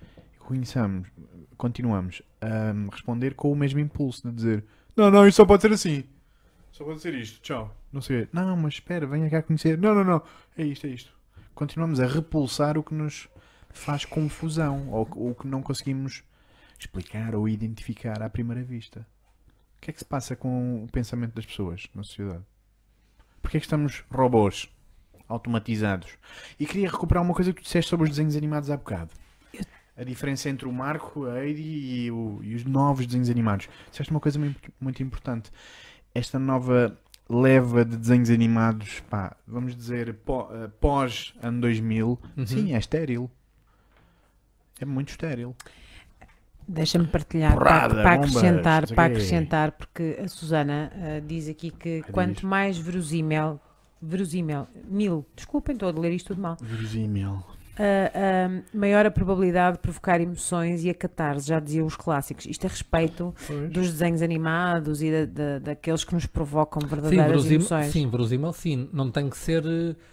Continuamos a responder com o mesmo impulso de dizer: não, isto só pode ser assim. Só pode ser isto. Tchau. Não sei. Não, mas espera, venha cá conhecer. Não. É isto. Continuamos a repulsar o que nos faz confusão ou o que não conseguimos explicar ou identificar à primeira vista. O que é que se passa com o pensamento das pessoas na sociedade? Porquê é que estamos robôs automatizados? E queria recuperar uma coisa que tu disseste sobre os desenhos animados há bocado. A diferença entre o Marco, a Heidi e os novos desenhos animados. Disseste uma coisa muito, muito importante. Esta nova leva de desenhos animados, pá, vamos dizer, pós ano 2000, sim, é estéril. É muito estéril. Deixa-me partilhar Porrada, para bombas, acrescentar, não sei para quê. acrescentar, porque a Susana diz aqui que quanto mais verosímil, desculpem, estou a ler isto tudo mal, Verosímil. maior a probabilidade de provocar emoções e a catarse, já diziam os clássicos. Isto a respeito dos desenhos animados e daqueles que nos provocam verdadeiras emoções. Sim, verosímil, sim. Não tem que ser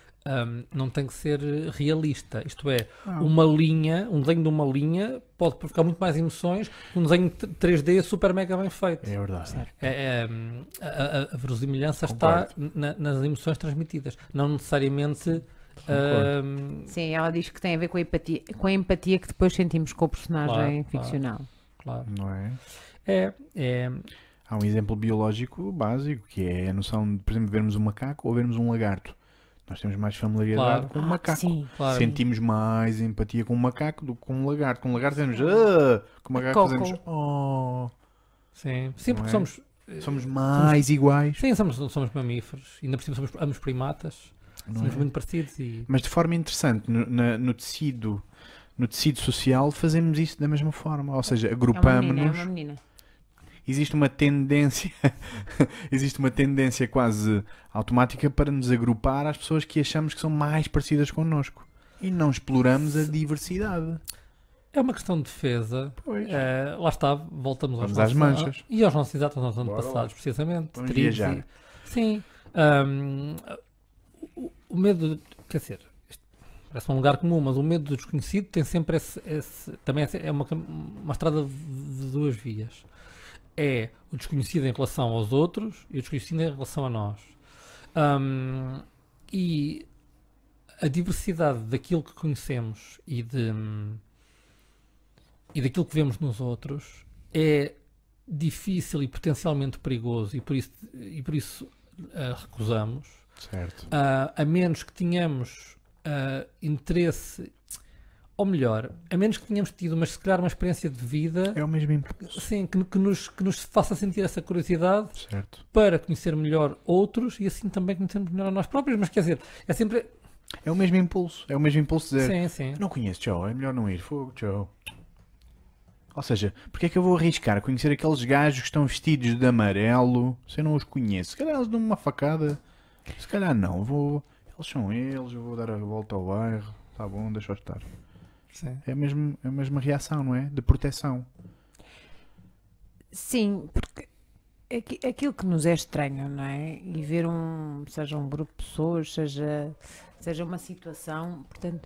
realista. Isto é, um desenho de uma linha pode provocar muito mais emoções que um desenho 3D super mega bem feito. É verdade. A verosimilhança está nas emoções transmitidas, não necessariamente. Sim, ela diz que tem a ver com a empatia que depois sentimos com o personagem Claro, ficcional. Claro. Não é? É Há um exemplo biológico básico que é a noção de, por exemplo, vermos um macaco ou vermos um lagarto. Nós temos mais familiaridade Claro. com um macaco. Sim, claro. Sentimos mais empatia com um macaco do que com um lagarto. Com um lagarto fazemos com um macaco Coco. fazemos oh. Sim, Não porque é? somos. Somos mais iguais. Sim, somos mamíferos. Ainda por cima somos ambos primatas. Não Somos é? muito parecidos e. Mas de forma interessante, no tecido social fazemos isso da mesma forma. Ou seja, é uma agrupamos-nos. menina. Existe uma tendência quase automática para nos agrupar às pessoas que achamos que são mais parecidas connosco e não exploramos a diversidade. É uma questão de defesa. Pois. Lá está, voltamos Vamos aos às nossos, manchas. E aos nossos exatos, aos nossos Bora antepassados, precisamente. Vamos Tribos viajar. Sim. O medo, quer dizer, isto parece um lugar comum, mas o medo do desconhecido tem sempre também é uma estrada de duas vias. É o desconhecido em relação aos outros e o desconhecido em relação a nós. E a diversidade daquilo que conhecemos e daquilo que vemos nos outros é difícil e potencialmente perigoso, e por isso recusamos, Certo. a menos que tenhamos interesse, ou melhor, a menos que tenhamos tido, mas se calhar uma experiência de vida, É o mesmo impulso. sim, que nos faça sentir essa curiosidade Certo. para conhecer melhor outros e assim também conhecermos melhor a nós próprios. Mas quer dizer, é sempre. É o mesmo impulso. É o mesmo impulso de dizer, Sim, sim. não conheço, tchau, é melhor não ir. Fogo, tchau. Ou seja, porque é que eu vou arriscar conhecer aqueles gajos que estão vestidos de amarelo se eu não os conheço? Se calhar eles dão uma facada. Se calhar não. Eles são eles, eu vou dar a volta ao bairro. Tá bom, deixa eu estar. Sim. É a mesma reação, não é? De proteção. Sim, porque aquilo que nos é estranho, não é? E ver seja um grupo de pessoas, seja uma situação, portanto,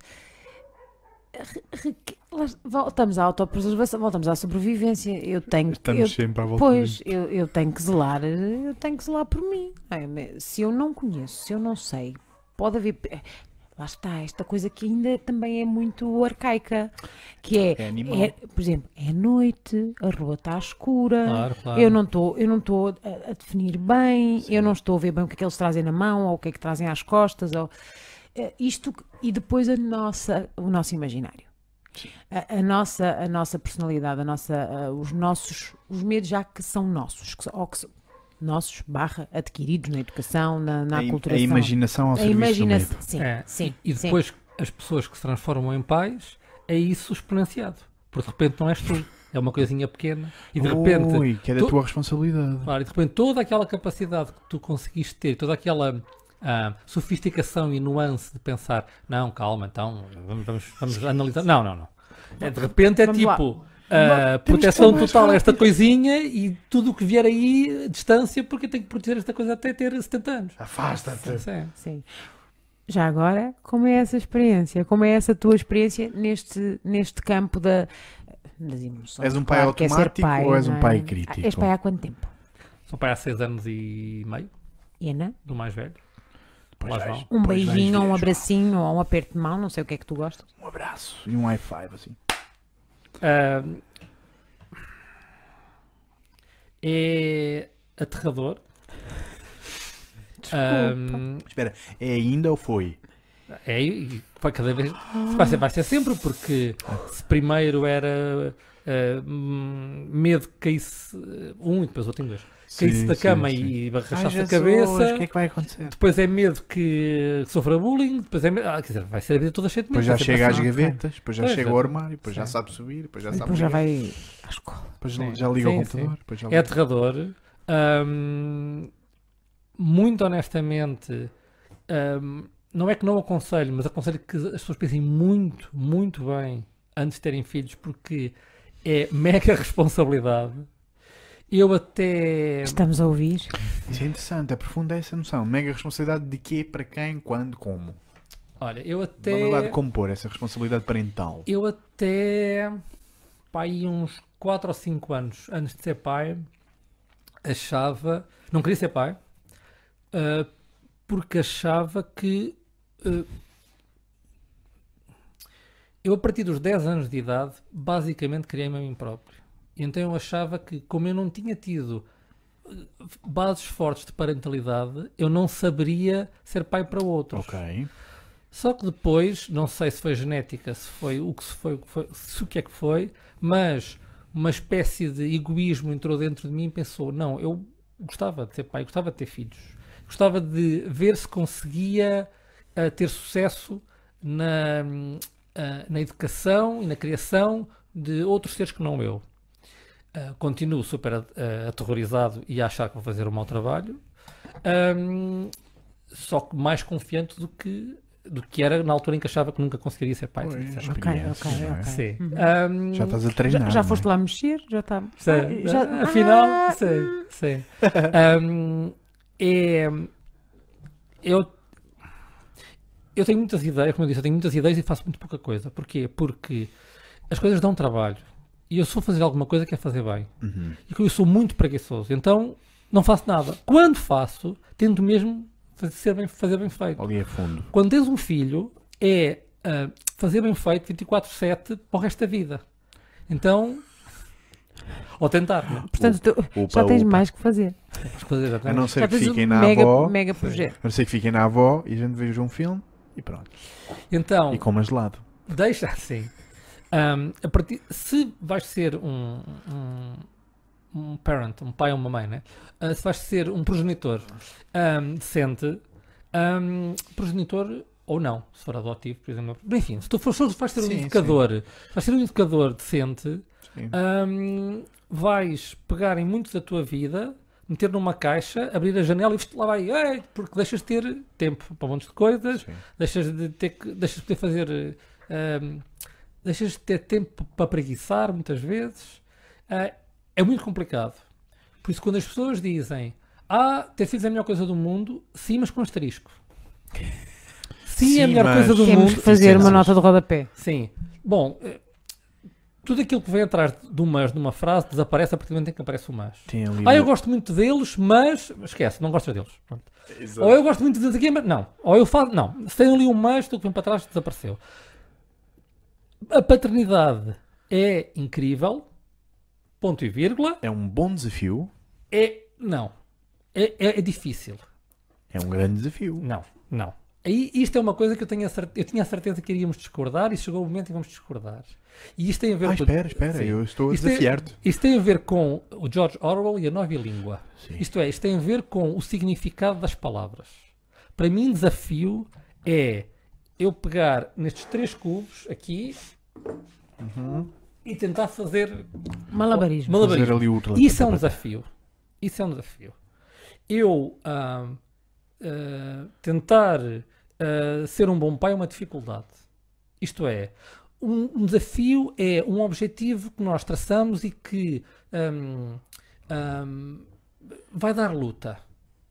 voltamos à autopreservação, voltamos à sobrevivência. Estamos sempre à volta Pois, disso. eu tenho que zelar por mim. Não é? Se eu não conheço, se eu não sei, pode haver. Lá está, esta coisa que ainda também é muito arcaica, que É animal. por exemplo, é noite, a rua está escura, Claro, claro. eu não estou a definir bem, eu não estou a ver bem o que é que eles trazem na mão, ou o que é que trazem às costas, isto, e depois o nosso imaginário. A nossa personalidade, os medos já que são nossos, nossos / adquiridos na educação, na aculturação. A imaginação ao serviço do medo. Sim, É. sim. E sim. depois as pessoas que se transformam em pais, é isso exponenciado. Porque de repente não és tu, é uma coisinha pequena. E de repente, Ui, que é da tu- tua responsabilidade. claro, e de repente toda aquela capacidade que tu conseguiste ter, toda aquela sofisticação e nuance de pensar, não, calma, então vamos analisar. Não. De repente é Vamos lá. tipo Temos proteção que ser mais total a esta rápido. coisinha e tudo o que vier aí, distância, porque eu tenho que proteger esta coisa até ter 70 anos. Afasta-te. Sim. Sim. Já agora, como é essa experiência? Como é essa tua experiência neste campo das emoções? És um pai Claro que é ser automático pai, ou és não um é? pai crítico? És pai há quanto tempo? Sou pai há 6 anos e meio, Iana? do mais velho. Pois Lá vais- vão. Um pois vais beijinho, ver, um João. abracinho ou um aperto de mão, não sei o que é que tu gostas. Um abraço e um high five assim. Ah, é aterrador. Espera, é ainda ou foi? E vai cada vez vai ser sempre, porque se primeiro era medo que caísse e depois outro em dois, caísse da cama e barrachasse a cabeça. O que é que vai acontecer? Depois é medo que sofra bullying, depois é medo, quer dizer, vai ser a vida toda cheia de medo. Depois já vai ser chega às assim. gavetas, depois já Pois, chega é. ao armário, depois já Sim. sabe subir, depois já E sabe depois já ligar, vai à escola. depois Sim. já liga ao Sim, computador. sim. Depois já É liga. aterrador. Muito honestamente, não é que não aconselho, mas aconselho que as pessoas pensem muito, muito bem antes de terem filhos, porque é mega responsabilidade. Eu até... Estamos a ouvir. Isso é interessante, aprofunda essa noção. Mega responsabilidade de quê, para quem, quando, como. Olha, eu Vamos lá de até... compor essa responsabilidade parental. Eu até... Pá, aí uns 4 ou 5 anos antes de ser pai, achava... Não queria ser pai, porque achava que... eu, a partir dos 10 anos de idade, basicamente criei-me a mim próprio. E então eu achava que, como eu não tinha tido bases fortes de parentalidade, eu não saberia ser pai para outros. Ok. Só que depois, não sei se foi genética, se foi o que se foi, se o que é que foi, mas uma espécie de egoísmo entrou dentro de mim e pensou, não, eu gostava de ser pai, gostava de ter filhos. Gostava de ver se conseguia ter sucesso na educação e na criação de outros seres que não eu. Continuo super aterrorizado e a achar que vou fazer um mau trabalho, só que mais confiante do que era na altura em que achava que nunca conseguiria ser pai. Pois, sinceramente. experiência, ok, não é? ok. Sim. Já estás a treinar. Já não foste é? lá mexer? Já está. Sei, já- afinal, sei. Eu tenho muitas ideias, como eu disse, eu tenho muitas ideias e faço muito pouca coisa. Porquê? Porque as coisas dão trabalho. E eu sou fazer alguma coisa que é fazer bem. Uhum. E eu sou muito preguiçoso. Então, não faço nada. Quando faço, tento mesmo fazer bem feito. Ali é fundo. Quando tens um filho, é fazer bem feito 24/7 para o resto da vida. Então, ou tentar, não é? Portanto, tu já tens mais que fazer. As coisas já A tens. não Já ser que tens fiquem um na mega, avó. mega projeto. A não ser que fiquem na avó e a gente veja um filme e pronto. Então, E coma gelado. deixa assim. Se vais ser um parent, um pai ou uma mãe, né? Se vais ser um progenitor decente, progenitor ou não, se for adotivo, por exemplo. Enfim, se tu vais ser um Sim, educador, vais ser um educador decente, Sim. vais pegar em muito da tua vida, meter numa caixa, abrir a janela e lá vai, porque deixas de ter tempo para um monte de coisas, Sim. deixas de poder fazer, deixas de ter tempo para preguiçar muitas vezes. É muito complicado. Por isso, quando as pessoas dizem ter filhos é a melhor coisa do mundo, sim, mas com asterisco. Sim, é a Sim, melhor mas coisa do Temos que mundo. fazer uma Sim, nota de rodapé. Sim. Bom, tudo aquilo que vem atrás do mas numa frase desaparece a partir do momento em que aparece o mas. Tem ali Eu gosto muito deles, mas... Esquece, não gostas deles. Pronto. Ou eu gosto muito deles aqui, mas não. Ou eu falo... Não. Se tem ali um mas, tudo que vem para trás desapareceu. A paternidade é incrível. Ponto e vírgula. É um bom desafio. Não. É difícil. É um grande desafio. Não. Aí, isto é uma coisa que eu tinha a certeza que iríamos discordar e chegou o momento em que vamos discordar. E isto tem a ver com... Espera, Sim. eu estou a Isto desafiar-te. Isto tem a ver com o George Orwell e a nova língua. Sim. Isto é, isto tem a ver com o significado das palavras. Para mim, desafio é eu pegar nestes 3 cubos aqui e tentar fazer Malabarismo. Fazer ali o Isso é um desafio. Isso é um desafio. Eu tentar ser um bom pai é uma dificuldade. Isto é, um desafio é um objetivo que nós traçamos e que vai dar luta.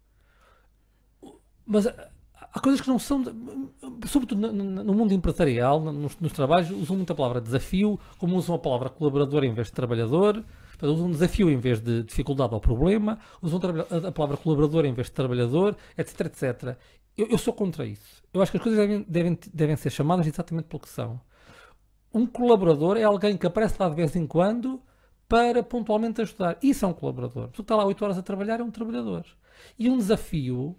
Mas há coisas que não são, sobretudo no mundo empresarial, nos trabalhos, usam muito a palavra desafio, como usam a palavra colaborador em vez de trabalhador. Portanto, usam desafio em vez de dificuldade ou problema, usam a palavra colaborador em vez de trabalhador, etc, etc. Eu sou contra isso. Eu acho que as coisas devem ser chamadas exatamente pelo que são. Um colaborador é alguém que aparece lá de vez em quando para pontualmente ajudar. Isso é um colaborador. Tu está lá 8 horas a trabalhar, é um trabalhador. E um desafio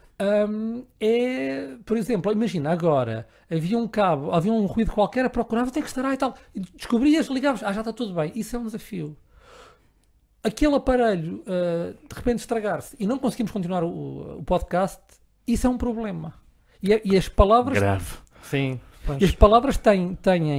é, por exemplo, imagina agora, havia um cabo, havia um ruído qualquer, procurava, tem que estar aí e tal. E descobrias, ligavas, já está tudo bem. Isso é um desafio. Aquele aparelho de repente estragar-se e não conseguimos continuar o podcast, isso é um problema. E as palavras... Grave. Sim. E as palavras têm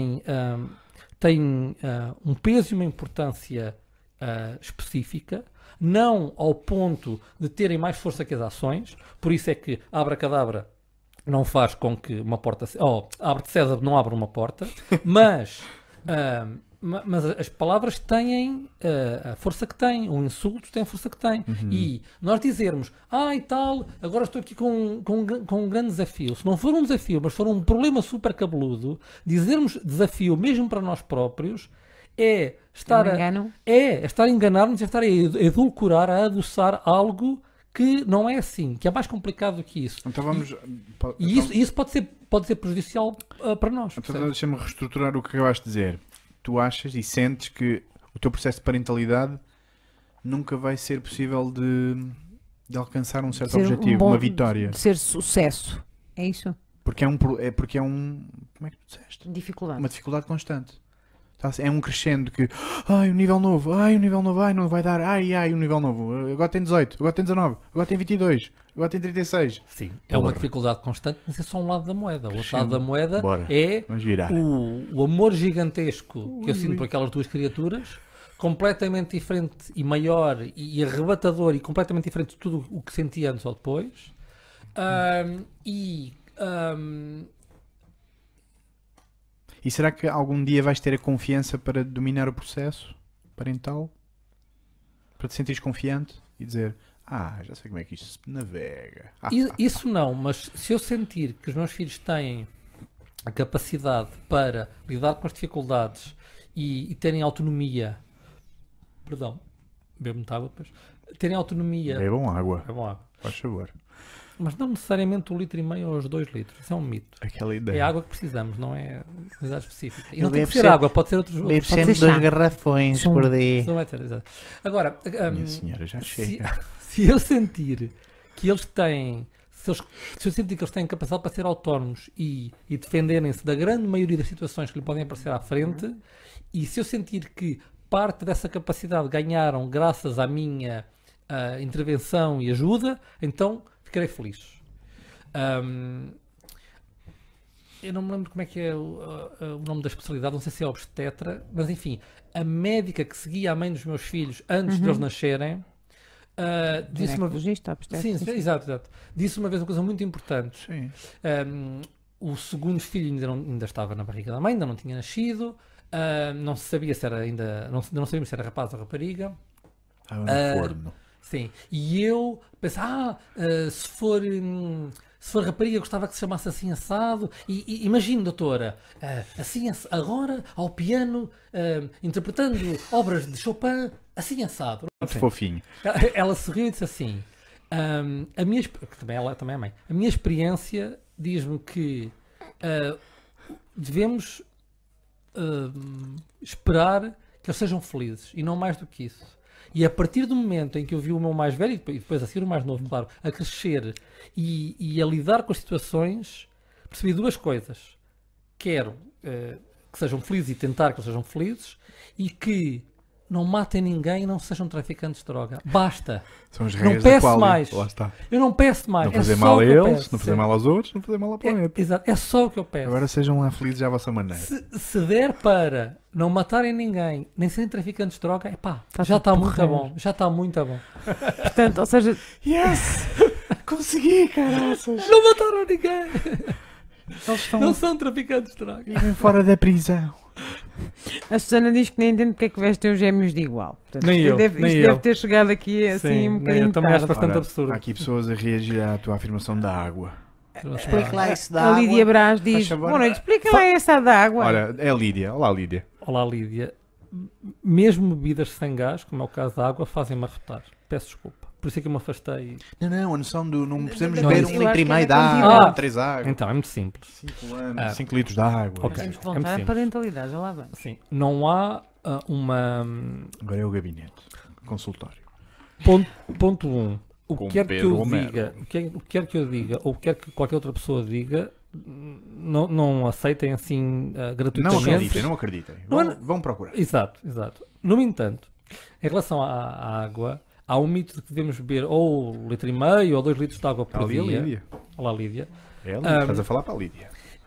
um peso e uma importância específica, não ao ponto de terem mais força que as ações. Por isso é que abracadabra não faz com que uma porta... abre de César não abre uma porta, mas as palavras têm a força que têm, o insulto tem a força que tem. E nós dizermos, e tal, agora estou aqui com um grande desafio. Se não for um desafio, mas for um problema super cabeludo, dizermos desafio mesmo para nós próprios é estar a enganar-nos, é estar a edulcorar, a adoçar algo que não é assim, que é mais complicado do que isso. Então vamos... Isso pode ser prejudicial para nós. Então deixa-me reestruturar o que acabaste de dizer. Tu achas e sentes que o teu processo de parentalidade nunca vai ser possível de alcançar um certo objetivo, uma vitória. De ser sucesso. É isso? Porque é um... Como é que tu disseste? Dificuldade. Uma dificuldade constante. É um crescendo que... o nível novo, não vai dar. O nível novo. Agora tem 18, agora tem 19, agora tem 22, agora tem 36. Sim, é uma dificuldade constante, mas é só um lado da moeda. O outro lado da moeda é o amor gigantesco que eu sinto por aquelas duas criaturas, completamente diferente e maior e arrebatador e completamente diferente de tudo o que senti antes ou depois. E será que algum dia vais ter a confiança para dominar o processo parental? Para te sentires confiante e dizer, já sei como é que isto se navega. Isso não, mas se eu sentir que os meus filhos têm a capacidade para lidar com as dificuldades e terem autonomia, bebo muita água, terem autonomia... Bebam água, É bom água. faz favor. Mas não necessariamente 1,5 litro ou os 2 litros. Isso é um mito. Aquela É ideia. a água que precisamos, não é quantidade específica. E Eu não tem que bebo ser sempre- água, pode ser outros... Bebo outros sempre ser 2 chá. garrafões Sim. por dia. Isso não vai ter, exato. Agora, Minha senhora, já se, chega. se eu sentir que eles têm... Se eu sentir que eles têm capacidade para ser autónomos e defenderem-se da grande maioria das situações que lhe podem aparecer à frente, e se eu sentir que parte dessa capacidade ganharam graças à minha intervenção e ajuda, então ficarei feliz. Eu não me lembro como é que é o nome da especialidade, não sei se é obstetra, mas enfim, a médica que seguia a mãe dos meus filhos antes de eles nascerem, disse uma vez... Ginecologista, obstetra. Sim, exato. Disse uma vez uma coisa muito importante. Sim. O segundo filho ainda estava na barriga da mãe, ainda não tinha nascido, não se sabia se era ainda, não sabíamos se era rapaz ou rapariga. Estava no forno. Sim, e eu pensei, se for rapariga gostava que se chamasse assim assado, e imagino, doutora, assim agora ao piano, interpretando obras de Chopin, assim assado. Muito fofinho. Ela sorriu e disse assim, ela também é mãe, a minha experiência diz-me que devemos esperar que eles sejam felizes, e não mais do que isso. E a partir do momento em que eu vi o meu mais velho, e depois a seguir o mais novo, claro, a crescer e a lidar com as situações, percebi duas coisas. Quero que sejam felizes e tentar que eles sejam felizes, e que não matem ninguém e não sejam traficantes de droga. Basta. São as Não regras da peço qualia. mais. Lá está. Eu não peço mais. Não fazer é só mal o a que eu eles, peço. não fazer mal aos outros, não fazer mal ao planeta. Exato. É só o que eu peço. Agora sejam lá felizes à vossa maneira. Se der para não matarem ninguém, nem serem traficantes de droga, epá, Tá já está tudo muito porreiro. bom. Já está muito bom. Portanto, ou seja, Yes! Consegui, caraças! Não mataram ninguém. Eles estão Não são traficantes de droga. vivem fora da prisão. a Susana diz que nem entende porque é que vestem os gêmeos de igual. Portanto, Nem isto eu, deve, nem isto eu. deve ter chegado aqui assim um bocadinho eu também acho tarde. bastante absurdo. Há aqui pessoas a reagir à tua afirmação da água. Explica lá isso da A água. Lídia Brás diz: Faz favor. boa noite, explica lá essa da água. Ora, é a Lídia. Olá, Lídia. Olá, Lídia. Mesmo bebidas sem gás, como é o caso da água, fazem-me arrotar. Peço desculpa. Por isso é que eu me afastei. Não, a noção do não precisamos Não, beber isso- 1 eu litro acho e que meio é de contigo. água, Ah. 3 águas, Então, é muito simples. 5 litros de água. Ok. Temos que É voltar muito à simples. parentalidade, já lá vamos. Sim, não há uma... Agora é o gabinete. Consultório. Ponto 1. O Com que quer que Pedro eu Romero. diga, o que quer que eu diga, ou quer que qualquer outra pessoa diga, não aceitem assim Não gratuitamente. acreditem, não acreditem. Vão procurar. Exato. No entanto, em relação à água, há um mito de que devemos beber ou 1,5 litro ou 2 litros de água por Ali a dia. Lídia. Olá, Lídia. É a Lídia. Estás a falar para a Lídia.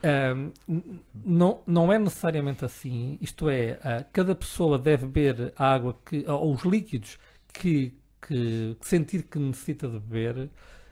Não é necessariamente assim, isto é, cada pessoa deve beber a água ou os líquidos que sentir que necessita de beber.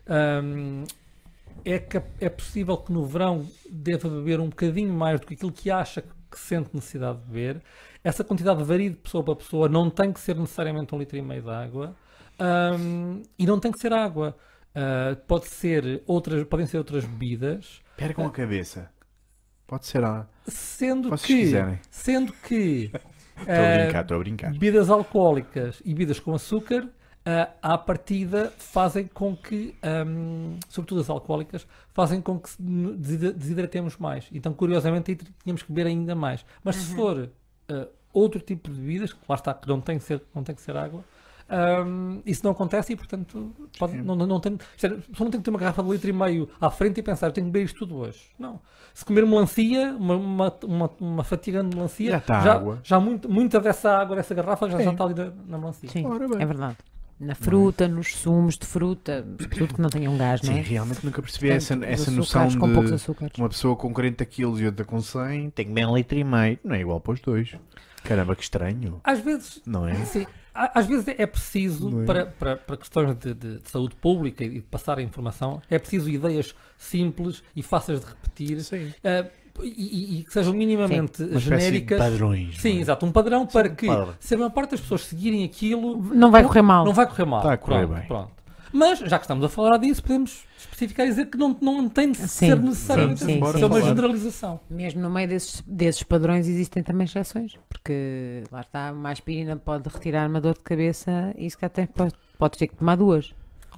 É possível que no verão deva beber um bocadinho mais do que aquilo que acha que sente necessidade de beber. Essa quantidade varia de pessoa para pessoa, não tem que ser necessariamente 1,5 litro de água, e não tem que ser água. Podem ser outras bebidas. Percam a cabeça. Pode ser a... Sendo Vocês que, quiserem. sendo que Estou a brincar. bebidas alcoólicas e bebidas com açúcar, à partida, fazem com que, sobretudo as alcoólicas, fazem com que desidratemos mais. Então, curiosamente, aí tínhamos que beber ainda mais. Mas se for outro tipo de bebidas, que lá está, que não tem que ser água, isso não acontece e, portanto, não tem, só não tem que ter uma garrafa de 1,5 litro à frente e pensar, eu tenho que beber isto tudo hoje. Não. Se comer melancia, uma fatia grande de melancia, Já está água. já muita dessa água, dessa garrafa, já está ali na melancia. Sim, Ora bem. é verdade. Na fruta, nos sumos de fruta, tudo que não tenham gás, não Sim, é? realmente nunca percebi Portanto, essa os noção açúcares com poucos de açúcares. uma pessoa com 40 kg e outra com 100 tem que beber 1,5 litro. Não é igual para os dois. Caramba, que estranho. Às vezes, Não é? sim, às vezes é preciso, Não é? para questões de saúde pública e de passar a informação, é preciso ideias simples e fáceis de repetir, Sim. e que sejam minimamente Uma espécie de genéricas. padrões. Sim, não é? exato. Um padrão para que, padrão. se a maior parte das pessoas seguirem aquilo, Não vai correr mal. não vai correr mal. Está a correr Pronto, bem. pronto. Mas, já que estamos a falar disso, podemos especificar e dizer que não tem de Sim, ser necessariamente sim, assim. sim, Isso sim. é uma Falar. generalização. Mesmo no meio desses padrões existem também exceções, porque lá está, uma aspirina pode retirar uma dor de cabeça e se calhar pode ter que tomar duas. Claro.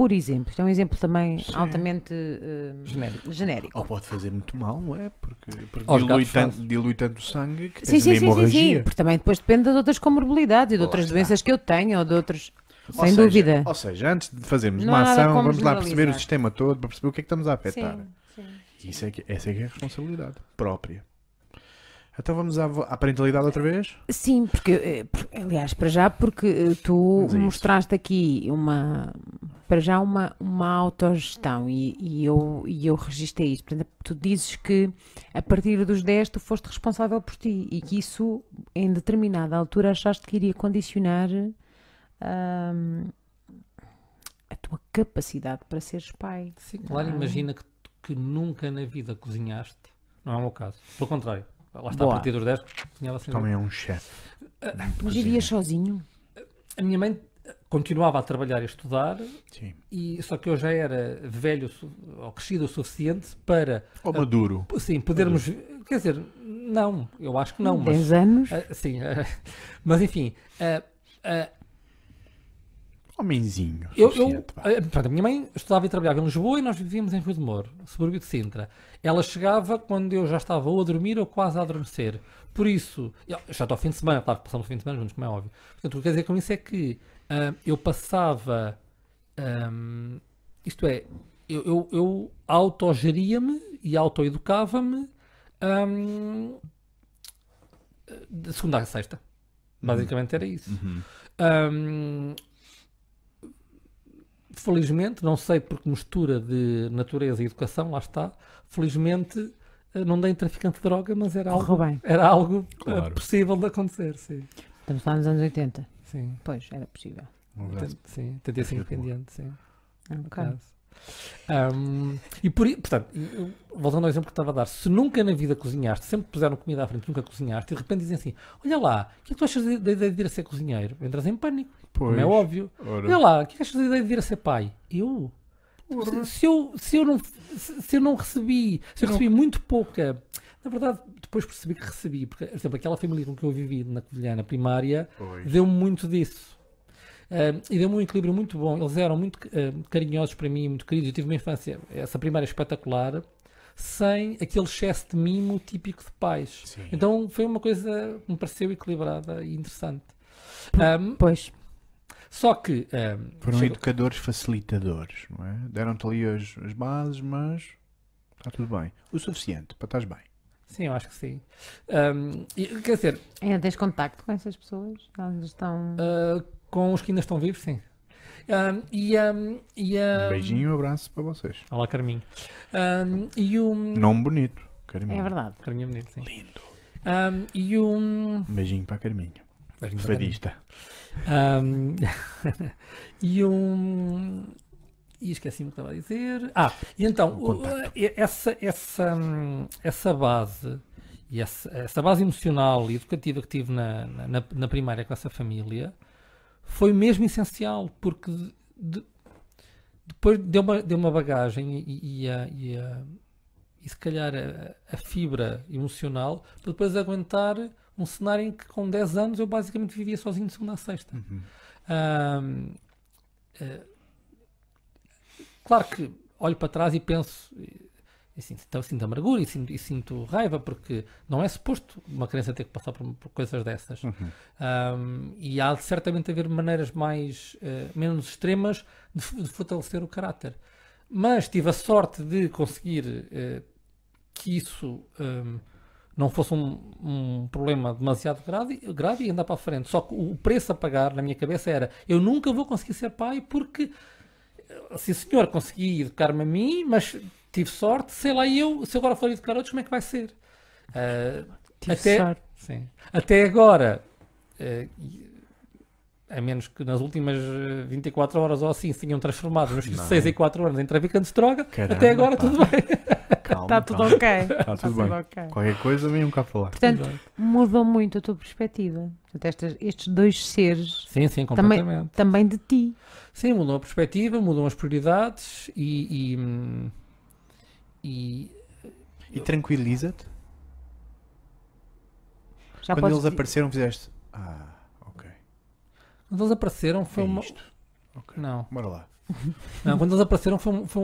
por exemplo. Isto é um exemplo também Sim. altamente Genérico. Ou pode fazer muito mal, não é? Porque Aos dilui gatos tanto, faz. dilui tanto o sangue que Sim, tens sim, uma sim, sim, hemorragia. sim, porque também depois depende das outras comorbilidades e de Lá outras está. doenças que eu tenho ou de outras. Ou Sem seja, dúvida. Ou seja, antes de fazermos Não uma há nada ação, como vamos lá perceber o generalizar. sistema todo para perceber o que é que estamos a afetar. Sim. Essa é que é a responsabilidade própria. Então vamos à parentalidade outra vez? Sim, aliás, para já, porque tu Vamos a isso. mostraste aqui para já uma autogestão e eu registrei isso. Portanto, tu dizes que a partir dos 10 tu foste responsável por ti e que isso, em determinada altura, achaste que iria condicionar a tua capacidade para seres pai. Sim, claro, Não. imagina que nunca na vida cozinhaste. Não é o meu caso. Pelo contrário. Lá está, Boa. a partir dos 10, cozinhava sempre. Também é um chefe. Mas vivias sozinho? A minha mãe continuava a trabalhar e a estudar, Sim. só que eu já era velho ou crescido o suficiente para, Ou maduro. sim, podermos... Quer dizer, não, eu acho que não, mas... 10 anos? Sim, mas enfim... Homenzinho. Eu, suficiente, vá. portanto, a minha mãe estudava e trabalhava em Lisboa e nós vivíamos em Rio de Moro, subúrbio de Sintra. Ela chegava quando eu já estava ou a dormir ou quase a adormecer. Por isso, já estou ao fim de semana, claro que passamos o fim de semana juntos, como é óbvio. Portanto, o que quer dizer com isso é que eu passava, isto é, eu autogeria-me e autoeducava-me de segunda a sexta. Basicamente era isso. Uhum. Felizmente, não sei porque mistura de natureza e educação, lá está. Felizmente, não dei em traficante de droga, mas era Correu algo, bem. era algo Claro. possível de acontecer, sim. Estamos lá nos anos 80. Sim, Pois, era possível. Um abraço. sim, 85 Foi bom. pendiente, sim. Ah, por ok. acaso. Portanto, voltando ao exemplo que estava a dar, se nunca na vida cozinhaste, sempre puseram comida à frente, nunca cozinhaste, e de repente dizem assim: olha lá, o que é que tu achas da ideia de ir a ser cozinheiro? Entras em pânico, como é Pois. óbvio. Ora. Olha lá, o que é que achas da ideia de vir a ser pai? Eu? Se eu não recebi, se eu recebi muito pouca. Na verdade, depois percebi que recebi, porque, por exemplo, aquela família com que eu vivi na Covilhã primária Pois. deu-me muito disso. E deu-me um equilíbrio muito bom. Eles eram muito carinhosos para mim, muito queridos. Eu tive uma infância, essa primária espetacular, sem aquele excesso de mimo típico de pais. Sim. Então foi uma coisa que me pareceu equilibrada e interessante. Pois. Só que Foram chega- educadores facilitadores, não é? Deram-te ali as bases, mas está tudo bem. O suficiente para estás bem. sim, eu acho que sim. Quer dizer, Ainda tens contacto com essas pessoas? Elas estão. com os que ainda estão vivos, sim. Um beijinho e um abraço para vocês. Olá, Carminho. E o Nome bonito. Carminho. É verdade. Carminho é bonito, sim. Lindo. E o Um beijinho para a Carminho. Fadista. E um. E esqueci-me o que estava a dizer. E então, O contacto. essa base, e essa base emocional e educativa que tive na primária com essa família foi mesmo essencial, porque depois deu uma bagagem e se calhar a fibra emocional para depois aguentar um cenário em que com 10 anos eu basicamente vivia sozinho de segunda a sexta. Claro que olho para trás e penso e sinto amargura e sinto raiva, porque não é suposto uma criança ter que passar por coisas dessas. E há de certamente haver maneiras menos extremas de fortalecer o caráter. Mas tive a sorte de conseguir que isso não fosse um problema demasiado grave e andar para a frente. Só que o preço a pagar na minha cabeça era: eu nunca vou conseguir ser pai porque, sim senhor, consegui educar-me a mim, mas tive sorte, sei lá, se agora for educar outros, como é que vai ser? Tive sorte. Sim. Até agora, a menos que nas últimas 24 horas ou assim se tenham transformado nos 6 e 4 anos em traficantes de droga, Caramba, até agora pá. tudo bem. Calma, Está tudo calma. ok. Está tudo bem. ok. Qualquer coisa, venham cá falar. Portanto, mudou muito a tua perspectiva. Portanto, estes dois seres Sim, completamente. também de ti. Sim, mudam a perspectiva, mudam as prioridades E tranquiliza-te? Já Quando podes eles apareceram, fizeste. Ok. quando eles apareceram foi É uma... isto. Ok. Não. Bora lá. Não, quando eles apareceram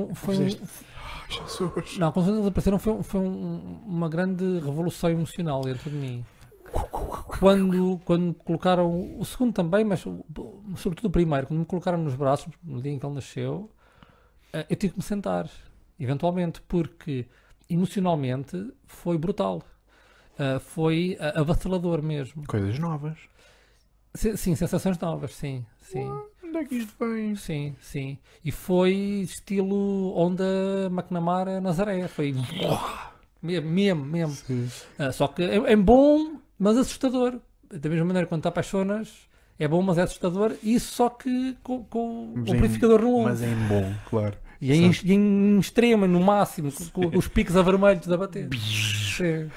Jesus. Não, quando eles apareceram foi uma grande revolução emocional dentro de mim. Quando colocaram o segundo também, mas sobretudo o primeiro, quando me colocaram nos braços no dia em que ele nasceu, eu tive que me sentar, eventualmente, porque emocionalmente foi brutal. Foi avassalador mesmo. Coisas novas. Sim, sensações novas, sim. Onde é que isto vem? Sim. E foi estilo onda McNamara Nazaré. Foi mesmo. Só que é bom, mas assustador. Da mesma maneira, quando te apaixonas, é bom, mas é assustador. Isso só que com o amplificador no ombro. Mas é em bom, claro. E em extremo, no máximo, com os picos a vermelhos a bater. Sim.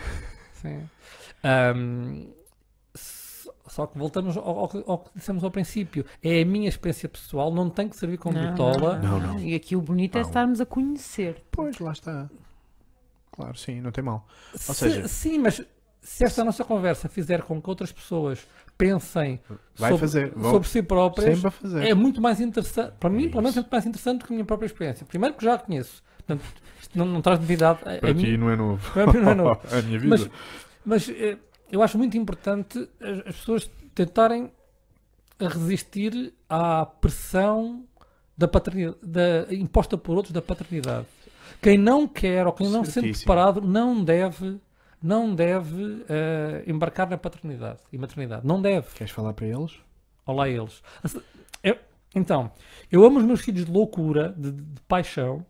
Só que voltamos ao que dissemos ao princípio. É a minha experiência pessoal, não tem que servir como bitola. Não. E aqui o bonito é estarmos a conhecer. Pois, lá está. Claro, sim, não tem mal. Ou seja, Sim, mas se esta nossa conversa fizer com que outras pessoas pensem sobre si próprias, sempre a fazer. é muito mais interessante. Para mim, pelo menos, é muito mais interessante do que a minha própria experiência. Primeiro, que já a conheço. Portanto, isto não traz novidade. Para ti não é novo. Para mim não é novo. A minha vida. Mas eu acho muito importante as pessoas tentarem resistir à pressão da paternidade, imposta por outros da paternidade. Quem não quer ou quem não se sente preparado não deve embarcar na paternidade e maternidade. Não deve. Queres falar para eles? Olá eles. Então, eu amo os meus filhos de loucura, de paixão,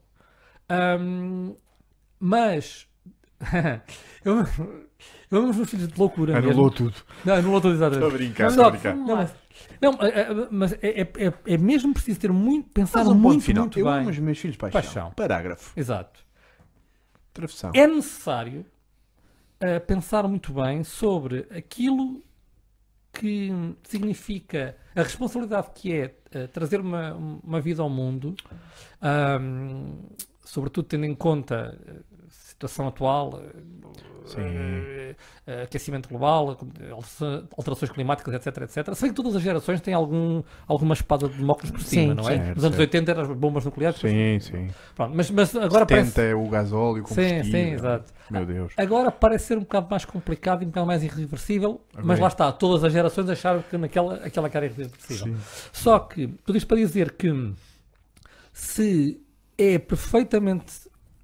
mas eu amo os meus filhos de loucura Anulou mesmo. tudo. Não, anulou tudo, exatamente. Estou a brincar. Mas é mesmo preciso ter pensar Mas muito, final. muito Eu bem. amo os meus filhos de paixão. Parágrafo. Exato. Travessão. É necessário pensar muito bem sobre aquilo que significa a responsabilidade que é trazer uma vida ao mundo, sobretudo tendo em conta a situação atual, aquecimento global, alterações climáticas, etc. Sei que todas as gerações têm alguma espada de Damocles por cima, não é? Certo, Nos anos 80 eram as bombas nucleares. Sim. Pronto, mas agora 70 parece... é o gasóleo, o combustível. Sim, exato. Meu Deus. Agora parece ser um bocado mais complicado e um bocado mais irreversível, mas lá está, todas as gerações acharam que aquela cara era irreversível. Sim. Só que, tudo isto para dizer que se é perfeitamente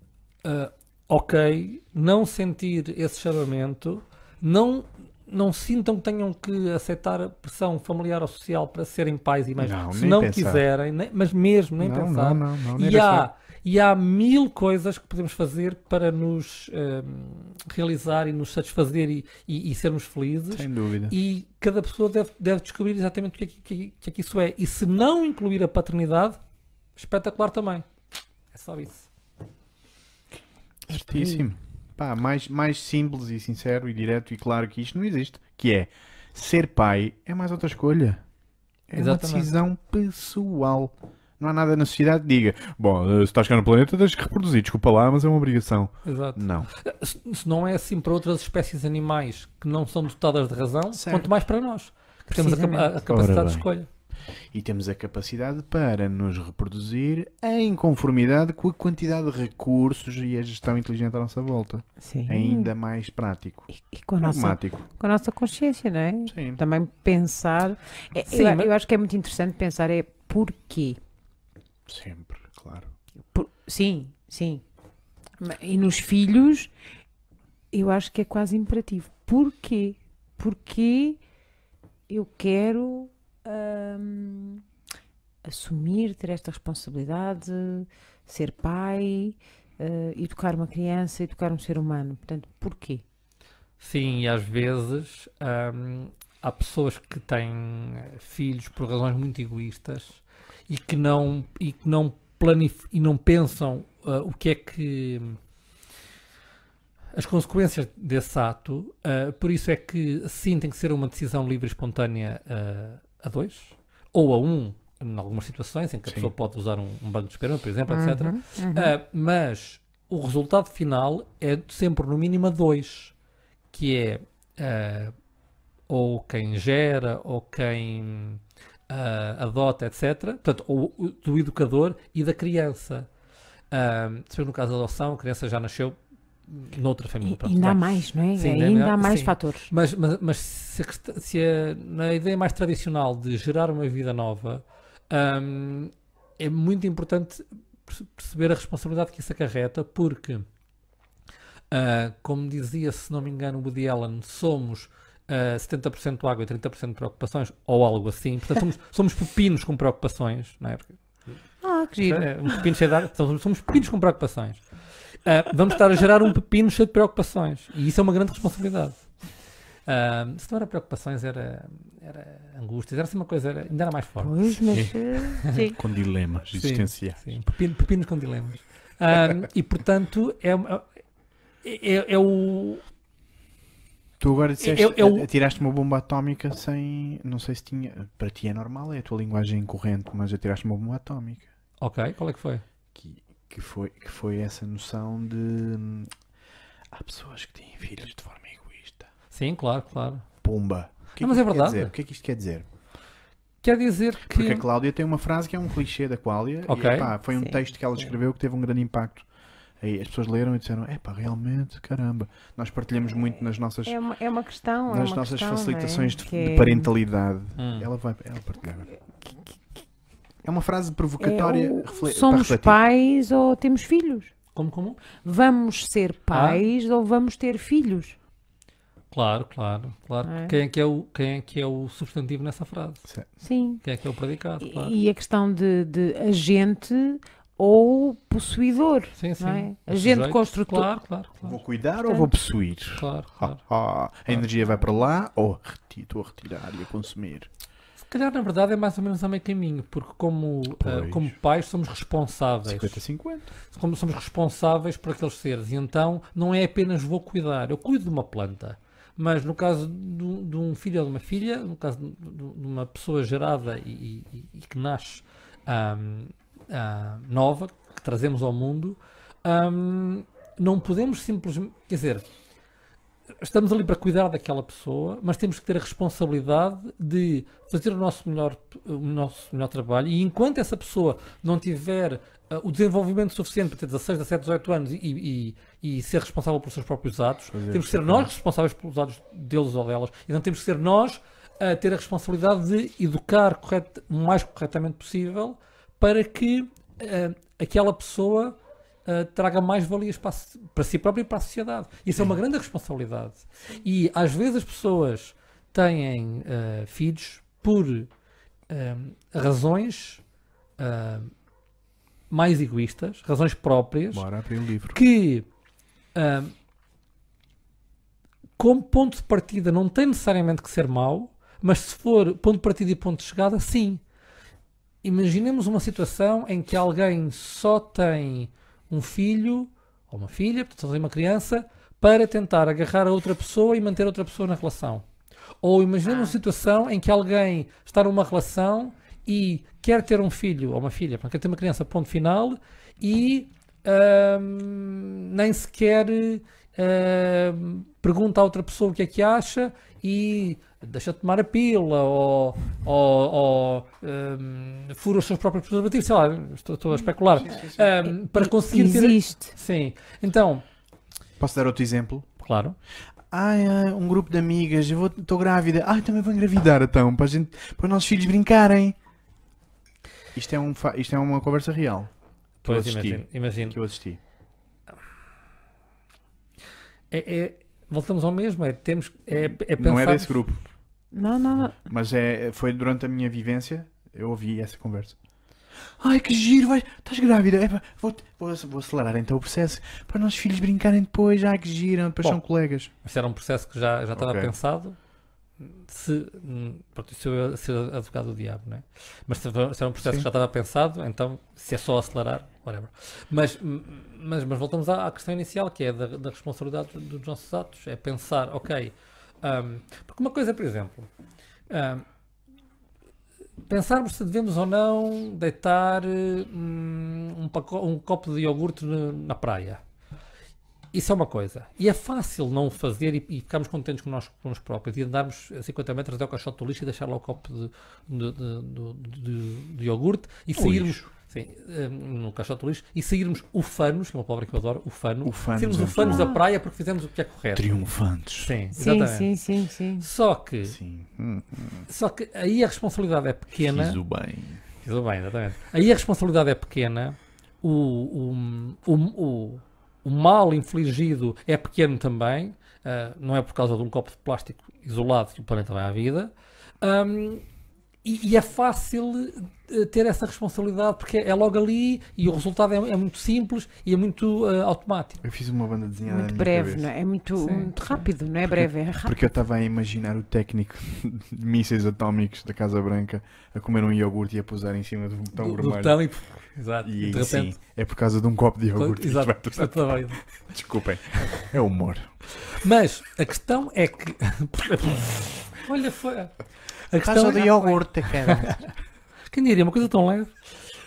ok não sentir esse chamamento, não sintam que tenham que aceitar a pressão familiar ou social para serem pais e mães, se não quiserem, mas mesmo nem pensar. Não, E há mil coisas que podemos fazer para nos realizar e nos satisfazer e sermos felizes. Sem dúvida. E cada pessoa deve descobrir exatamente o que é que isso é. E se não incluir a paternidade, espetacular também. É só isso. Certíssimo. Pá, mais simples e sincero e direto e claro que isto não existe. Que é, ser pai é mais outra escolha. É Exatamente. uma decisão pessoal. Não há nada na sociedade que diga, bom, se estás cá no planeta tens que reproduzir, desculpa lá, mas é uma obrigação. Exato. Não. Se não é assim para outras espécies animais que não são dotadas de razão, Certo. quanto mais para nós, que temos a capacidade de escolha. E temos a capacidade para nos reproduzir em conformidade com a quantidade de recursos e a gestão inteligente à nossa volta. Sim. Ainda mais prático. E com a nossa consciência, não é? Sim. Também pensar. Eu acho que é muito interessante pensar porquê. Sempre, claro. Sim. E nos filhos, eu acho que é quase imperativo. Porquê? Porquê eu quero assumir, ter esta responsabilidade, ser pai, educar uma criança, educar um ser humano. Portanto, porquê? Sim, e às vezes há pessoas que têm filhos por razões muito egoístas e que não planificam e não pensam o que é que as consequências desse ato. Por isso é que sim, tem que ser uma decisão livre e espontânea a dois ou a um, em algumas situações em que a pessoa pode usar um banco de esperma, por exemplo, etc. Mas o resultado final é sempre no mínimo a dois, que é ou quem gera ou quem adota, etc. Portanto, do educador e da criança. Se no caso da adoção, a criança já nasceu noutra família. Pronto, Ainda há bem. mais, não é? Sim, Ainda há mais sim. fatores. Mas na ideia mais tradicional de gerar uma vida nova, é muito importante perceber a responsabilidade que isso acarreta, porque, como dizia, se não me engano, o Woody Allen, somos 70% água e 30% preocupações, ou algo assim. Portanto, somos pepinos com preocupações, não é? Porque, Que giro. um pepino cheio de água, então, somos pepinos com preocupações. Vamos estar a gerar um pepino cheio de preocupações. E isso é uma grande responsabilidade. Se não era preocupações, era angústias, era assim uma coisa, ainda era mais forte. Pois, mas sim. Com dilemas existenciais. Sim, pepinos com dilemas. E portanto, é o. Tu agora disseste, eu- atiraste uma bomba atómica sem. Não sei se tinha. Para ti é normal, é a tua linguagem corrente, mas atiraste uma bomba atómica. Ok, qual é que foi? Que foi essa noção de. Há pessoas que têm filhos de forma egoísta. Sim, claro. Pumba. O que Mas que é isto quer verdade. dizer? O que é que isto quer dizer? Quer dizer que. Porque a Cláudia tem uma frase que é um clichê da Cláudia. Ok. E, epá, foi um Sim. texto que ela escreveu que teve um grande impacto. Aí as pessoas leram e disseram: epá, realmente, caramba. Nós partilhamos muito nas nossas, É uma questão. nas é uma nossas questão, facilitações não é? de parentalidade. Hum. Ela partilha. É uma frase provocatória. para Somos refletir. pais ou temos filhos? Como? Vamos ser pais ou vamos ter filhos? Claro. É. Quem é que é o substantivo nessa frase? Sim. Quem é que é o predicado? Claro. E a questão de agente ou possuidor, Sim. não é? O Agente sujeito. construtor. Claro. Vou cuidar ou vou possuir? Claro. A energia vai para lá ou estou a retirar e a consumir? Se calhar, na verdade, é mais ou menos a meio caminho, porque como pais somos responsáveis. 50-50. Como somos responsáveis por aqueles seres. E então, não é apenas vou cuidar. Eu cuido de uma planta. Mas no caso de um filho ou de uma filha, no caso de uma pessoa gerada e que nasce nova, que trazemos ao mundo, não podemos simplesmente... Quer dizer, estamos ali para cuidar daquela pessoa, mas temos que ter a responsabilidade de fazer o nosso melhor trabalho, e enquanto essa pessoa não tiver o desenvolvimento suficiente para ter 16, 17, 18 anos e ser responsável pelos seus próprios atos, temos que ser nós responsáveis pelos atos deles ou delas, e não temos que ser nós a ter a responsabilidade de educar o mais corretamente possível para que aquela pessoa traga mais valias para si própria e para a sociedade. Isso é uma grande responsabilidade. E às vezes as pessoas têm filhos por razões mais egoístas, razões próprias, Bora abrir o livro. que como ponto de partida não tem necessariamente que ser mau, mas se for ponto de partida e ponto de chegada, sim. Imaginemos uma situação em que alguém só tem um filho ou uma filha, portanto só tem uma criança, para tentar agarrar a outra pessoa e manter a outra pessoa na relação. Ou imaginemos uma situação em que alguém está numa relação e quer ter um filho ou uma filha, portanto, quer ter uma criança, ponto final, e nem sequer pergunta à outra pessoa o que é que acha e deixa de tomar a pílula ou fura os seus próprios preservativos, sei lá, estou a especular, para conseguir ter... Existe. Sim, então, Posso dar outro exemplo? claro, Um grupo de amigas, estou grávida. Também vou engravidar então, para os nossos filhos brincarem. Isto é uma conversa real. Que eu pois assisti. imagino. Que eu assisti. Voltamos ao mesmo, pensar... Não é desse grupo, Não. mas foi durante a minha vivência, eu ouvi essa conversa. Que giro, estás grávida. Vou acelerar então o processo para os nossos filhos brincarem depois. Que giro, depois Bom, são colegas. Mas era um processo que já estava Ok. pensado. Pronto, isso eu ia ser advogado do diabo, não é? Mas se era um processo Sim. que já estava pensado, então se é só acelerar, whatever. Mas voltamos à questão inicial, que é da responsabilidade dos nossos atos. É pensar, ok, porque uma coisa, por exemplo, pensarmos se devemos ou não deitar um copo de iogurte na praia. isso é uma coisa. E é fácil não o fazer e ficarmos contentes com nós próprios e andarmos a 50 metros até ao caixote do lixo e deixar lá o copo de iogurte e sairmos. Sim, no caixote do lixo e sairmos ufanos, que é uma palavra que eu adoro, Ufanos, sairmos ufanos da praia porque fizemos o que é correto. Triunfantes. Sim, Sim, exatamente. sim. Só que aí a responsabilidade é pequena. Fiz o bem. Fiz o bem, exatamente. Aí a responsabilidade é pequena, o mal infligido é pequeno também, não é por causa de um copo de plástico isolado que o planeta vai à vida. E é fácil ter essa responsabilidade porque é logo ali e o resultado é muito simples e é muito automático. Eu fiz uma banda desenhada Muito na minha breve, cabeça. não é? É muito rápido, não é breve, é rápido. Porque eu estava a imaginar o técnico de mísseis atómicos da Casa Branca a comer um iogurte e a pousar em cima do botão Do vermelho. botão exato. E de aí repente, sim, é por causa de um copo de iogurte. que isto exato, vai tudo- está bem. Desculpem, é humor. Mas a questão é que olha, foi. A Casa questão de é iogurte, cara. quem diria uma coisa tão leve.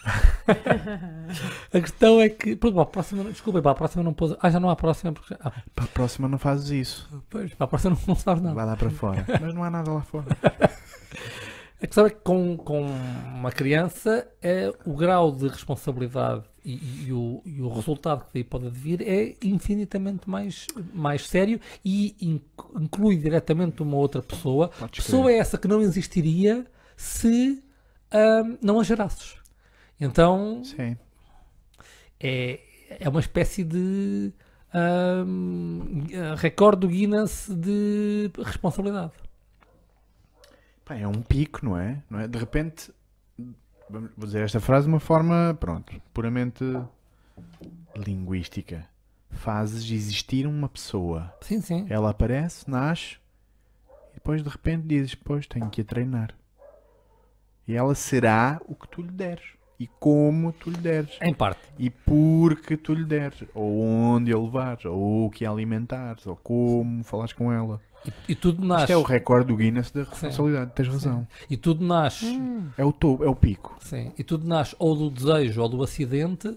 A questão é que, pronto, para a próxima, desculpem, para a próxima não pôs. Já não há próxima porque Para a próxima não fazes isso. pois, para a próxima não se faz nada. Vai lá para fora. Mas não há nada lá fora. A questão é que com uma criança o grau de responsabilidade e o resultado que daí pode advir é infinitamente mais sério e inclui diretamente uma outra pessoa. Podes Pessoa crer. é essa que não existiria se não a gerasses. Então Sim. é uma espécie de recorde do Guinness de responsabilidade. Pá, é um pico, não é? Não é? De repente, vou dizer esta frase de uma forma, pronto, puramente linguística. Fazes existir uma pessoa. Sim, sim. Ela aparece, nasce, e depois de repente dizes, pois, tenho que ir treinar. E ela será o que tu lhe deres. E como tu lhe deres. Em parte. E porque tu lhe deres. Ou onde a levares. Ou o que a alimentares. Ou como falares com ela. E tudo nasce. Isto é o recorde do Guinness da responsabilidade. Tens razão. E tudo nasce. É o topo, é o pico. Sim, e tudo nasce ou do desejo ou do acidente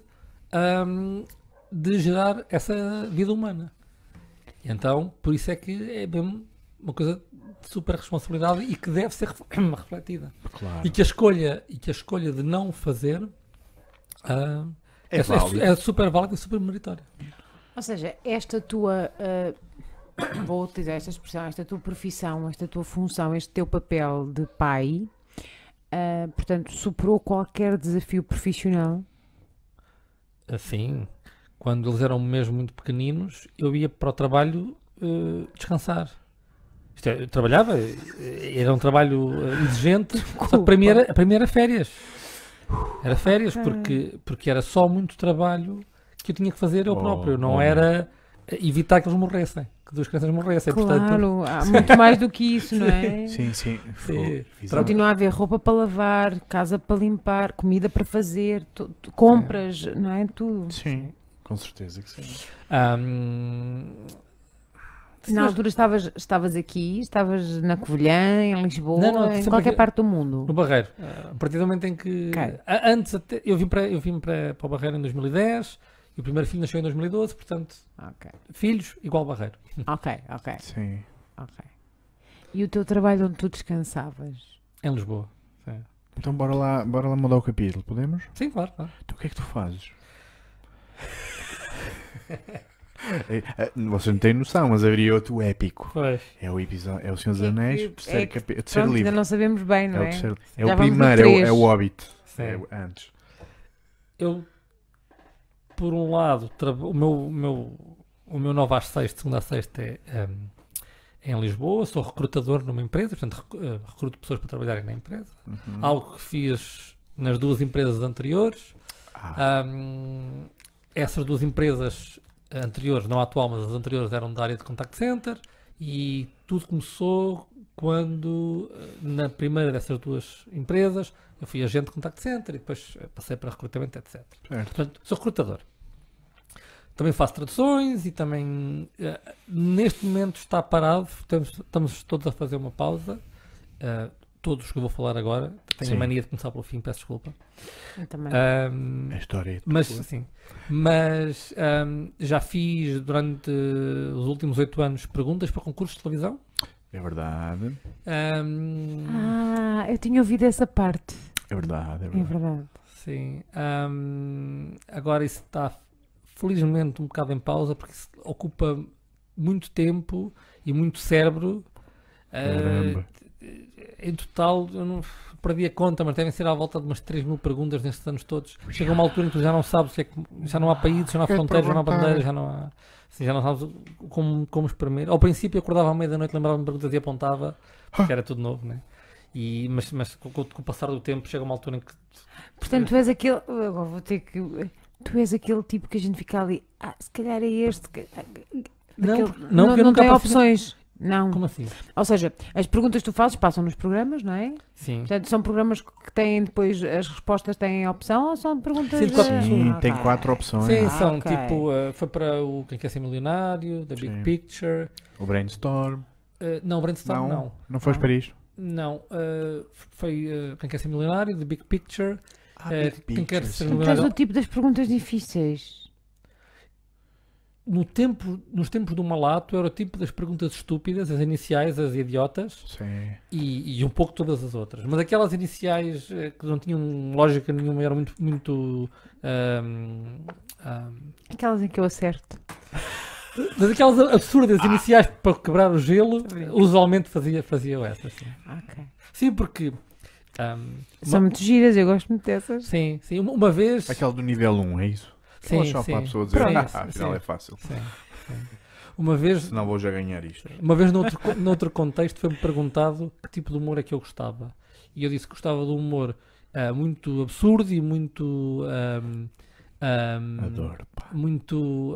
de gerar essa vida humana. E então, por isso é que é mesmo uma coisa de super responsabilidade e que deve ser refletida. Claro. E que a escolha de não fazer É válido. é super válida e super meritória. Ou seja, esta tua, vou utilizar esta expressão, esta tua profissão, esta tua função, este teu papel de pai, portanto, superou qualquer desafio profissional? Assim, quando eles eram mesmo muito pequeninos, eu ia para o trabalho descansar. Eu trabalhava, era um trabalho exigente, só que para mim era férias. Era férias porque era só muito trabalho que eu tinha que fazer eu próprio, não era evitar que eles morressem, que duas crianças morressem. Portanto, Claro, há muito mais do que isso, não é? Sim, sim. Sim. Continua a haver roupa para lavar, casa para limpar, comida para fazer, compras, não é? Tudo. Sim, com certeza que sim. Na altura estavas aqui, estavas na Covilhã, em Lisboa, Não, em sempre qualquer aqui- parte do mundo. no Barreiro. A partir do momento em que... Ok. Antes, até, eu vim para o Barreiro em 2010 e o primeiro filho nasceu em 2012, portanto, Ok, filhos igual Barreiro. ok. Sim. E o teu trabalho onde tu descansavas? Em Lisboa. Sim, Então bora lá mudar o capítulo, podemos? sim, claro. Então o que é que tu fazes? Vocês não têm noção, mas haveria outro épico. Pois. É o episódio, é o Senhor dos Anéis, terceiro Pronto, livro. ainda não sabemos bem, não É o é? terceiro. É Já o vamos no primeiro, três. é o Hobbit. Sim. É antes. Eu, por um lado, o meu 9 às 6, de segunda a sexta, é em Lisboa. Sou recrutador numa empresa, portanto, recruto pessoas para trabalharem na empresa. Algo que fiz nas duas empresas anteriores. Essas duas empresas anteriores, não a atual, mas as anteriores, eram da área de contact center, e tudo começou quando, na primeira dessas duas empresas, eu fui agente de contact center e depois passei para recrutamento, etc. Certo. Portanto, sou recrutador. Também faço traduções e também, neste momento está parado, estamos todos a fazer uma pausa, todos que eu vou falar agora. Tenho Sim. a mania de começar pelo fim, peço desculpa. Eu também. A história. Mas sim, mas já fiz durante os últimos 8 anos perguntas para concursos de televisão. É verdade. Ahm, Eu tinha ouvido essa parte. É verdade. É É verdade. verdade. sim. Agora isso está felizmente um bocado em pausa porque isso ocupa muito tempo e muito cérebro. Caramba. Em total, eu não perdi a conta, mas devem ser à volta de umas 3.000 perguntas nestes anos todos. Chega uma altura em que tu já não sabes, já não há países, já não há Quero fronteiras, já não há perguntar. bandeiras, já não há. Assim, já não sabes como exprimir. Ao princípio, eu acordava à meia-da-noite, lembrava-me de perguntas e apontava, porque era tudo novo, né? Mas com o passar do tempo, chega uma altura em que. Portanto, tu és aquele. Agora vou ter que. Tu és aquele tipo que a gente fica ali. Se calhar é este. Não, Aquele- porque não, eu nunca tem apareci- opções. Não. Como assim? Ou seja, as perguntas que tu fazes passam nos programas, não é? Sim. Portanto, são programas que têm depois as respostas têm opção ou são perguntas. Sim, Sim, tem ok. 4 opções. Sim, Ah, são ok. tipo. Foi para o Quem Quer Ser Milionário, The Big Sim. Picture. O Brainstorm. Não, Brainstorm não. Não foste Não. para isto? Não, foi Quem Quer Ser Milionário, The Big Picture. Quem quer ser Tu és milionário. o tipo das perguntas difíceis. Nos tempos do Malato era o tipo das perguntas estúpidas, as iniciais, as idiotas Sim. e um pouco todas as outras. Mas aquelas iniciais que não tinham lógica nenhuma, eram muito. Aquelas em que eu acerto. Mas aquelas absurdas iniciais para quebrar o gelo, Tá bem. usualmente fazia essa. Sim, Ok. sim porque. São muito giras, eu gosto muito dessas. Sim, uma vez. Aquela do nível 1, é isso? Sim, Aquela só sim. para a pessoa dizer, Pronto, afinal sim. é fácil. Sim, sim. Uma vez. Senão vou já ganhar isto. Uma vez noutro contexto foi-me perguntado que tipo de humor é que eu gostava. E eu disse que gostava de um humor muito absurdo e muito. Adoro, pá. Muito.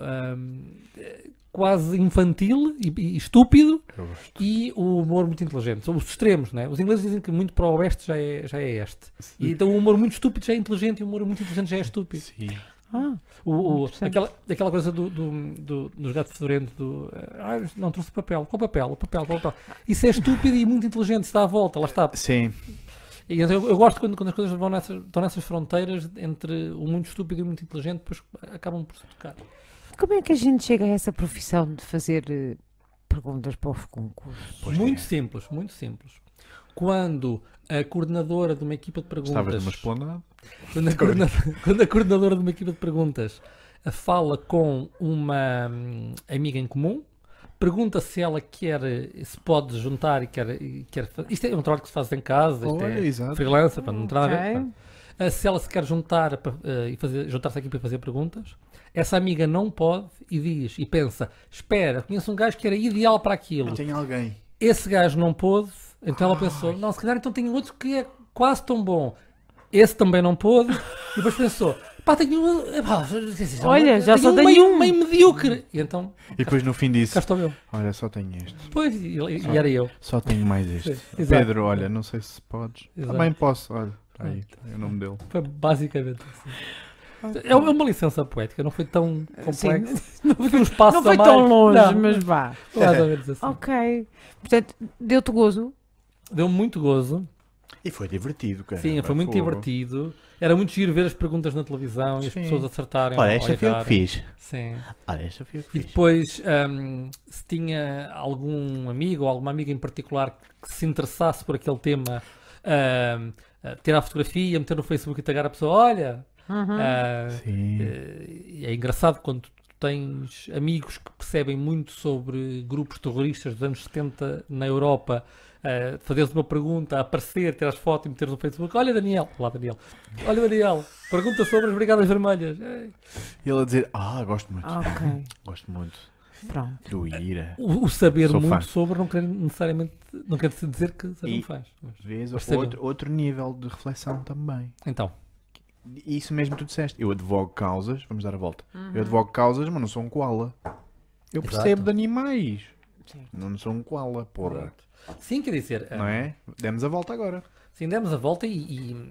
Quase infantil e estúpido. Eu gosto. E o humor muito inteligente. São os extremos, né? Os ingleses dizem que muito para o oeste já é este. E então o humor muito estúpido já é inteligente e o humor muito inteligente já é estúpido. Sim. Interessante. Aquela coisa dos gatos fedorentos não trouxe papel. Qual papel? O papel, qual papel? Isso é estúpido e muito inteligente, se dá à volta, lá está. Sim. E então eu gosto quando as coisas estão nessas fronteiras entre o muito estúpido e o muito inteligente, depois acabam por se tocar. Como é que a gente chega a essa profissão de fazer perguntas para os concursos? Pois Muito é. simples, muito simples. Quando a coordenadora de uma equipa de Estavas perguntas. numa esplanada? Quando a coordenadora de uma equipa de perguntas fala com uma amiga em comum, pergunta se ela se pode juntar e quer fazer. Isto é um trabalho que se faz em casa, isto Olha, é exato. freelancer, para não ter nada a ver. Ok. Se ela se quer juntar e juntar-se à equipa e fazer perguntas, essa amiga não pode e diz e pensa: espera, conheço um gajo que era ideal para aquilo. Tem alguém. Esse gajo não pôde, então ela pensou: não, se calhar então tem outro que é quase tão bom. Esse também não pôde, e depois pensou: pá, tenho um. Olha, já só um tenho meio, um. meio medíocre. E então, E depois no fim disse, cá estou eu. olha, só tenho este. Pois, e era eu. Só tenho mais este. Sim, exato. Pedro, olha, não sei se podes. Exato. Também posso, olha. Aí, é o nome dele. Foi basicamente assim. É uma licença poética, não foi tão complexo. Não foi um espaço Não foi a mais. tão longe, Não, mas vá. mais ou menos assim. Ok. Portanto, deu-te gozo. Deu-me muito gozo. E foi divertido, cara. Sim, foi muito divertido. Era muito giro ver as perguntas na televisão e as Sim. pessoas acertarem. Olha, ou esta foi eu que errarem. fiz. Sim. Olha, esta foi eu que E fiz. depois, se tinha algum amigo ou alguma amiga em particular que se interessasse por aquele tema, tirar a fotografia, meter no Facebook e tagar a pessoa, olha. Sim. É engraçado quando tu tens amigos que percebem muito sobre grupos terroristas dos anos 70 na Europa, fazeres uma pergunta, aparecer, tirar as fotos e meter no Facebook. Olha, Daniel. Olá, Daniel. Olha, Daniel. Pergunta sobre as Brigadas Vermelhas. Ei. E ele a dizer, gosto muito. Ok. Gosto muito Pronto. do Ira. O saber Sou muito fã. sobre não quer necessariamente não quer dizer que seja E- um faz. Mas- Vês Percebo. outro nível de reflexão também. Então, Isso mesmo que tu disseste. Eu advogo causas, vamos dar a volta. Eu advogo causas, mas não sou um koala. Eu Exato. percebo de animais. Sim. Não sou um koala, porra. sim, quer dizer, Não é? Demos a volta agora. sim, demos a volta e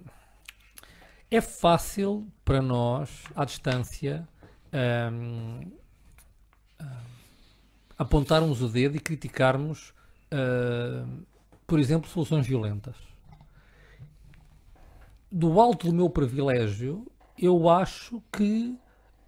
é fácil para nós, à distância, apontarmos o dedo e criticarmos, por exemplo, soluções violentas. do alto do meu privilégio, eu acho que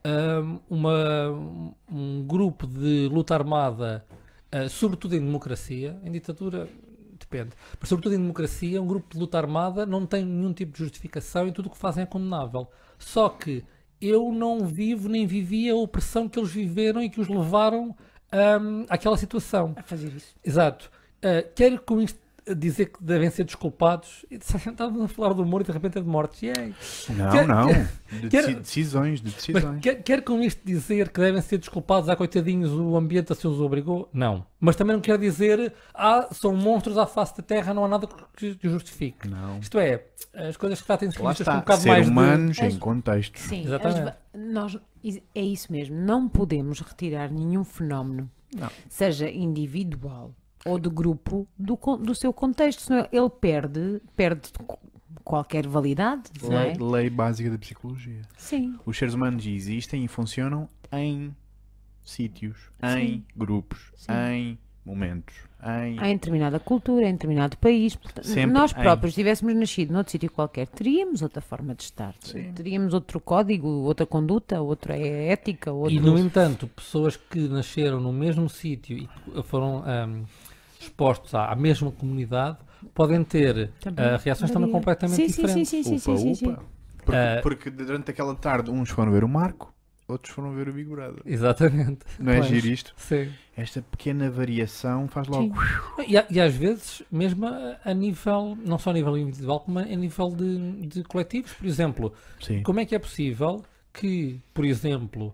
um grupo de luta armada, sobretudo em democracia, em ditadura depende, mas sobretudo em democracia, um grupo de luta armada não tem nenhum tipo de justificação e tudo o que fazem é condenável. Só que eu não vivo nem vivi a opressão que eles viveram e que os levaram àquela situação. A fazer isso. Exato. Quero com isto dizer que devem ser desculpados. Estávamos a falar do humor e de repente é de mortes. Yay. Não. De quer- decisões. Mas quer com isto dizer que devem ser desculpados, coitadinhos, o ambiente assim os obrigou? Não. Mas também não quer dizer, são monstros à face da Terra, não há nada que justifique. Não. Isto é, as coisas que já têm sido Lá vistas com um está. bocado Ser mais de... humanos em contexto. Sim, Exatamente. é isso mesmo. Não podemos retirar nenhum fenómeno, Não. seja individual ou de grupo, do seu contexto. Senão ele perde qualquer validade, não é? Lei básica da psicologia. Sim. Os seres humanos existem e funcionam em sítios, em grupos, Sim. em momentos, em... Há em determinada cultura, em determinado país. Portanto, Sempre nós em. próprios, se tivéssemos nascido noutro sítio qualquer, teríamos outra forma de estar. Sim. Teríamos outro código, outra conduta, outra ética. E, no entanto, pessoas que nasceram no mesmo sítio e que foram expostos à mesma comunidade podem ter reações também completamente diferentes. Sim. Porque durante aquela tarde uns foram ver o Marco, outros foram ver o Big Brother. Exatamente. Não é Pois. giro isto? Sim. Esta pequena variação faz logo... E às vezes, mesmo a nível, não só a nível individual, como a nível de coletivos, por exemplo, Sim. como é que é possível que, por exemplo,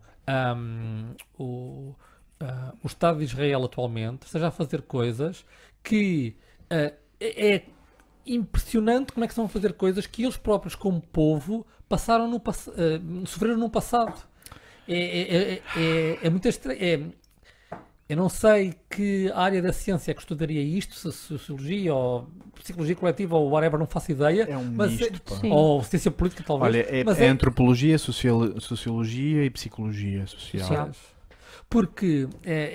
o Estado de Israel atualmente esteja a fazer coisas que é impressionante como é que estão a fazer coisas que eles próprios, como povo, sofreram no passado. É muito estranho. Eu não sei que área da ciência é que estudaria isto, se sociologia ou psicologia coletiva ou whatever, não faço ideia. É um mas misto, pá. Sim. ou ciência política, talvez. Olha, mas é antropologia, sociologia e psicologia social. Social. Porque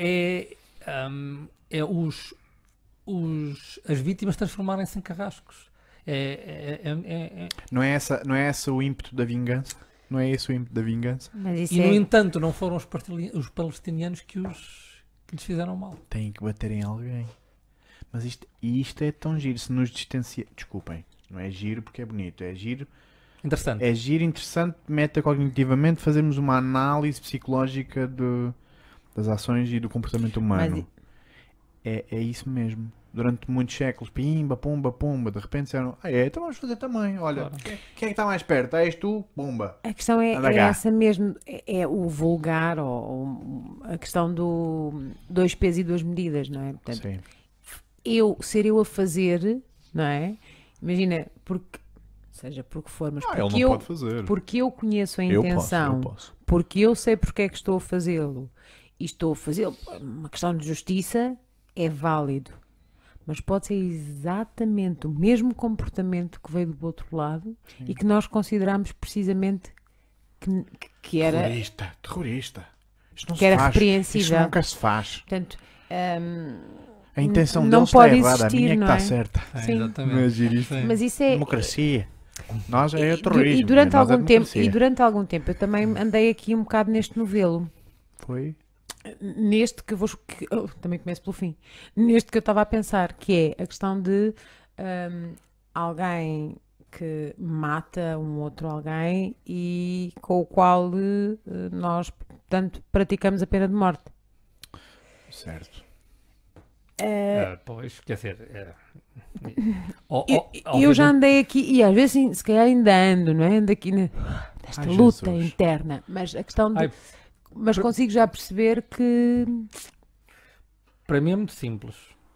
as vítimas transformarem-se em carrascos. Não é esse o ímpeto da vingança? Não é esse o ímpeto da vingança? Mas isso E, no entanto, não foram os palestinianos que lhes fizeram mal. Têm que bater em alguém. Mas isto é tão giro. Se nos distancia... Desculpem. Não é giro porque é bonito. É giro, Interessante. interessante, metacognitivamente, fazermos uma análise psicológica das ações e do comportamento humano. É isso mesmo. Durante muitos séculos, pimba, pumba, pumba, de repente disseram, então vamos fazer também. Olha, Claro. quem é que está mais perto? És tu? Pumba. A questão Anda é cá. essa mesmo, é o vulgar, ou a questão do dois pesos e duas medidas, não é? Portanto, Sim. ser eu a fazer, não é? Imagina, seja por que for, mas Ele porque não pode fazer. porque eu conheço a Eu intenção, posso. porque eu sei porque é que estou a fazê-lo e estou a fazê-lo, uma questão de justiça é válido. Mas pode ser exatamente o mesmo comportamento que veio do outro lado e que nós consideramos precisamente que era. Terrorista. Isto não Que se era faz. repreensível. Isto nunca se faz. Portanto, A intenção não deles pode está errada, a existir, minha é que não está é? certa. Sim. Exatamente. Não é giro isto? Sim. mas isso é. Democracia. Nós é E terrorismo. durante nós é algum tempo, democracia. e durante algum tempo eu também andei aqui um bocado neste novelo. Foi? Neste que eu vou. Também começo pelo fim. Neste que eu estava a pensar, que é a questão de alguém que mata um outro alguém e com o qual nós, portanto, praticamos a pena de morte. Certo. Pois, quer dizer... Eu já andei aqui, e às vezes se calhar ainda ando, não é? Ando aqui nesta Ai, luta Jesus. interna, mas a questão de. Ai, Mas consigo já perceber que. Para mim é muito simples.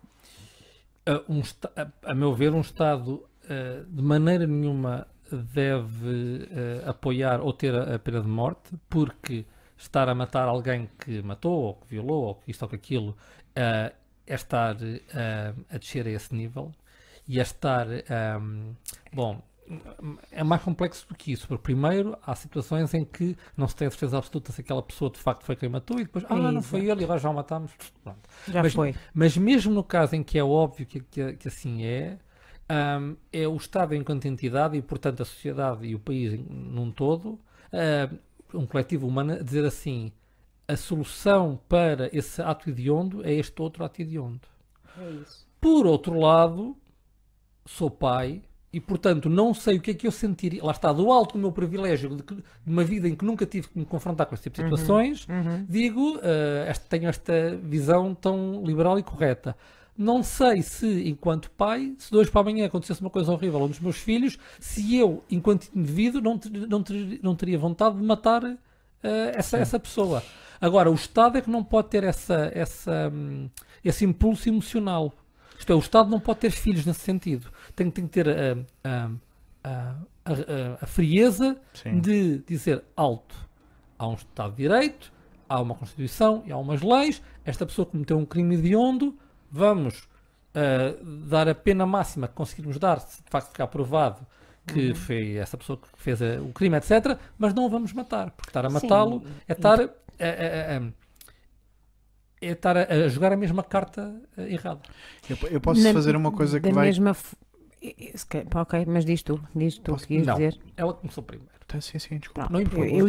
A meu ver, um Estado de maneira nenhuma deve apoiar ou ter a pena de morte, porque estar a matar alguém que matou, ou que violou, ou que isto ou que aquilo, é estar a descer a esse nível e é estar... bom, é mais complexo do que isso, porque primeiro há situações em que não se tem a certeza absoluta se aquela pessoa de facto foi quem matou e depois, não foi ele e agora já o matámos. Pronto. Já Mas- foi. Mas mesmo no caso em que é óbvio que assim é, é o Estado enquanto entidade e, portanto, a sociedade e o país num todo, um coletivo humano, a dizer assim, a solução para esse ato hediondo é este outro ato hediondo. É isso. Por outro lado, sou pai e, portanto, não sei o que é que eu sentiria. Lá está, do alto do meu privilégio de uma vida em que nunca tive que me confrontar com esse tipo de situações, digo, tenho esta visão tão liberal e correta. Não sei se, enquanto pai, se de hoje para amanhã acontecesse uma coisa horrível a um dos meus filhos, se eu, enquanto indivíduo, não teria vontade de matar essa pessoa. Agora, o Estado é que não pode ter esse impulso emocional. Isto é, o Estado não pode ter filhos nesse sentido. Tem que ter a frieza Sim. de dizer alto. Há um Estado de Direito, há uma Constituição e há umas leis. Esta pessoa cometeu um crime hediondo, vamos dar a pena máxima que conseguirmos dar, se de facto ficar provado que foi essa pessoa que fez o crime, etc. Mas não o vamos matar, porque estar a matá-lo é estar a jogar a mesma carta errada. Eu posso fazer uma coisa que vai... Ok, mas diz tu o que ias Não, dizer. ela começou primeiro. Sim, desculpa. Pronto, Não importa. eu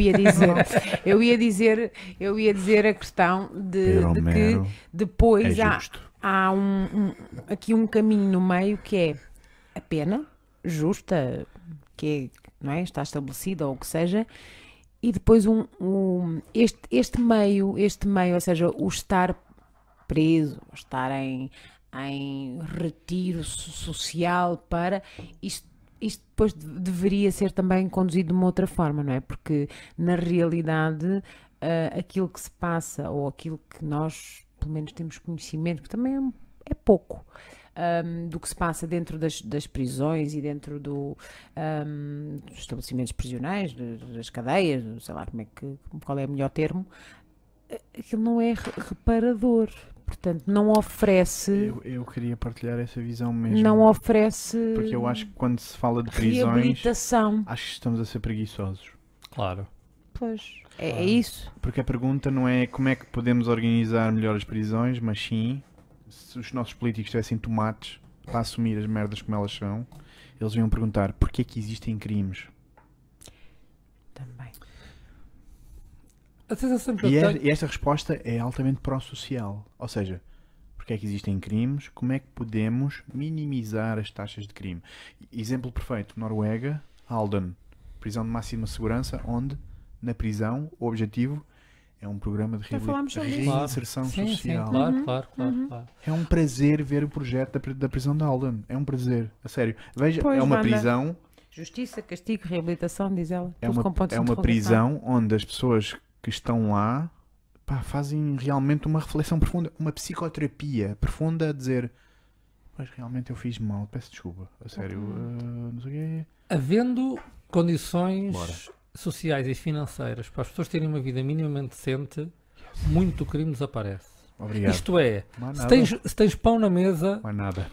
ia dizer a questão de que Romero, depois é há justo. aqui um caminho no meio que é a pena justa, que não é, está estabelecida ou o que seja, e depois este meio, ou seja, o estar preso, o estar em retiro social para isto depois deveria ser também conduzido de uma outra forma, não é? Porque na realidade aquilo que se passa ou aquilo que nós pelo menos temos conhecimento, que também é pouco, do que se passa dentro das prisões e dentro dos estabelecimentos prisionais, das cadeias, sei lá qual é o melhor termo, aquilo não é reparador. Portanto, não oferece... Eu queria partilhar essa visão mesmo. Não oferece... Porque eu acho que quando se fala de prisões, reabilitação. acho que estamos a ser preguiçosos. Claro. Pois, é isso. Porque a pergunta não é como é que podemos organizar melhor as prisões, mas sim, se os nossos políticos tivessem tomates para assumir as merdas como elas são, eles iam perguntar porquê é que existem crimes. Também. A sensação que eu tenho... E esta resposta é altamente pró-social. Ou seja, porque é que existem crimes, como é que podemos minimizar as taxas de crime. Exemplo perfeito, Noruega, Halden, prisão de máxima segurança, onde na prisão o objetivo é um programa de reinserção social. Sim, claro. É um prazer ver o projeto da prisão de Halden. É um prazer, a sério. Veja, Pois, é uma Wanda. prisão... Justiça, castigo, reabilitação, diz ela. É tudo com pontos de uma interrogação. prisão onde as pessoas que estão lá fazem realmente uma reflexão profunda, uma psicoterapia profunda, a dizer: pois realmente eu fiz mal, peço desculpa, a sério, não sei o quê. Havendo condições Bora. sociais e financeiras para as pessoas terem uma vida minimamente decente, muito crime desaparece. Obrigado. Isto é, Mais se nada. tens pão na mesa, Mais nada.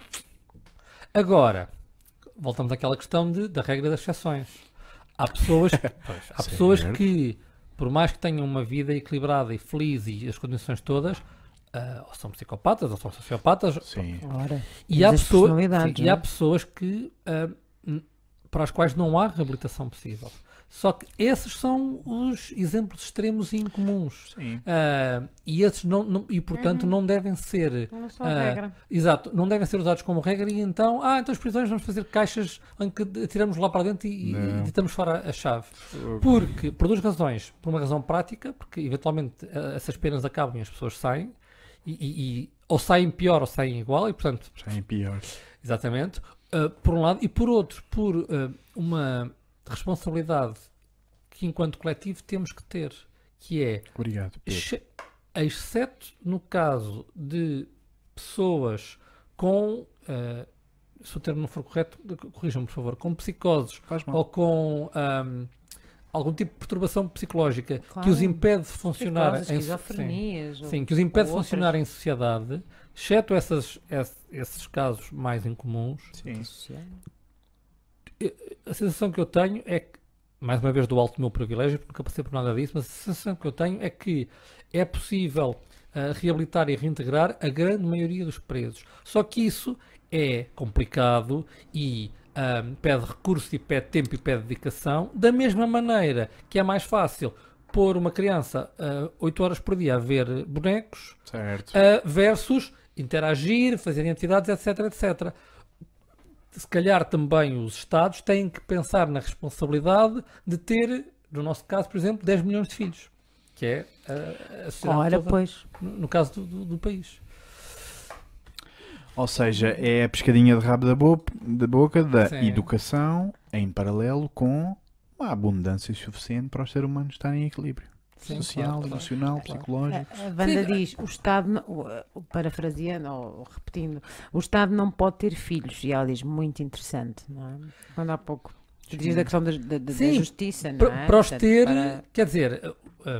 agora, voltamos àquela questão da regra das exceções. Há pessoas, há pessoas que, por mais que tenham uma vida equilibrada e feliz e as condições todas, ou são psicopatas ou são sociopatas. Sim. Ora, E há, as pessoas, personalidades, sim, e não é? há pessoas que, para as quais não há reabilitação possível. Só que esses são os exemplos extremos e incomuns. Sim. E esses portanto não devem ser... Não são a regra. Exato, não devem ser usados como regra e então as prisões vamos fazer caixas em que tiramos lá para dentro e deitamos fora a chave. Porque, por duas razões. Por uma razão prática, porque eventualmente essas penas acabam e as pessoas saem, ou saem pior ou saem igual, e portanto... Saem pior. Exatamente. Por um lado, e por outro, por uma responsabilidade que enquanto coletivo temos que ter, que é... Obrigado, Pedro. Exceto no caso de pessoas com, se o termo não for correto, corrijam-me por favor, com psicoses Faz mal. ou com algum tipo de perturbação psicológica Claro. que os impede de funcionar esquizofrenias. sim, que os impede de ou funcionar em sociedade, exceto esses casos mais incomuns. Sim. A sensação que eu tenho é que, mais uma vez do alto do meu privilégio, porque nunca passei por nada disso, mas a sensação que eu tenho é que é possível reabilitar e reintegrar a grande maioria dos presos. Só que isso é complicado e pede recurso e pede tempo e pede dedicação, da mesma maneira que é mais fácil pôr uma criança 8 horas por dia a ver bonecos Certo. versus interagir, fazer atividades, etc, etc. Se calhar também os Estados têm que pensar na responsabilidade de ter, no nosso caso, por exemplo, 10 milhões de filhos, que é a sociedade Ora, toda, pois. no caso do país. Ou seja, é a pescadinha de rabo da boca da Sim. educação em paralelo com uma abundância suficiente para os seres humanos estarem em equilíbrio. Sim, Social, claro, emocional, claro. psicológico. A Wanda diz, o Estado, parafraseando ou repetindo, o Estado não pode ter filhos. E ela diz, muito interessante, não é? Quando há pouco diz da questão da Sim, justiça, não é? Para os Portanto, ter, para- quer dizer,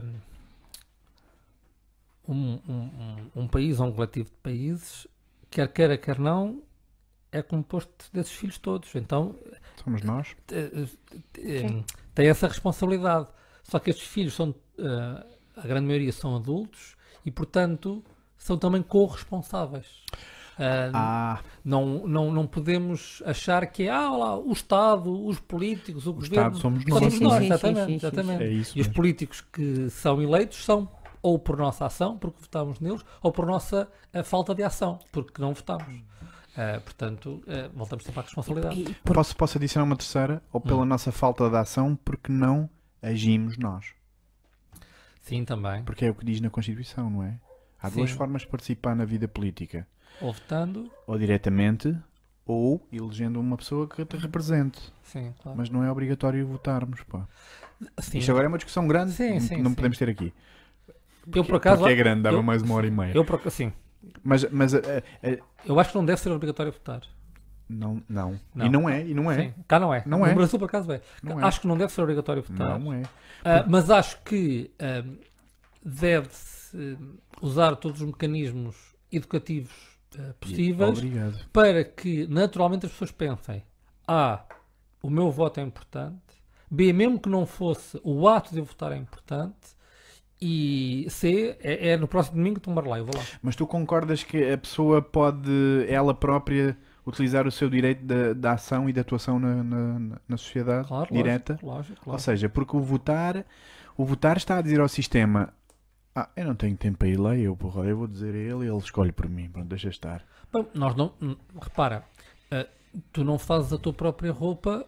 um país ou um coletivo de países, quer queira, quer não, é composto desses filhos todos. Então, Somos nós. tem essa responsabilidade. Só que estes filhos são, a grande maioria são adultos e, portanto, são também corresponsáveis. Não podemos achar que é lá, o Estado, os políticos, o governo. Estado somos Só nós. somos Sim, nós, sim, sim, exatamente. sim, sim, exatamente. É isso E os mesmo. políticos que são eleitos são ou por nossa ação, porque votamos neles, ou por nossa falta de ação, porque não votamos. Portanto, voltamos sempre à responsabilidade. e Posso adicionar uma terceira? Ou pela nossa falta de ação, porque não agimos nós. Sim, também. Porque é o que diz na Constituição, não é? Há duas Sim. formas de participar na vida política. Ou votando, Ou diretamente, ou elegendo uma pessoa que te represente. sim, claro. Mas não é obrigatório votarmos, pá. Sim. Isto agora é uma discussão grande, Sim, não, sim, não sim. podemos ter aqui. Eu, por acaso, Porque é grande, dava eu- mais 1h30. sim, Mas eu acho que não deve ser obrigatório votar. não, não. Não. E não é. Sim, cá não é. Não No é. Brasil, por acaso, é. Não é. Acho que não deve ser obrigatório votar. Não é. Mas acho que deve-se usar todos os mecanismos educativos possíveis Obrigado. para que naturalmente as pessoas pensem: A, o meu voto é importante, B, mesmo que não fosse, o ato de eu votar é importante, e C, é no próximo domingo tomar lá, eu vou lá. Mas tu concordas que a pessoa pode, ela própria, utilizar o seu direito da ação e da atuação na sociedade Claro, direta? lógico. Ou seja, porque o votar está a dizer ao sistema: eu não tenho tempo para ir lá, eu vou dizer a ele e ele escolhe por mim, pronto, deixa estar. Bom, nós não. Repara, tu não fazes a tua própria roupa,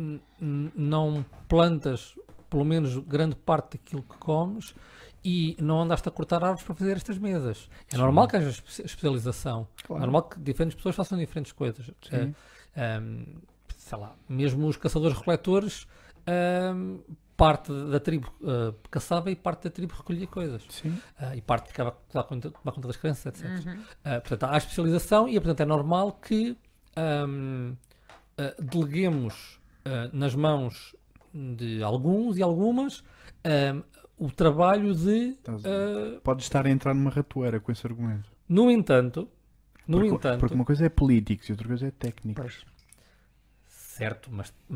não plantas pelo menos grande parte daquilo que comes e não andaste a cortar árvores para fazer estas mesas. É normal que haja especialização. Claro. É normal que diferentes pessoas façam diferentes coisas. Sim. Sei lá, mesmo os caçadores-recoletores, parte da tribo caçava e parte da tribo recolhia coisas. Sim. E parte ficava a tomar conta das crianças, etc. Portanto, há especialização e, portanto, é normal que deleguemos nas mãos de alguns e algumas o trabalho de... Pode estar a entrar numa ratoeira com esse argumento. no entanto, Porque uma coisa é políticos e outra coisa é técnicos. certo,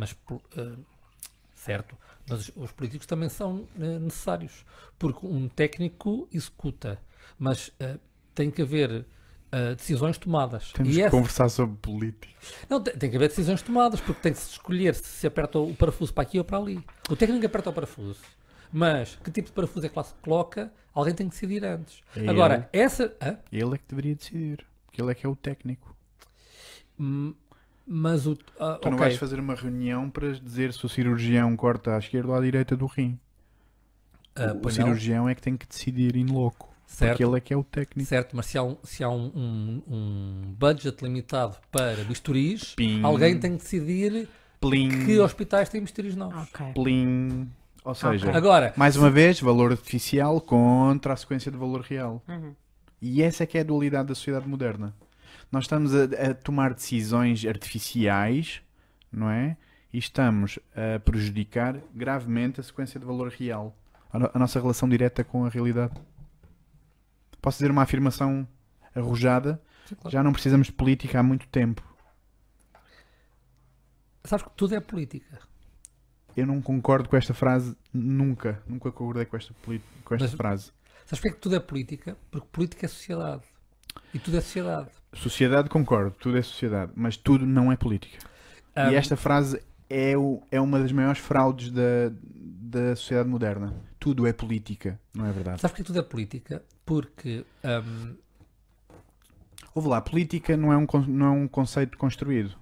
certo, mas os políticos também são necessários, porque um técnico executa, mas tem que haver decisões tomadas. Temos E que essa- conversar sobre política. Não, tem que haver decisões tomadas, porque tem que se escolher se aperta o parafuso para aqui ou para ali. O técnico aperta o parafuso, mas que tipo de parafuso é que lá se coloca, alguém tem que decidir antes. É Agora, essa... Ele é que deveria decidir, porque ele é que é o técnico. Mas o... Tu não ok. vais fazer uma reunião para dizer se o cirurgião corta à esquerda ou à direita do rim. O Pois não. cirurgião é que tem que decidir in loco. Certo. Porque ele é que é o técnico. Certo, mas se há um budget limitado para bisturis, Pim. alguém tem que decidir Plim, que hospitais têm bisturis novos. Ok. plim. Ou seja, Agora, mais uma vez, valor artificial contra a sequência de valor real. Uhum. E essa é que é a dualidade da sociedade moderna. Nós estamos a tomar decisões artificiais, não é? E estamos a prejudicar gravemente a sequência de valor real. A nossa relação direta com a realidade. Posso dizer uma afirmação arrojada? sim, claro. Já não precisamos de política há muito tempo. Sabes que tudo é política. Eu não concordo com esta frase nunca. Nunca concordei com esta Mas- frase. Sabes porque é que tudo é política? Porque política é sociedade. E tudo é sociedade. Sociedade, concordo, tudo é sociedade, mas tudo não é política. E esta frase é uma das maiores fraudes da sociedade moderna. Tudo é política, não é verdade? Sabes porque tudo é política? Porque Ouve lá, política não é um conceito construído.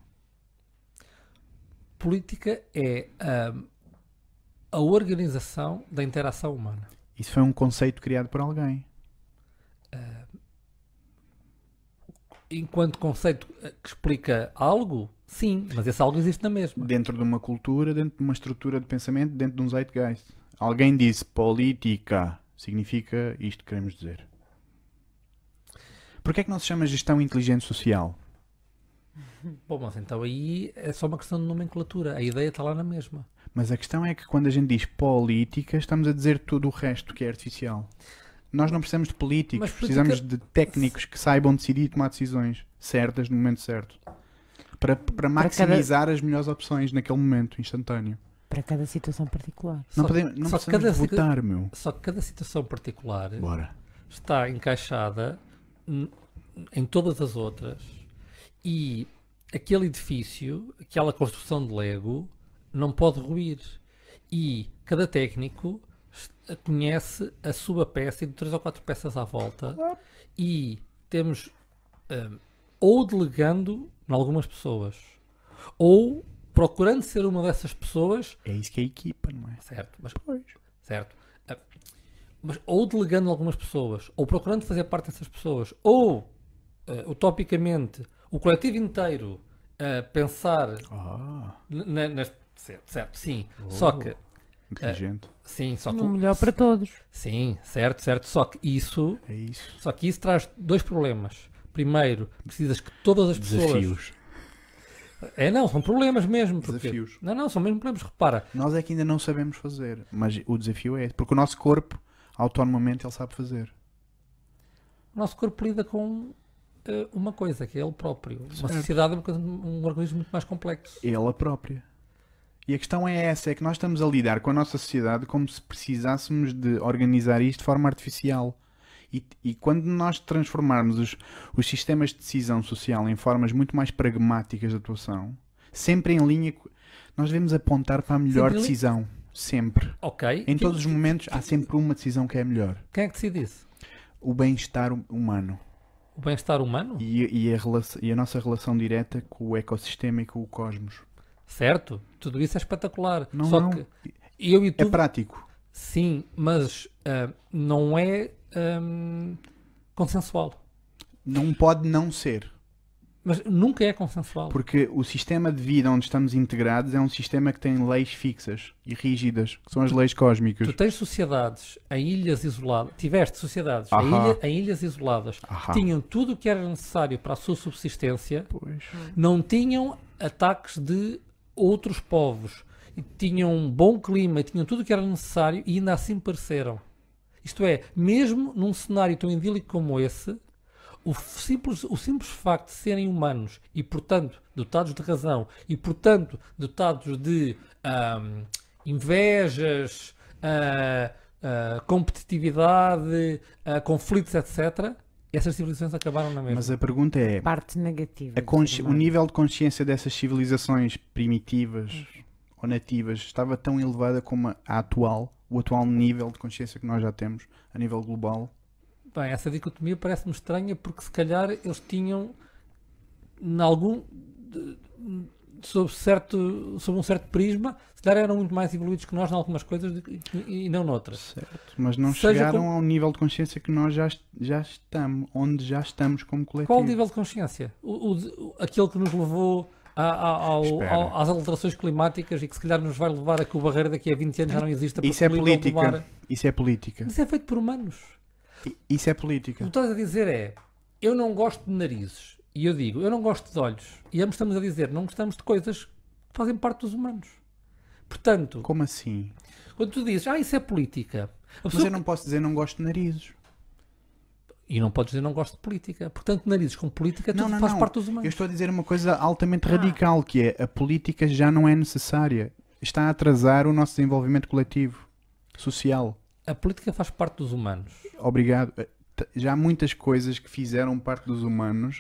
política é a organização da interação humana. Isso foi um conceito criado por alguém. Enquanto conceito que explica algo, sim, mas esse algo existe na mesma. Dentro de uma cultura, dentro de uma estrutura de pensamento, dentro de um zeitgeist. Alguém disse política, significa isto que queremos dizer. Porquê é que não se chama gestão inteligente social? Bom, mas então aí é só uma questão de nomenclatura. A ideia está lá na mesma. Mas a questão é que quando a gente diz política, estamos a dizer tudo o resto que é artificial. Nós não precisamos de políticos, Mas política- precisamos de técnicos que saibam decidir e tomar decisões certas no momento certo. Para maximizar as melhores opções naquele momento instantâneo. Para cada situação particular. Não Só- podemos, não só que precisamos cada- votar, meu. Só que cada situação particular Bora. está encaixada em todas as outras e aquele edifício, aquela construção de Lego, não pode ruir. E cada técnico conhece a sua peça e de 3 ou 4 peças à volta e temos ou delegando em algumas pessoas ou procurando ser uma dessas pessoas, É isso que é a equipa, não é? certo, mas Pois. certo. Mas ou delegando em algumas pessoas, ou procurando fazer parte dessas pessoas, ou utopicamente o coletivo inteiro pensar certo, sim. Só que Inteligente. sim, só que O melhor para todos. sim, certo. Só que isso É isso. traz dois problemas. Primeiro, precisas que todas as pessoas Desafios. não, são problemas mesmo. Porque... Desafios. Não, são mesmo problemas. Repara, Nós é que ainda não sabemos fazer. Mas o desafio é esse. Porque o nosso corpo, autonomamente, ele sabe fazer. o nosso corpo lida com uma coisa, que é ele próprio. Uma Certo. sociedade é um organismo muito mais complexo. Ela própria. E a questão é essa, é que nós estamos a lidar com a nossa sociedade como se precisássemos de organizar isto de forma artificial. E quando nós transformarmos os sistemas de decisão social em formas muito mais pragmáticas de atuação, sempre em linha, nós devemos apontar para a melhor Sempre em linha? decisão. Sempre. Ok. Em todos os momentos há sempre uma decisão que é a melhor. Quem é que decide isso? O bem-estar humano. O bem-estar humano? E a nossa relação direta com o ecossistema e com o cosmos. Certo? Tudo isso é espetacular. Não, Só não. que eu e tu, É prático. sim, mas não é consensual. Não pode não ser. Mas nunca é consensual. Porque o sistema de vida onde estamos integrados é um sistema que tem leis fixas e rígidas, que são as leis cósmicas. Tu tens sociedades em ilhas isoladas, tiveste sociedades Ahá. em ilhas isoladas Ahá. que tinham tudo o que era necessário para a sua subsistência, Pois. não tinham ataques de outros povos, e tinham um bom clima, e tinham tudo o que era necessário e ainda assim pereceram. Isto é, mesmo num cenário tão idílico como esse, o simples facto de serem humanos e, portanto, dotados de razão e, portanto, dotados de invejas, competitividade, conflitos, etc., essas civilizações acabaram na mesma. Mas a pergunta é: Parte negativa. o nível de consciência dessas civilizações primitivas ou nativas estava tão elevada como o atual nível de consciência que nós já temos a nível global? Bem, essa dicotomia parece-me estranha porque se calhar eles tinham sob um certo prisma, se calhar eram muito mais evoluídos que nós em algumas coisas e não noutras. Certo. Mas não Seja chegaram como- ao nível de consciência que nós já estamos, onde já estamos como coletivo. Qual o nível de consciência? Aquele que nos levou Espera. às alterações climáticas e que se calhar nos vai levar a que o barreira daqui a 20 anos já não exista Isso é porque o nível do política. mar- Isso é política. Isso é feito por humanos. Isso é O que política. tu estás a dizer é, eu não gosto de narizes. E eu digo, eu não gosto de olhos. E ambos estamos a dizer, não gostamos de coisas que fazem parte dos humanos. Portanto, Como assim? quando tu dizes, isso é política. A Mas pessoa eu não posso dizer não gosto de narizes. E não podes dizer não gosto de política. Portanto, narizes com política, tudo Não, faz não. parte dos Eu humanos. estou a dizer uma coisa altamente radical, que é a política já não é necessária. Está a atrasar o nosso desenvolvimento coletivo, social. A política faz parte dos humanos. Obrigado. Já há muitas coisas que fizeram parte dos humanos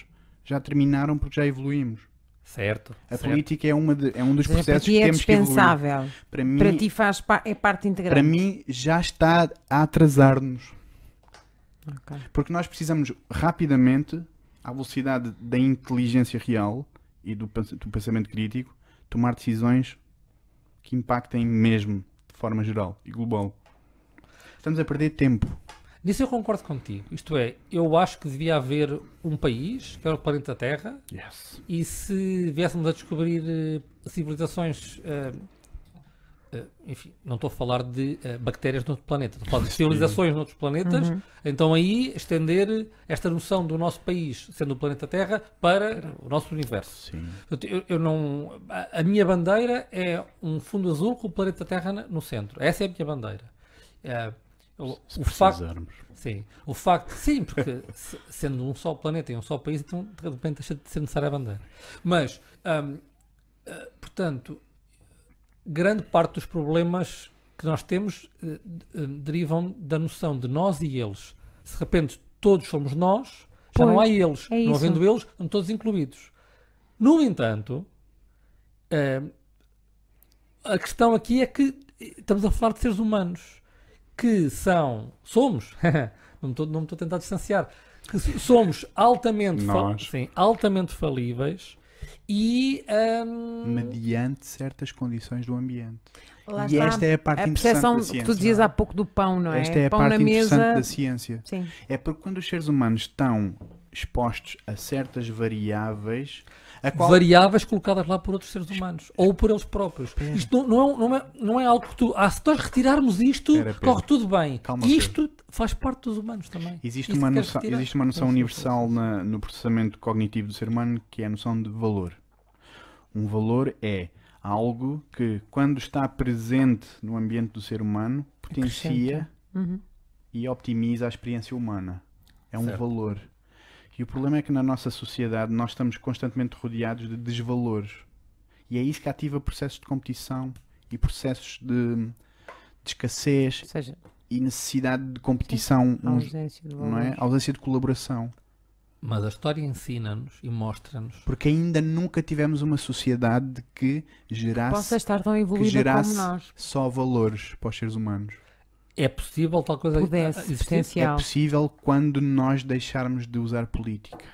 já terminaram porque já evoluímos. Certo. A certo. política é um dos Para processos ti que é temos que evoluir. dispensável. Para mim, Para ti é parte integrante. para mim já está a atrasar-nos. Ok. Porque nós precisamos rapidamente, à velocidade da inteligência real e do pensamento crítico, tomar decisões que impactem mesmo de forma geral e global. Estamos a perder tempo. Nisso eu concordo contigo. Isto é, eu acho que devia haver um país, que era o planeta Terra, Yes. e se viéssemos a descobrir civilizações, enfim, não estou a falar de bactérias noutro planeta, estou a falar de civilizações noutros planetas, então aí estender esta noção do nosso país, sendo o planeta Terra, para o nosso universo. Sim. Portanto, eu não, a minha bandeira é um fundo azul com o planeta Terra no centro. Essa é a minha bandeira. Se O facto, precisarmos. sim, sim, porque sendo um só planeta e um só país, então de repente deixa de ser necessária a bandeira. Mas, portanto, grande parte dos problemas que nós temos derivam da noção de nós e eles. Se de repente todos somos nós, já não há eles. é Não isso. havendo eles, estão todos incluídos. No entanto, a questão aqui é que estamos a falar de seres humanos que somos, não me estou a tentar distanciar, que somos altamente, Nós. altamente falíveis e Mediante certas condições do ambiente. Lá E está. esta é a parte A interessante percepção da que ciência. tu dizias há pouco do pão, não é? Esta é a Pão parte na interessante mesa. da ciência. Sim. É porque quando os seres humanos estão expostos a certas variáveis, a qual variáveis colocadas lá por outros seres humanos ou por eles próprios. Isto não é algo que tu. Se nós retirarmos isto, Espera, Pedro. corre tudo bem. Calma, Isto faz parte dos humanos também. existe Isto uma queres noção, retirar? existe uma noção Sim, sim, universal no processamento cognitivo do ser humano, que é a noção de valor. Um valor é algo que, quando está presente no ambiente do ser humano, potencia Uhum. e optimiza a experiência humana. É um Certo. valor. E o problema é que na nossa sociedade nós estamos constantemente rodeados de desvalores. E é isso que ativa processos de competição e processos de escassez Ou seja, e necessidade de competição, a ausência de não é? valores. Ausência de colaboração. Mas a história ensina-nos e mostra-nos. Porque ainda nunca tivemos uma sociedade que gerasse, Possa estar tão que evoluída gerasse como nós. só valores para os seres humanos. É possível tal coisa Pudesse, existir? É potencial. possível quando nós deixarmos de usar política.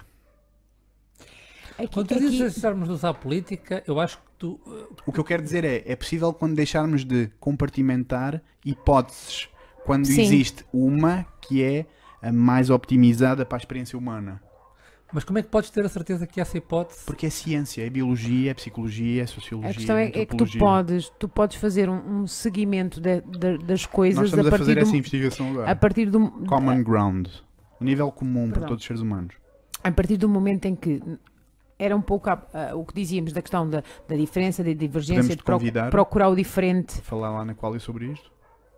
Quando tu dizes deixarmos de usar a política, eu acho que tu. O que eu quero dizer é possível quando deixarmos de compartimentar hipóteses, quando Sim. existe uma que é a mais optimizada para a experiência humana. Mas como é que podes ter a certeza que essa hipótese. Porque é ciência, é biologia, é psicologia, é sociologia, A questão é que tu podes fazer um seguimento das coisas Nós estamos a a partir fazer do, essa investigação agora. a partir do Common ground. O nível comum para Perdão. todos os seres humanos. a partir do momento em que era um pouco o que dizíamos da questão da diferença, da divergência, Podemos de te convidar? procurar o diferente. Falar lá na Qualy sobre isto?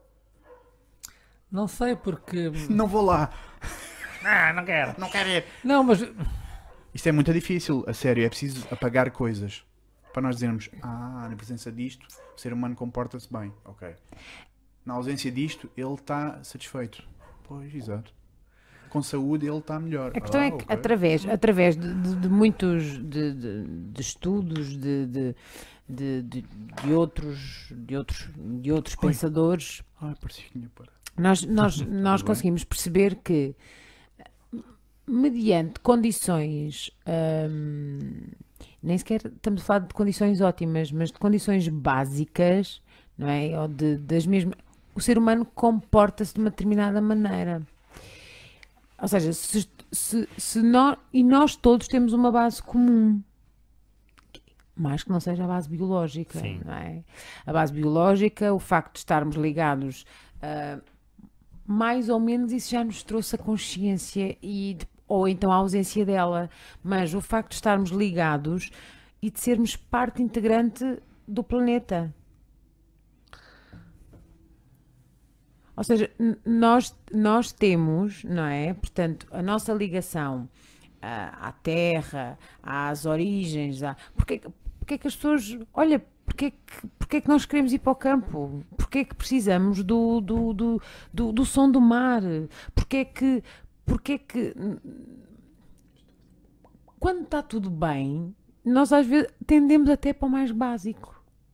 Não sei porque. Não vou lá. Não quero. Não quero ir. Não, mas. Isto é muito difícil, a sério. É preciso apagar coisas para nós dizermos: na presença disto, o ser humano comporta-se bem. Ok. Na ausência disto, ele está satisfeito. Pois, exato. Com saúde, ele está melhor. A questão é que ok. através de muitos de estudos de outros pensadores, Ai, parecia que tinha parado. nós bem. conseguimos perceber que mediante condições, nem sequer estamos a falar de condições ótimas, mas de condições básicas, não é? Ou das mesmas, o ser humano comporta-se de uma determinada maneira. Ou seja, nós todos temos uma base comum, mais que não seja a base biológica, Sim. não é? A base biológica, o facto de estarmos ligados, mais ou menos isso já nos trouxe a consciência ou então a ausência dela, mas o facto de estarmos ligados e de sermos parte integrante do planeta. Ou seja, nós temos, não é? Portanto, a nossa ligação à Terra, às origens, porque é que as pessoas, olha, porque é que nós queremos ir para o campo? Porque é que precisamos do som do mar? Porque é que quando está tudo bem, nós às vezes tendemos até para o mais básico.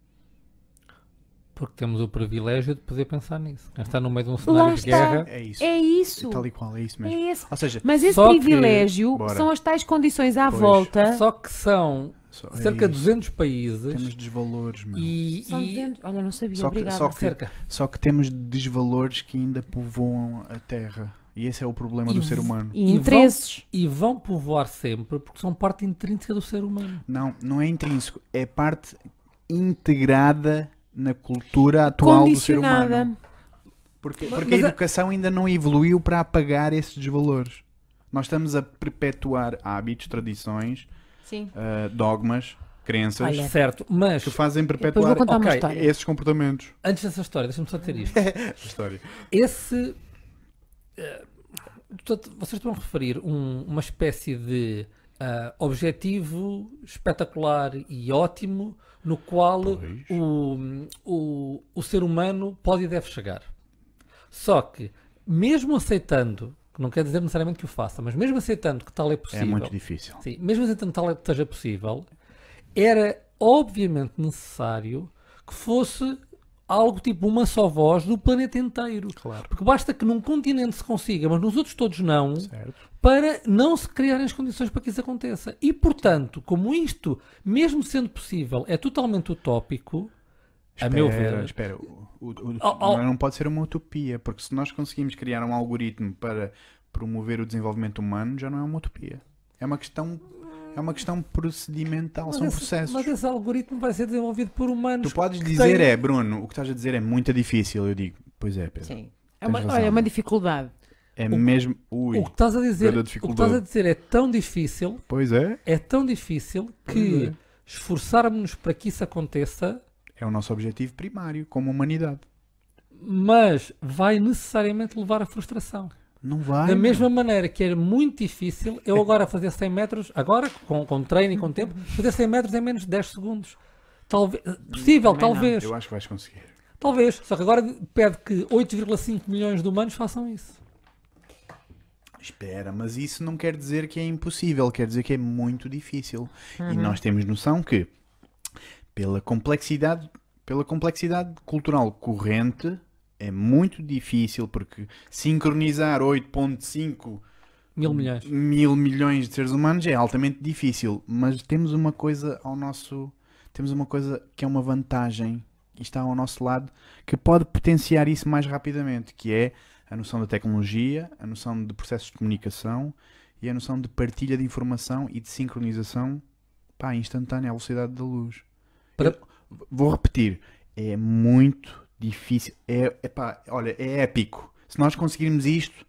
Porque temos o privilégio de poder pensar nisso. Quem está no meio de um Lá cenário de está. guerra, É isso. É isso. Tal e qual, é isso mesmo. É esse. Ou seja, Mas esse Só que- privilégio Bora. são as tais condições à Pois. volta. só que são é cerca de isso. 200 países Temos desvalores, meu. e Dentro. Olha, não sabia, Só que- obrigada. só que- cerca. Só que temos desvalores que ainda povoam a Terra. E esse é o problema do ser humano. E E interesses. E vão povoar sempre porque são parte intrínseca do ser humano. Não é intrínseco, é parte integrada na cultura atual do ser humano. Condicionada. Porque Mas a educação ainda não evoluiu para apagar esses desvalores. Nós estamos a perpetuar hábitos, tradições, Sim. dogmas, crenças Olha, Certo, mas que fazem Depois perpetuar vou contar uma ok, história. esses comportamentos. antes dessa história, deixa-me só dizer isto. História. Esse. Portanto, vocês estão a referir uma espécie de objetivo espetacular e ótimo no qual Pois. o ser humano pode e deve chegar. Só que, mesmo aceitando, que não quer dizer necessariamente que o faça, mas mesmo aceitando que tal é É possível, muito difícil. sim, mesmo aceitando que tal seja possível, era obviamente necessário que fosse algo tipo uma só voz no planeta inteiro. Claro. Porque basta que num continente se consiga, mas nos outros todos não, Certo. para não se criarem as condições para que isso aconteça. E, portanto, como isto, mesmo sendo possível, é totalmente utópico, a meu ver. Espera. Oh. Não pode ser uma utopia, porque se nós conseguimos criar um algoritmo para promover o desenvolvimento humano, já não é uma utopia. É uma questão procedimental, são processos. Mas esse algoritmo vai ser desenvolvido por humanos. Tu podes que dizer, têm- Bruno, o que estás a dizer é muito difícil. Eu digo, pois é, Pedro. Sim. Tens razão. Olha, é uma dificuldade. É mesmo. Ui, O que estás a dizer, grande o que dificuldade. estás a dizer é tão difícil, pois é. que é. esforçarmos-nos para que isso aconteça, É o nosso objetivo primário, como humanidade. mas vai necessariamente levar à frustração. Não vai. Da meu. mesma maneira que era muito difícil, eu agora fazer 100 metros, agora com treino e com tempo, fazer 100 metros em menos de 10 segundos. Talvez, possível, Também não. talvez. Eu acho que vais conseguir. Talvez. Só que agora pede que 8,5 milhões de humanos façam isso. Espera, mas isso não quer dizer que é impossível, quer dizer que é muito difícil. E nós temos noção que, pela complexidade cultural corrente, é muito difícil, porque sincronizar 8,5 Mil milhões. mil milhões de seres humanos é altamente difícil. Mas temos uma coisa temos uma coisa que é uma vantagem e está ao nosso lado, que pode potenciar isso mais rapidamente, que é a noção da tecnologia, a noção de processos de comunicação e a noção de partilha de informação e de sincronização, instantânea à velocidade da luz. Para- Vou repetir, é muito difícil, olha, é épico. Se nós conseguirmos isto,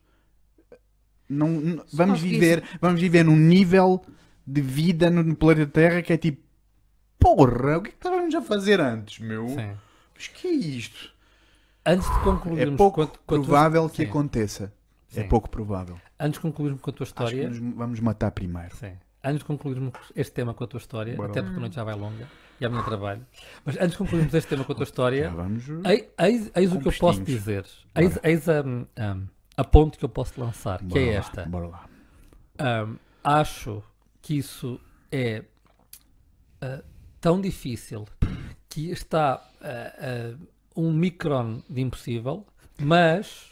vamos viver num nível de vida no planeta Terra que é tipo, porra, o que é que estávamos a fazer antes, meu? Sim. Mas que é isto? Antes de É concluirmos pouco com a provável que sim. aconteça. É Sim. pouco provável. Antes de concluirmos com a tua Acho história, que nos vamos matar primeiro. sim. Antes de concluirmos este tema com a tua história, Bora até lá. porque a noite já vai longa e amanhã trabalho, mas antes de concluirmos este tema com a tua história, Já vamos. eis o que eu posso Compostinhos. dizer. Bora. Eis a ponte que eu posso lançar, que Bora é lá, esta. Bora lá. Acho que isso é tão difícil que está um micron de impossível, mas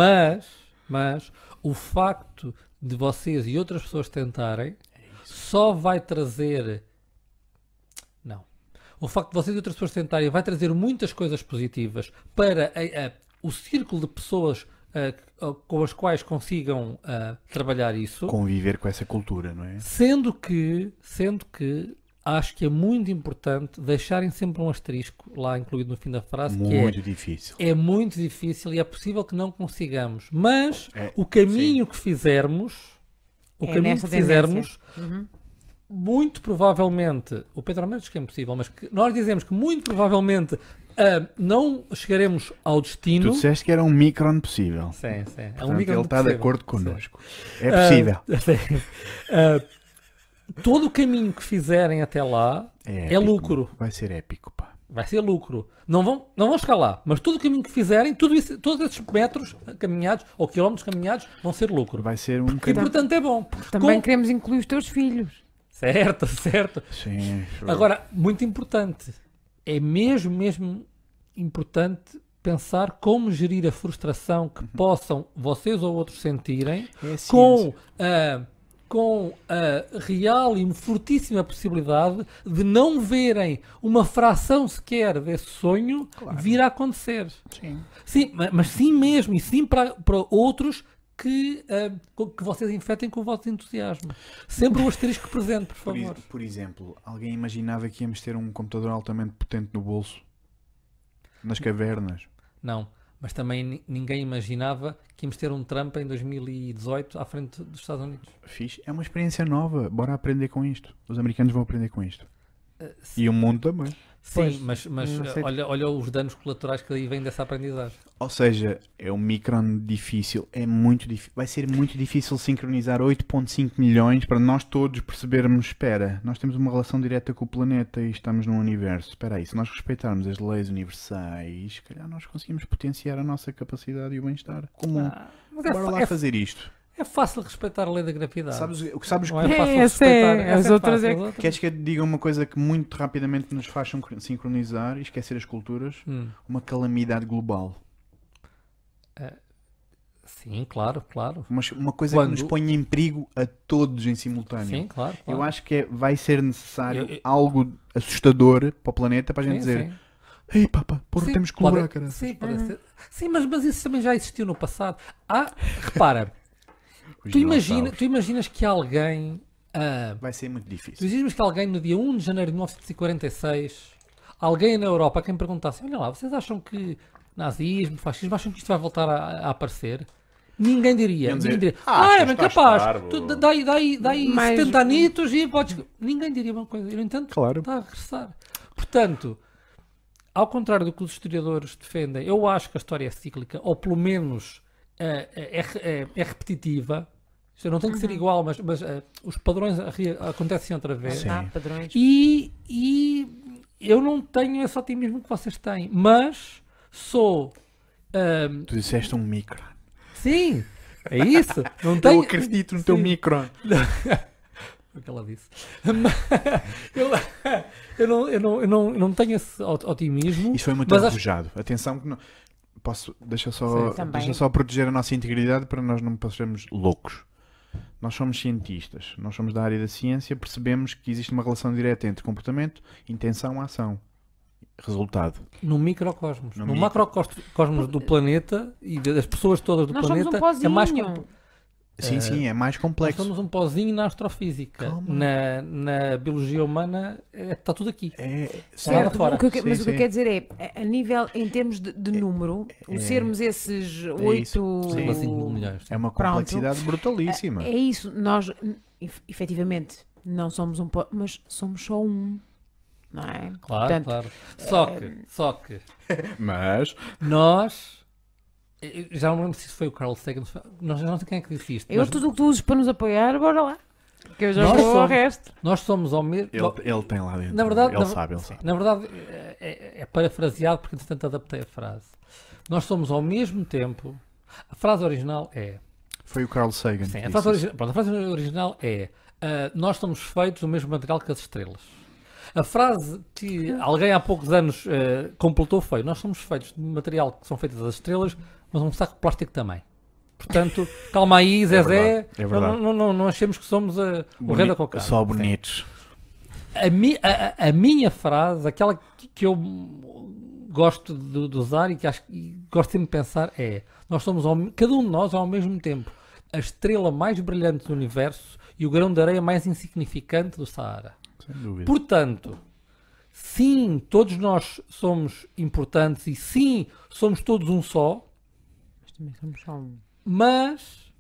o facto de vocês e outras pessoas tentarem só vai trazer. Não. O facto de vocês e outras pessoas tentarem vai trazer muitas coisas positivas para o círculo de pessoas com as quais consigam trabalhar isso. Conviver com essa cultura, não é? Sendo que acho que é muito importante deixarem sempre um asterisco lá incluído no fim da frase, que Muito difícil. é muito difícil e é possível que não consigamos. Mas É, o caminho que fizermos, nessa tendência. muito provavelmente, o Pedro Almeida diz que é impossível, mas que nós dizemos que muito provavelmente não chegaremos ao Tu destino. disseste que era um micron possível. Sim, sim. É um Portanto, micro ele está de possível. acordo connosco. É possível. Todo o caminho que fizerem até lá é épico. lucro. Vai ser épico, pá. Vai ser lucro. Não vão chegar lá, mas todo o caminho que fizerem, todos esses metros caminhados ou quilómetros caminhados vão ser lucro. Vai ser um E bocadinho. portanto é bom. Também Com- queremos incluir os teus filhos. Certo, certo. Sim. Agora, muito importante, é mesmo importante pensar como gerir a frustração que possam vocês ou outros sentirem É a ciência. com a real e fortíssima possibilidade de não verem uma fração sequer desse sonho vir a acontecer. Sim. Sim, mas sim mesmo, e sim para outros que vocês infetem com o vosso entusiasmo. Sempre o asterisco presente, por favor. Por exemplo, alguém imaginava que íamos ter um computador altamente potente no bolso? Nas cavernas? Não, mas também ninguém imaginava que íamos ter um Trump em 2018 à frente dos Estados Unidos. Fixe. É uma experiência nova. Bora aprender com isto. Os americanos vão aprender com isto. E o mundo também. Sim, Pois, mas não sei. olha os danos colaterais que aí vêm dessa aprendizagem. Ou seja, é um micron difícil. É muito difícil. Vai ser muito difícil sincronizar 8.5 milhões para nós todos percebermos, espera, nós temos uma relação direta com o planeta e estamos num universo. Espera aí, se nós respeitarmos as leis universais, se calhar nós conseguimos potenciar a nossa capacidade e o bem-estar comum. Mas Bora lá fazer isto. é fácil respeitar a lei da gravidade. Sabes Não é É, fácil essa é- respeitar. as Essa outras fácil, é as que- outras- Queres que eu te diga uma coisa que muito rapidamente nos faz sincronizar e esquecer as culturas? Hum. Uma calamidade global. Sim, claro. Uma coisa Quando- que nos põe em perigo a todos em simultâneo. Sim, claro. Eu acho que vai ser necessário Eu- algo assustador para o planeta para a gente dizer: sim. ei papa, porra, Sim, temos que colaborar, pode- cara. Sim, pode ser. Sim, mas isso também já existiu no passado. Repara, tu imaginas que alguém. Vai ser muito Tu difícil. imaginas que alguém no dia 1 de janeiro de 1946, alguém na Europa a quem perguntasse: olha lá, vocês acham que nazismo, fascismo, acham que isto vai voltar a aparecer? Ninguém diria. Iam Ninguém dizer, diria. "Ah, É bem estás capaz. parvo." Tu dá aí Mas- 70 anitos e podes. Ninguém diria uma coisa. E, no entanto, Claro. está a regressar. Portanto, ao contrário do que os historiadores defendem, eu acho que a história é cíclica, ou pelo menos é repetitiva. Isto não tem que ser igual, mas os padrões acontecem outra vez. Sim. Há padrões. E eu não tenho esse otimismo que vocês têm, mas sou. Tu disseste um micro. Sim, é isso. Não Eu tenho. acredito no teu Sim. micro. Foi o que ela disse. Eu não tenho esse otimismo. Isso foi muito Mas acho- arrojado. Atenção que não. Deixa Sim, também. só proteger a nossa integridade para nós não passarmos loucos. Nós somos cientistas, nós somos da área da ciência, percebemos que existe uma relação direta entre comportamento, intenção, ação, resultado. No microcosmos. No No micro. macrocosmos do planeta e das pessoas todas do Nós somos planeta um pozinho. é mais Sim, é mais Nós complexo. somos um pozinho na astrofísica. Calma. Na biologia humana está tudo aqui. É, Nada certo. fora. Mas o que Sim, eu sim. quero dizer é, a nível, em termos de número, o sermos esses 8... isso. Sim. 5 mil milhões. É uma Pronto. complexidade brutalíssima. É isso, nós, efetivamente, não somos um mas somos só um, não é? Claro, Portanto, claro. Só que Mas nós. Eu já não lembro se isso foi o Carl Sagan. Nós já não sei quem é que disse isto. eu Mas tudo o que tu usas para nos apoiar, bora lá. Que eu já Nós vou ao somos- resto. nós somos ao mesmo. ele tem lá dentro. Na verdade, ele sabe. Na verdade, é parafraseado porque entretanto adaptei a frase. Nós somos ao mesmo tempo. A frase original é. Foi o Carl Sagan. Sim, que a disse frase, isso. pronto, a frase original é: nós somos feitos do mesmo material que as estrelas. A frase que alguém há poucos anos completou foi: nós somos feitos de material que são feitas as estrelas, mas um saco de plástico também. Portanto, calma aí, Zezé. verdade, é verdade. Não achemos que somos o rei da cocada. Só bonitos. A minha frase, aquela que eu gosto de usar e que gosto sempre de pensar é: nós somos cada um de nós ao mesmo tempo a estrela mais brilhante do universo e o grão de areia mais insignificante do Saara. Sem dúvida. Portanto, sim, todos nós somos importantes e sim, somos todos um só, Mas também somos só um. mas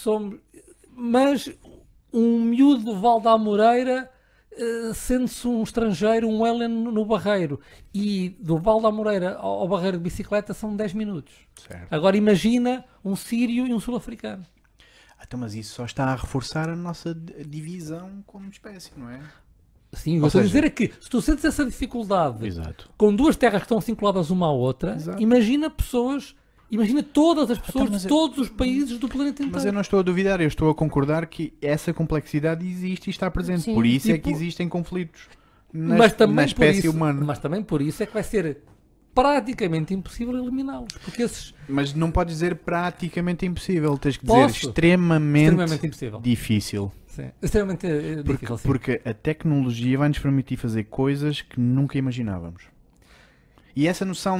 um miúdo do Val da Amoreira sendo-se um estrangeiro, um alien no Barreiro, e do Val da Amoreira ao Barreiro de bicicleta são 10 minutos. Certo. Agora imagina um sírio e um sul-africano. Então, mas isso só está a reforçar a nossa divisão como espécie, não é? Sim, o que Ou eu estou a seja- dizer é que se tu sentes essa dificuldade Exato. com duas terras que estão vinculadas uma à outra, Exato. imagina pessoas Imagina todas as pessoas mas de todos os países do planeta inteiro. Mas eu não estou a duvidar, eu estou a concordar que essa complexidade existe e está presente. Sim. Por isso é que Tipo- existem conflitos mas também na por espécie isso, humana. Mas também por isso é que vai ser praticamente impossível eliminá-los. Porque esses... Mas não podes dizer praticamente impossível, tens que Posso. dizer extremamente, Extremamente impossível. difícil. Sim. Extremamente difícil, sim. Porque a tecnologia vai nos permitir fazer coisas que nunca imaginávamos. E essa noção,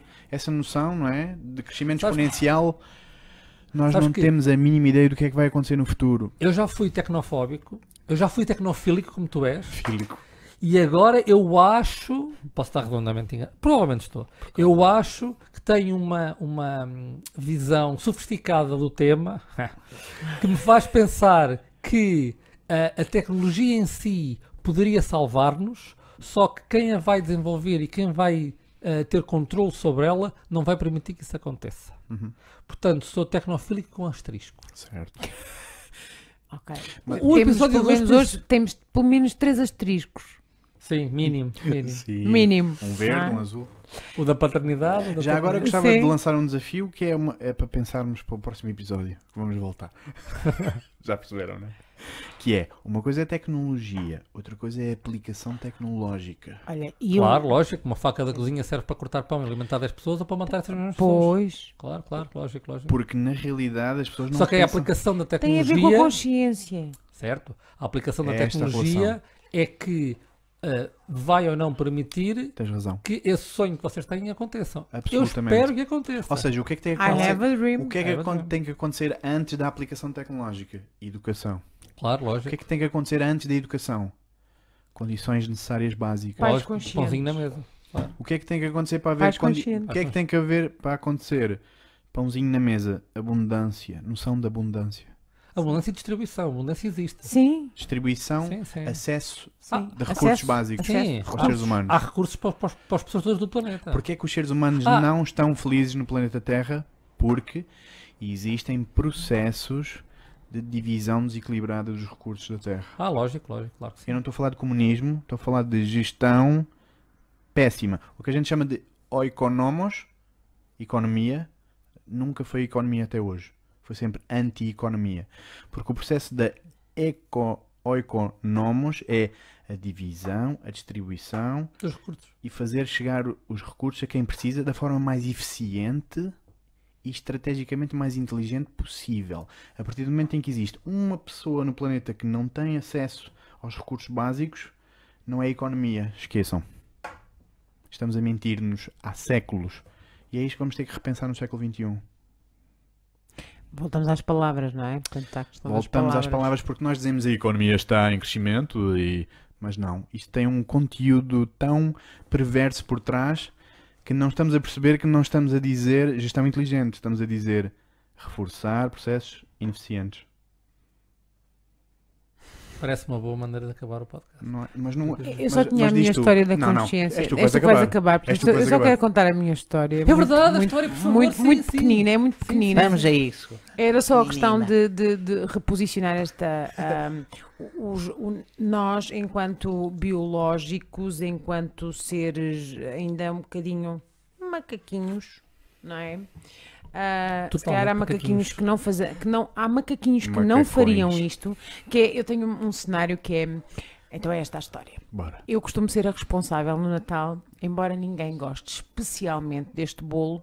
não é? De crescimento Sabes- exponencial, nós sabes não que- temos a mínima ideia do que é que vai acontecer no futuro. Eu já fui tecnofóbico, eu já fui tecnofílico, como tu és, Fílico. e agora eu acho, posso estar redondamente enganado, provavelmente estou, eu acho que tenho uma visão sofisticada do tema que me faz pensar que a tecnologia em si poderia salvar-nos, só que quem a vai desenvolver e quem vai ter controle sobre ela não vai permitir que isso aconteça. Uhum. Portanto, sou tecnofílico com asterisco. Certo. Ok. Mas- O Temos, episódio pelo menos dois- hoje temos pelo menos 3 asteriscos. Sim, mínimo. Sim. Mínimo. Um verde, Ah. um azul. O da paternidade. o da Já agora paternidade. gostava Sim. de lançar um desafio que é para pensarmos para o próximo episódio. Vamos voltar. Já perceberam, não é? Que é, uma coisa é tecnologia, outra coisa é aplicação tecnológica. Olha, e Claro, lógico. Uma faca da cozinha serve para cortar pão e alimentar 10 pessoas ou para matar essas mesmas pessoas. Pois. Claro, lógico. Porque na realidade as pessoas não Só que a pensam. aplicação da Tem a tecnologia... ver com a consciência. Certo? A aplicação da É esta tecnologia é que vai ou não permitir Tens razão. que esse sonho que vocês têm aconteçam. Eu Absolutamente. espero que aconteça. Ou seja, o que é que tem que I acontecer? have a dream. O que é que I have a dream. tem que acontecer antes da aplicação tecnológica? Educação. Claro, O lógico. que é que tem que acontecer antes da educação? Condições necessárias básicas. Pais Lógico, conscientes. pãozinho na mesa. Claro. O que é que tem que acontecer para haver Pais conscientes. O que é que tem que haver para acontecer? Pãozinho na mesa, abundância, noção de abundância, Abundância e distribuição. Abundância existe. Sim, distribuição, Sim, sim. acesso sim. de recursos Acesso. básicos Sim, aos seres humanos. há recursos para as pessoas todas do planeta. Porquê é que os seres humanos Ah. não estão felizes no planeta Terra? Porque existem processos de divisão desequilibrada dos recursos da Terra. Lógico, claro que sim. Eu não estou a falar de comunismo, estou a falar de gestão péssima. O que a gente chama de oikonomos, economia, nunca foi economia até hoje. Foi sempre anti-economia. Porque o processo da oikonomos é a divisão, a distribuição Dos recursos. e fazer chegar os recursos a quem precisa da forma mais eficiente e estrategicamente mais inteligente possível. A partir do momento em que existe uma pessoa no planeta que não tem acesso aos recursos básicos, não é economia. Esqueçam. Estamos a mentir-nos há séculos. E é isto que vamos ter que repensar no século XXI. Voltamos às palavras, não é? Portanto, está a questão das Voltamos às palavras porque nós dizemos a economia está em crescimento, mas não. Isto tem um conteúdo tão perverso por trás que não estamos a perceber que não estamos a dizer gestão inteligente, estamos a dizer reforçar processos ineficientes. Parece uma boa maneira de acabar o podcast. Não é- mas não, Eu só tinha a mas minha diz tu. história da Não, não, consciência. és tu que És vais tu que vais acabar. acabar. És tu portanto, que vais eu só acabar. quero contar a minha história. É verdade, a história, por favor, sim, muito sim. pequenina, é muito pequenina. Vamos a isso. Era só a questão Menina. de reposicionar esta. Nós, enquanto biológicos, enquanto seres ainda um bocadinho macaquinhos, não é? Se calhar há Totalmente macaquinhos macaquinhos. há macaquinhos que não Macacões. fariam isto. Que é, eu tenho um cenário que é. Então é esta a história. Bora. Eu costumo ser a responsável no Natal, embora ninguém goste especialmente deste bolo,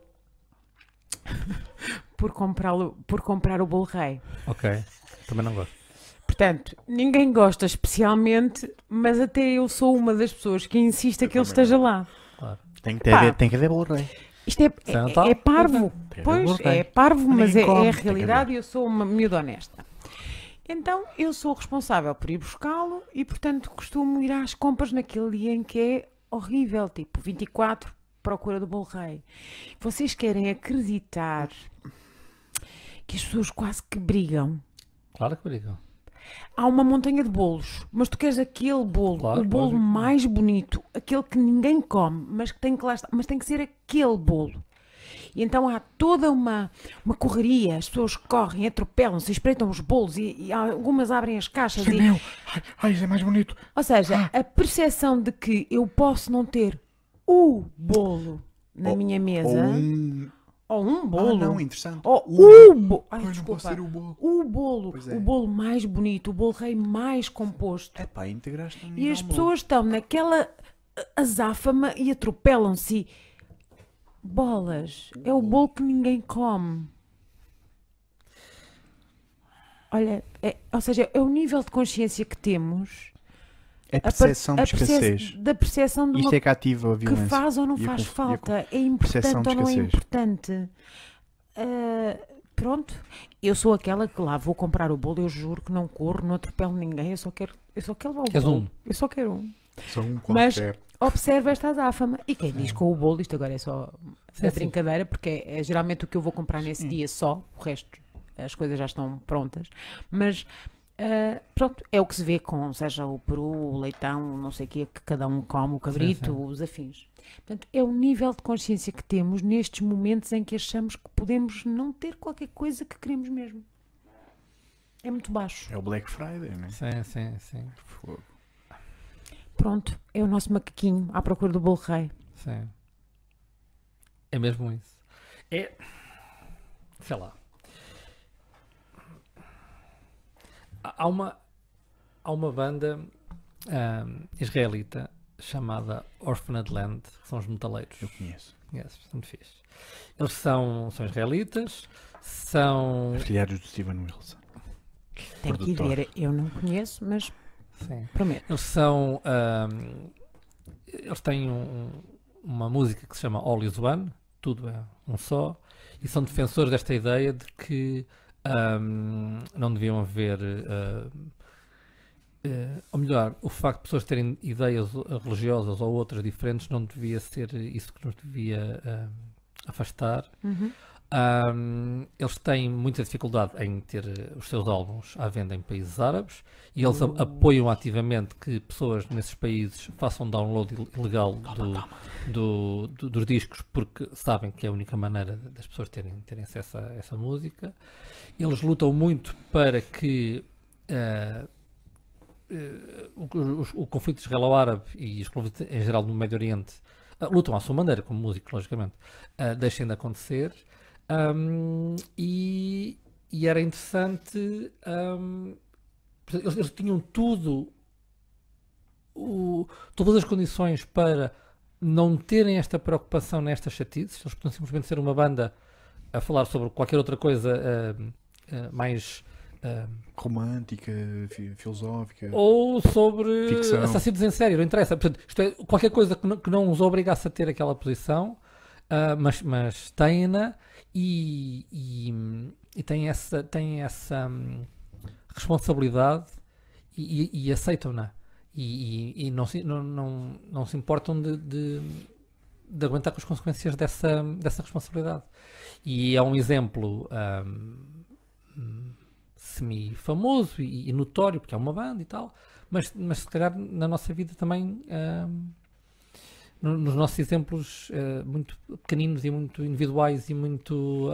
por comprar o bolo rei. Ok, também não gosto. Portanto, ninguém gosta especialmente, mas até eu sou uma das pessoas que insiste que ele esteja lá. Claro. Tem Pá. que haver bolo rei. Isto é Natal? é parvo. Tem que haver Pois, bolo rei. é parvo, mas Ninguém é come, a tem que realidade e eu sou uma miúda honesta. Então, eu sou responsável por ir buscá-lo e, portanto, costumo ir às compras naquele dia em que é horrível, tipo 24, procura do bolo rei. Vocês querem acreditar que as pessoas quase que brigam? Claro que brigam. Há uma montanha de bolos, mas tu queres aquele bolo, Claro, o bolo lógico. mais bonito, aquele que ninguém come, mas que tem que lá estar, mas tem que ser aquele bolo. E então há toda uma correria, as pessoas correm, atropelam-se, espreitam os bolos e algumas abrem as caixas. Isso é meu. Ai, isso é mais bonito. Ou seja, a percepção de que eu posso não ter o bolo na minha mesa, Ou um bolo. não, interessante. Ou o bolo. Ai, Pois não desculpa. pode ser o bolo. O bolo. Pois é. O bolo mais bonito. O bolo rei mais composto. É pá, integraste no E as nível pessoas estão naquela azáfama e atropelam-se. Bolas. É o bolo que ninguém come. Olha, ou seja, é o nível de consciência que temos. É percepção de escassez. Da percepção de Isto uma é que ativa a que violência. faz ou não E a faz conf- e a falta. É percepção importante de ou não é escassez. importante. Pronto. Eu sou aquela que lá vou comprar o bolo, eu juro que não corro, não atropelo ninguém, eu só quero levar o Queres bolo. um? Eu só quero um. Só um Mas qualquer. observa esta azáfama. E quem diz com o bolo, isto agora é só Sim, a sim. brincadeira, porque é geralmente o que eu vou comprar nesse dia só, o resto, as coisas já estão prontas. Mas pronto, é o que se vê com, seja o peru, o leitão, não sei o que cada um come, o cabrito, Sim, sim. os afins. Portanto, é o nível de consciência que temos nestes momentos em que achamos que podemos não ter qualquer coisa que queremos mesmo. É muito baixo. É o Black Friday, né? Sim. Fogo. Pronto, é o nosso macaquinho à procura do bolo rei. Sim. É mesmo isso. É. Sei lá. Há uma banda israelita chamada Orphaned Land, que são os metaleiros. Eu conheço. Conheces, são muito fixe. Eles são israelitas, são. Filhados do Steven Wilson. Tem que ir Produtor. ver, eu não conheço, mas Sim. prometo. Eles são. Eles têm uma música que se chama All is One, tudo é um só, e são defensores desta ideia de que não deviam haver. Ou melhor, o facto de pessoas terem ideias religiosas ou outras diferentes não devia ser isso que nos devia afastar. Uhum. Eles têm muita dificuldade em ter os seus álbuns à venda em países árabes e eles apoiam ativamente que pessoas nesses países façam download ilegal dos discos porque sabem que é a única maneira das pessoas terem acesso a essa música. Eles lutam muito para que o conflito israelo-árabe e os conflitos em geral no Médio Oriente lutam à sua maneira, como músicos, logicamente, deixem de acontecer. E era interessante, eles tinham todas as condições para não terem esta preocupação nestas chatices. Eles podiam simplesmente ser uma banda a falar sobre qualquer outra coisa mais Romântica, filosófica. ou sobre Ficção. assassinos em série, não interessa. Portanto, isto é qualquer coisa que não os obrigasse a ter aquela posição, mas têm-na e têm essa responsabilidade e aceitam-na e não se importam de aguentar com as consequências dessa responsabilidade. E é um exemplo semi-famoso e notório, porque é uma banda e tal, mas se calhar na nossa vida também, nos nossos exemplos muito pequeninos e muito individuais e muito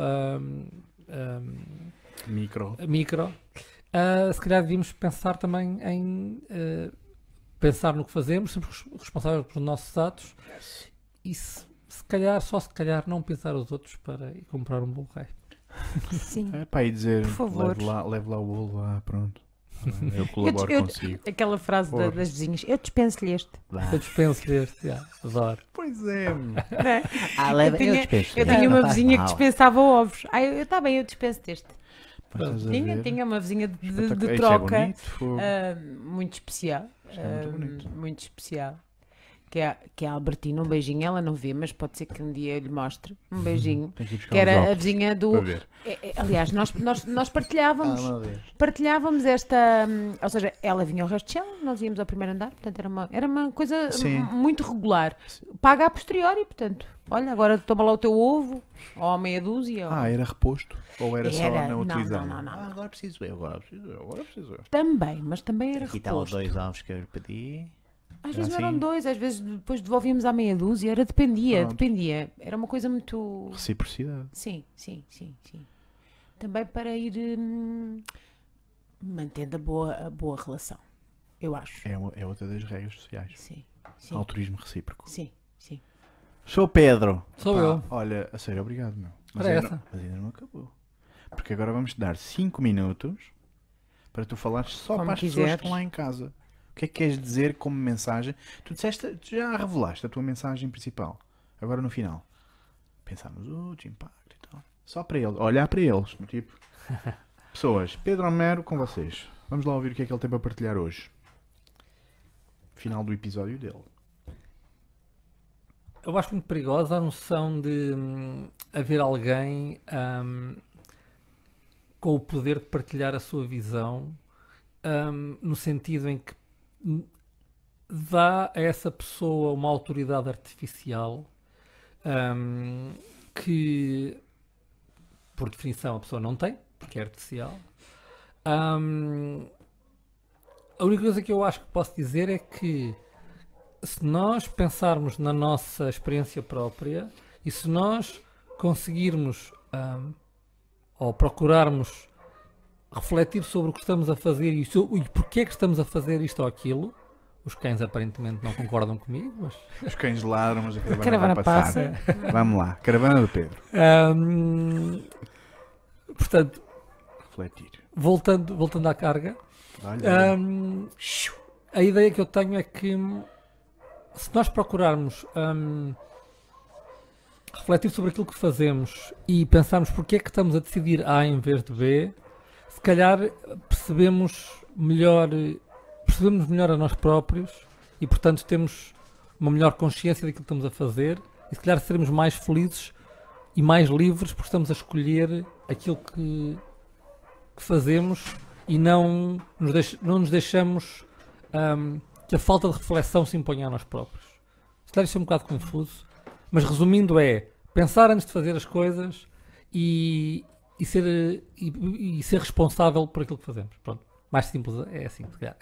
micro, se calhar devíamos pensar também em pensar no que fazemos, sempre responsáveis pelos nossos atos e se calhar, só se calhar, não pensar os outros para ir comprar um bolo rei. Sim. É pá, e dizer, Por favor. leve lá o bolo lá, pronto. Eu colaboro consigo. Aquela frase Porra. das vizinhas, eu dispenso-lhe este. Eu dispenso este, adoro. Pois é. Não é? Leva, eu tinha, dispenso. eu Não, tinha não uma faz vizinha que mal. dispensava ovos. Está bem, eu dispenso deste. Estás a ver? Tinha uma vizinha de Espetacular. Isso troca é bonito, fogo. muito especial. Isto é muito bonito. Muito especial. Que é a Albertina, um beijinho. Ela não vê, mas pode ser que um dia eu lhe mostre. Um beijinho. Tenho que ir buscar Que uns era a óculos vizinha do. para ver. Aliás, nós partilhávamos. meu Deus. Partilhávamos esta. Ou seja, ela vinha ao resto de chão, nós íamos ao primeiro andar, portanto era uma coisa Sim. muito regular. Paga a posteriori, portanto. Olha, agora toma lá o teu ovo, ou a meia dúzia. Ou... Era reposto? Ou era só na Não, utilizar? não. Agora preciso eu. Agora preciso eu. Também, mas também era Aqui estão os reposto. 2 ovos que eu lhe pedi. Às vezes não assim? eram 2, às vezes depois devolvíamos à meia dúzia, dependia. Era uma coisa muito. Reciprocidade. Sim. Também para ir mantendo a boa relação, eu acho. É outra das regras sociais. Sim. Altruísmo recíproco. Sim. Sou Pedro. Sou Pá, eu. Olha, a sério, obrigado, meu. Mas Era ainda essa. mas ainda não acabou. Porque agora vamos te dar 5 minutos para tu falares só Como para as pessoas que quiseres. estão lá em casa. O que é que queres dizer como mensagem? Tu já revelaste a tua mensagem principal. Agora no final. Pensar nos outros, impacto e tal. Só para eles. Olhar para eles. Tipo, pessoas, Pedro Romero com vocês. Vamos lá ouvir o que é que ele tem para partilhar hoje. Final do episódio dele. Eu acho muito perigosa a noção de haver alguém com o poder de partilhar a sua visão, no sentido em que dá a essa pessoa uma autoridade artificial que, por definição, a pessoa não tem, porque é artificial. A única coisa que eu acho que posso dizer é que se nós pensarmos na nossa experiência própria e se nós conseguirmos ou procurarmos refletir sobre o que estamos a fazer e porque é que estamos a fazer isto ou aquilo, os cães aparentemente não concordam comigo, mas Os cães ladram, mas a caravana, caravana vai passar. Vamos lá. Caravana do Pedro. portanto, Refletir. voltando à carga, Olha. a ideia que eu tenho é que se nós procurarmos refletir sobre aquilo que fazemos e pensarmos porque é que estamos a decidir A em vez de B, se calhar percebemos melhor a nós próprios e, portanto, temos uma melhor consciência daquilo que estamos a fazer e, se calhar, seremos mais felizes e mais livres porque estamos a escolher aquilo que fazemos e não nos deixamos que a falta de reflexão se imponha a nós próprios. Se calhar isto é um bocado confuso, mas resumindo é pensar antes de fazer as coisas e ser responsável por aquilo que fazemos. Pronto, mais simples é assim, se calhar.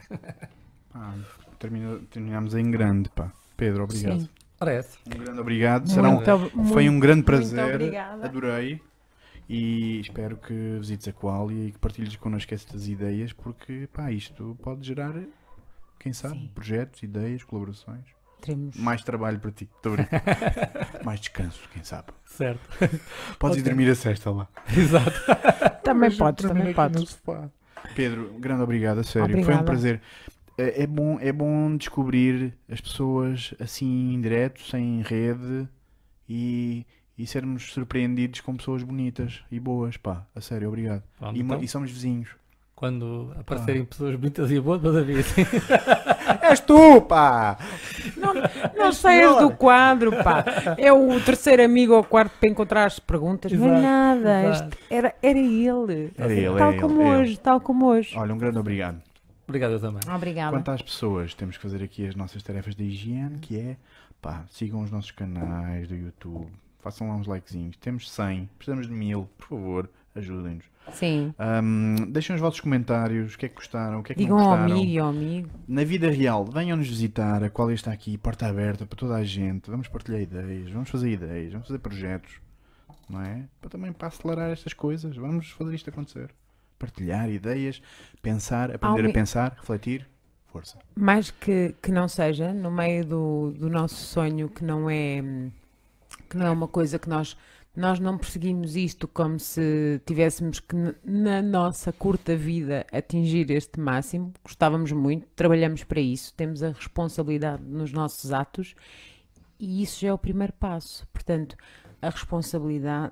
Terminamos em grande, pá. Pedro, obrigado. Sim. Ora, é essa. Um grande obrigado. Foi Muito um grande muito prazer. obrigada. Adorei. E espero que visites a Qualia e que partilhes connosco estas ideias, porque pá, isto pode gerar, quem sabe, Sim. projetos, ideias, colaborações. Teremos. Mais trabalho para ti. Estou a brincar. Mais descanso, quem sabe. Certo. Podes ir Ok. dormir a sexta lá. Exato. Também Mas podes, dormir também aqui no podes. sofá. Pedro, grande obrigado, a sério. Foi um Obrigada. prazer. É bom descobrir as pessoas assim em direto, sem rede e sermos surpreendidos com pessoas bonitas e boas, pá. A sério, obrigado. Pronto, E, então, e somos vizinhos. quando aparecerem pessoas bonitas e boas, mas avisem. És tu, pá! Não saias do quadro, pá. É o terceiro amigo ou quarto para encontrar as perguntas. Não é Exato, nada. exato. Era ele. Era ele, Tal era como ele, hoje, tal como hoje. Olha, um grande obrigado. Obrigado eu também. Obrigada. Quanto às pessoas, temos que fazer aqui as nossas tarefas de higiene, que é, pá, sigam os nossos canais do YouTube, façam lá uns likezinhos. Temos 100, precisamos de 1000, por favor, ajudem-nos. Sim. Deixem os vossos comentários, o que é que gostaram, o que é que Digam não ao gostaram. amigo e ao amigo. Na vida real, venham-nos visitar, a qual está aqui, porta aberta para toda a gente. Vamos partilhar ideias, vamos fazer projetos, não é? Para acelerar estas coisas, vamos fazer isto acontecer. Partilhar ideias, pensar, aprender a pensar, refletir, força. Mais que não seja, no meio do nosso sonho, que não é uma coisa que nós não perseguimos isto como se tivéssemos que, na nossa curta vida, atingir este máximo. Gostávamos muito, trabalhamos para isso, temos a responsabilidade nos nossos atos e isso já é o primeiro passo. Portanto, a responsabilidade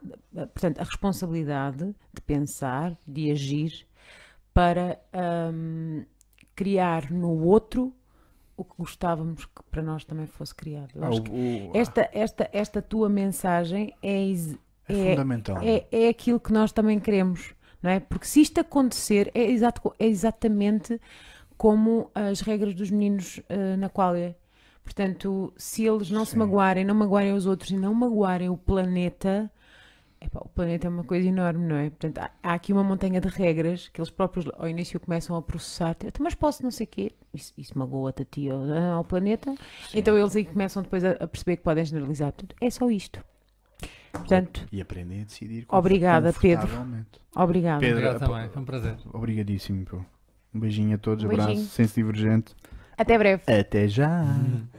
de pensar, de agir para criar no outro o que gostávamos que para nós também fosse criado. Eu acho que esta tua mensagem é fundamental. é aquilo que nós também queremos, não é? Porque se isto acontecer, é exatamente como as regras dos meninos na Qualia. Portanto, se eles não se magoarem, não magoarem os outros e não magoarem o planeta, o planeta é uma coisa enorme, não é? Portanto, há aqui uma montanha de regras que eles próprios ao início começam a processar. Mas posso não sei o quê? Isso magoa-te a ti ao planeta? Sim. Então eles aí começam depois a perceber que podem generalizar. Portanto, é só isto. Portanto, E aprendem a decidir obrigada, Pedro. confortavelmente. obrigada. Pedro, Obrigado também, foi um prazer. Obrigadíssimo, pô. Um beijinho a todos, Um beijinho. abraço, senso divergente. Até breve. Até já!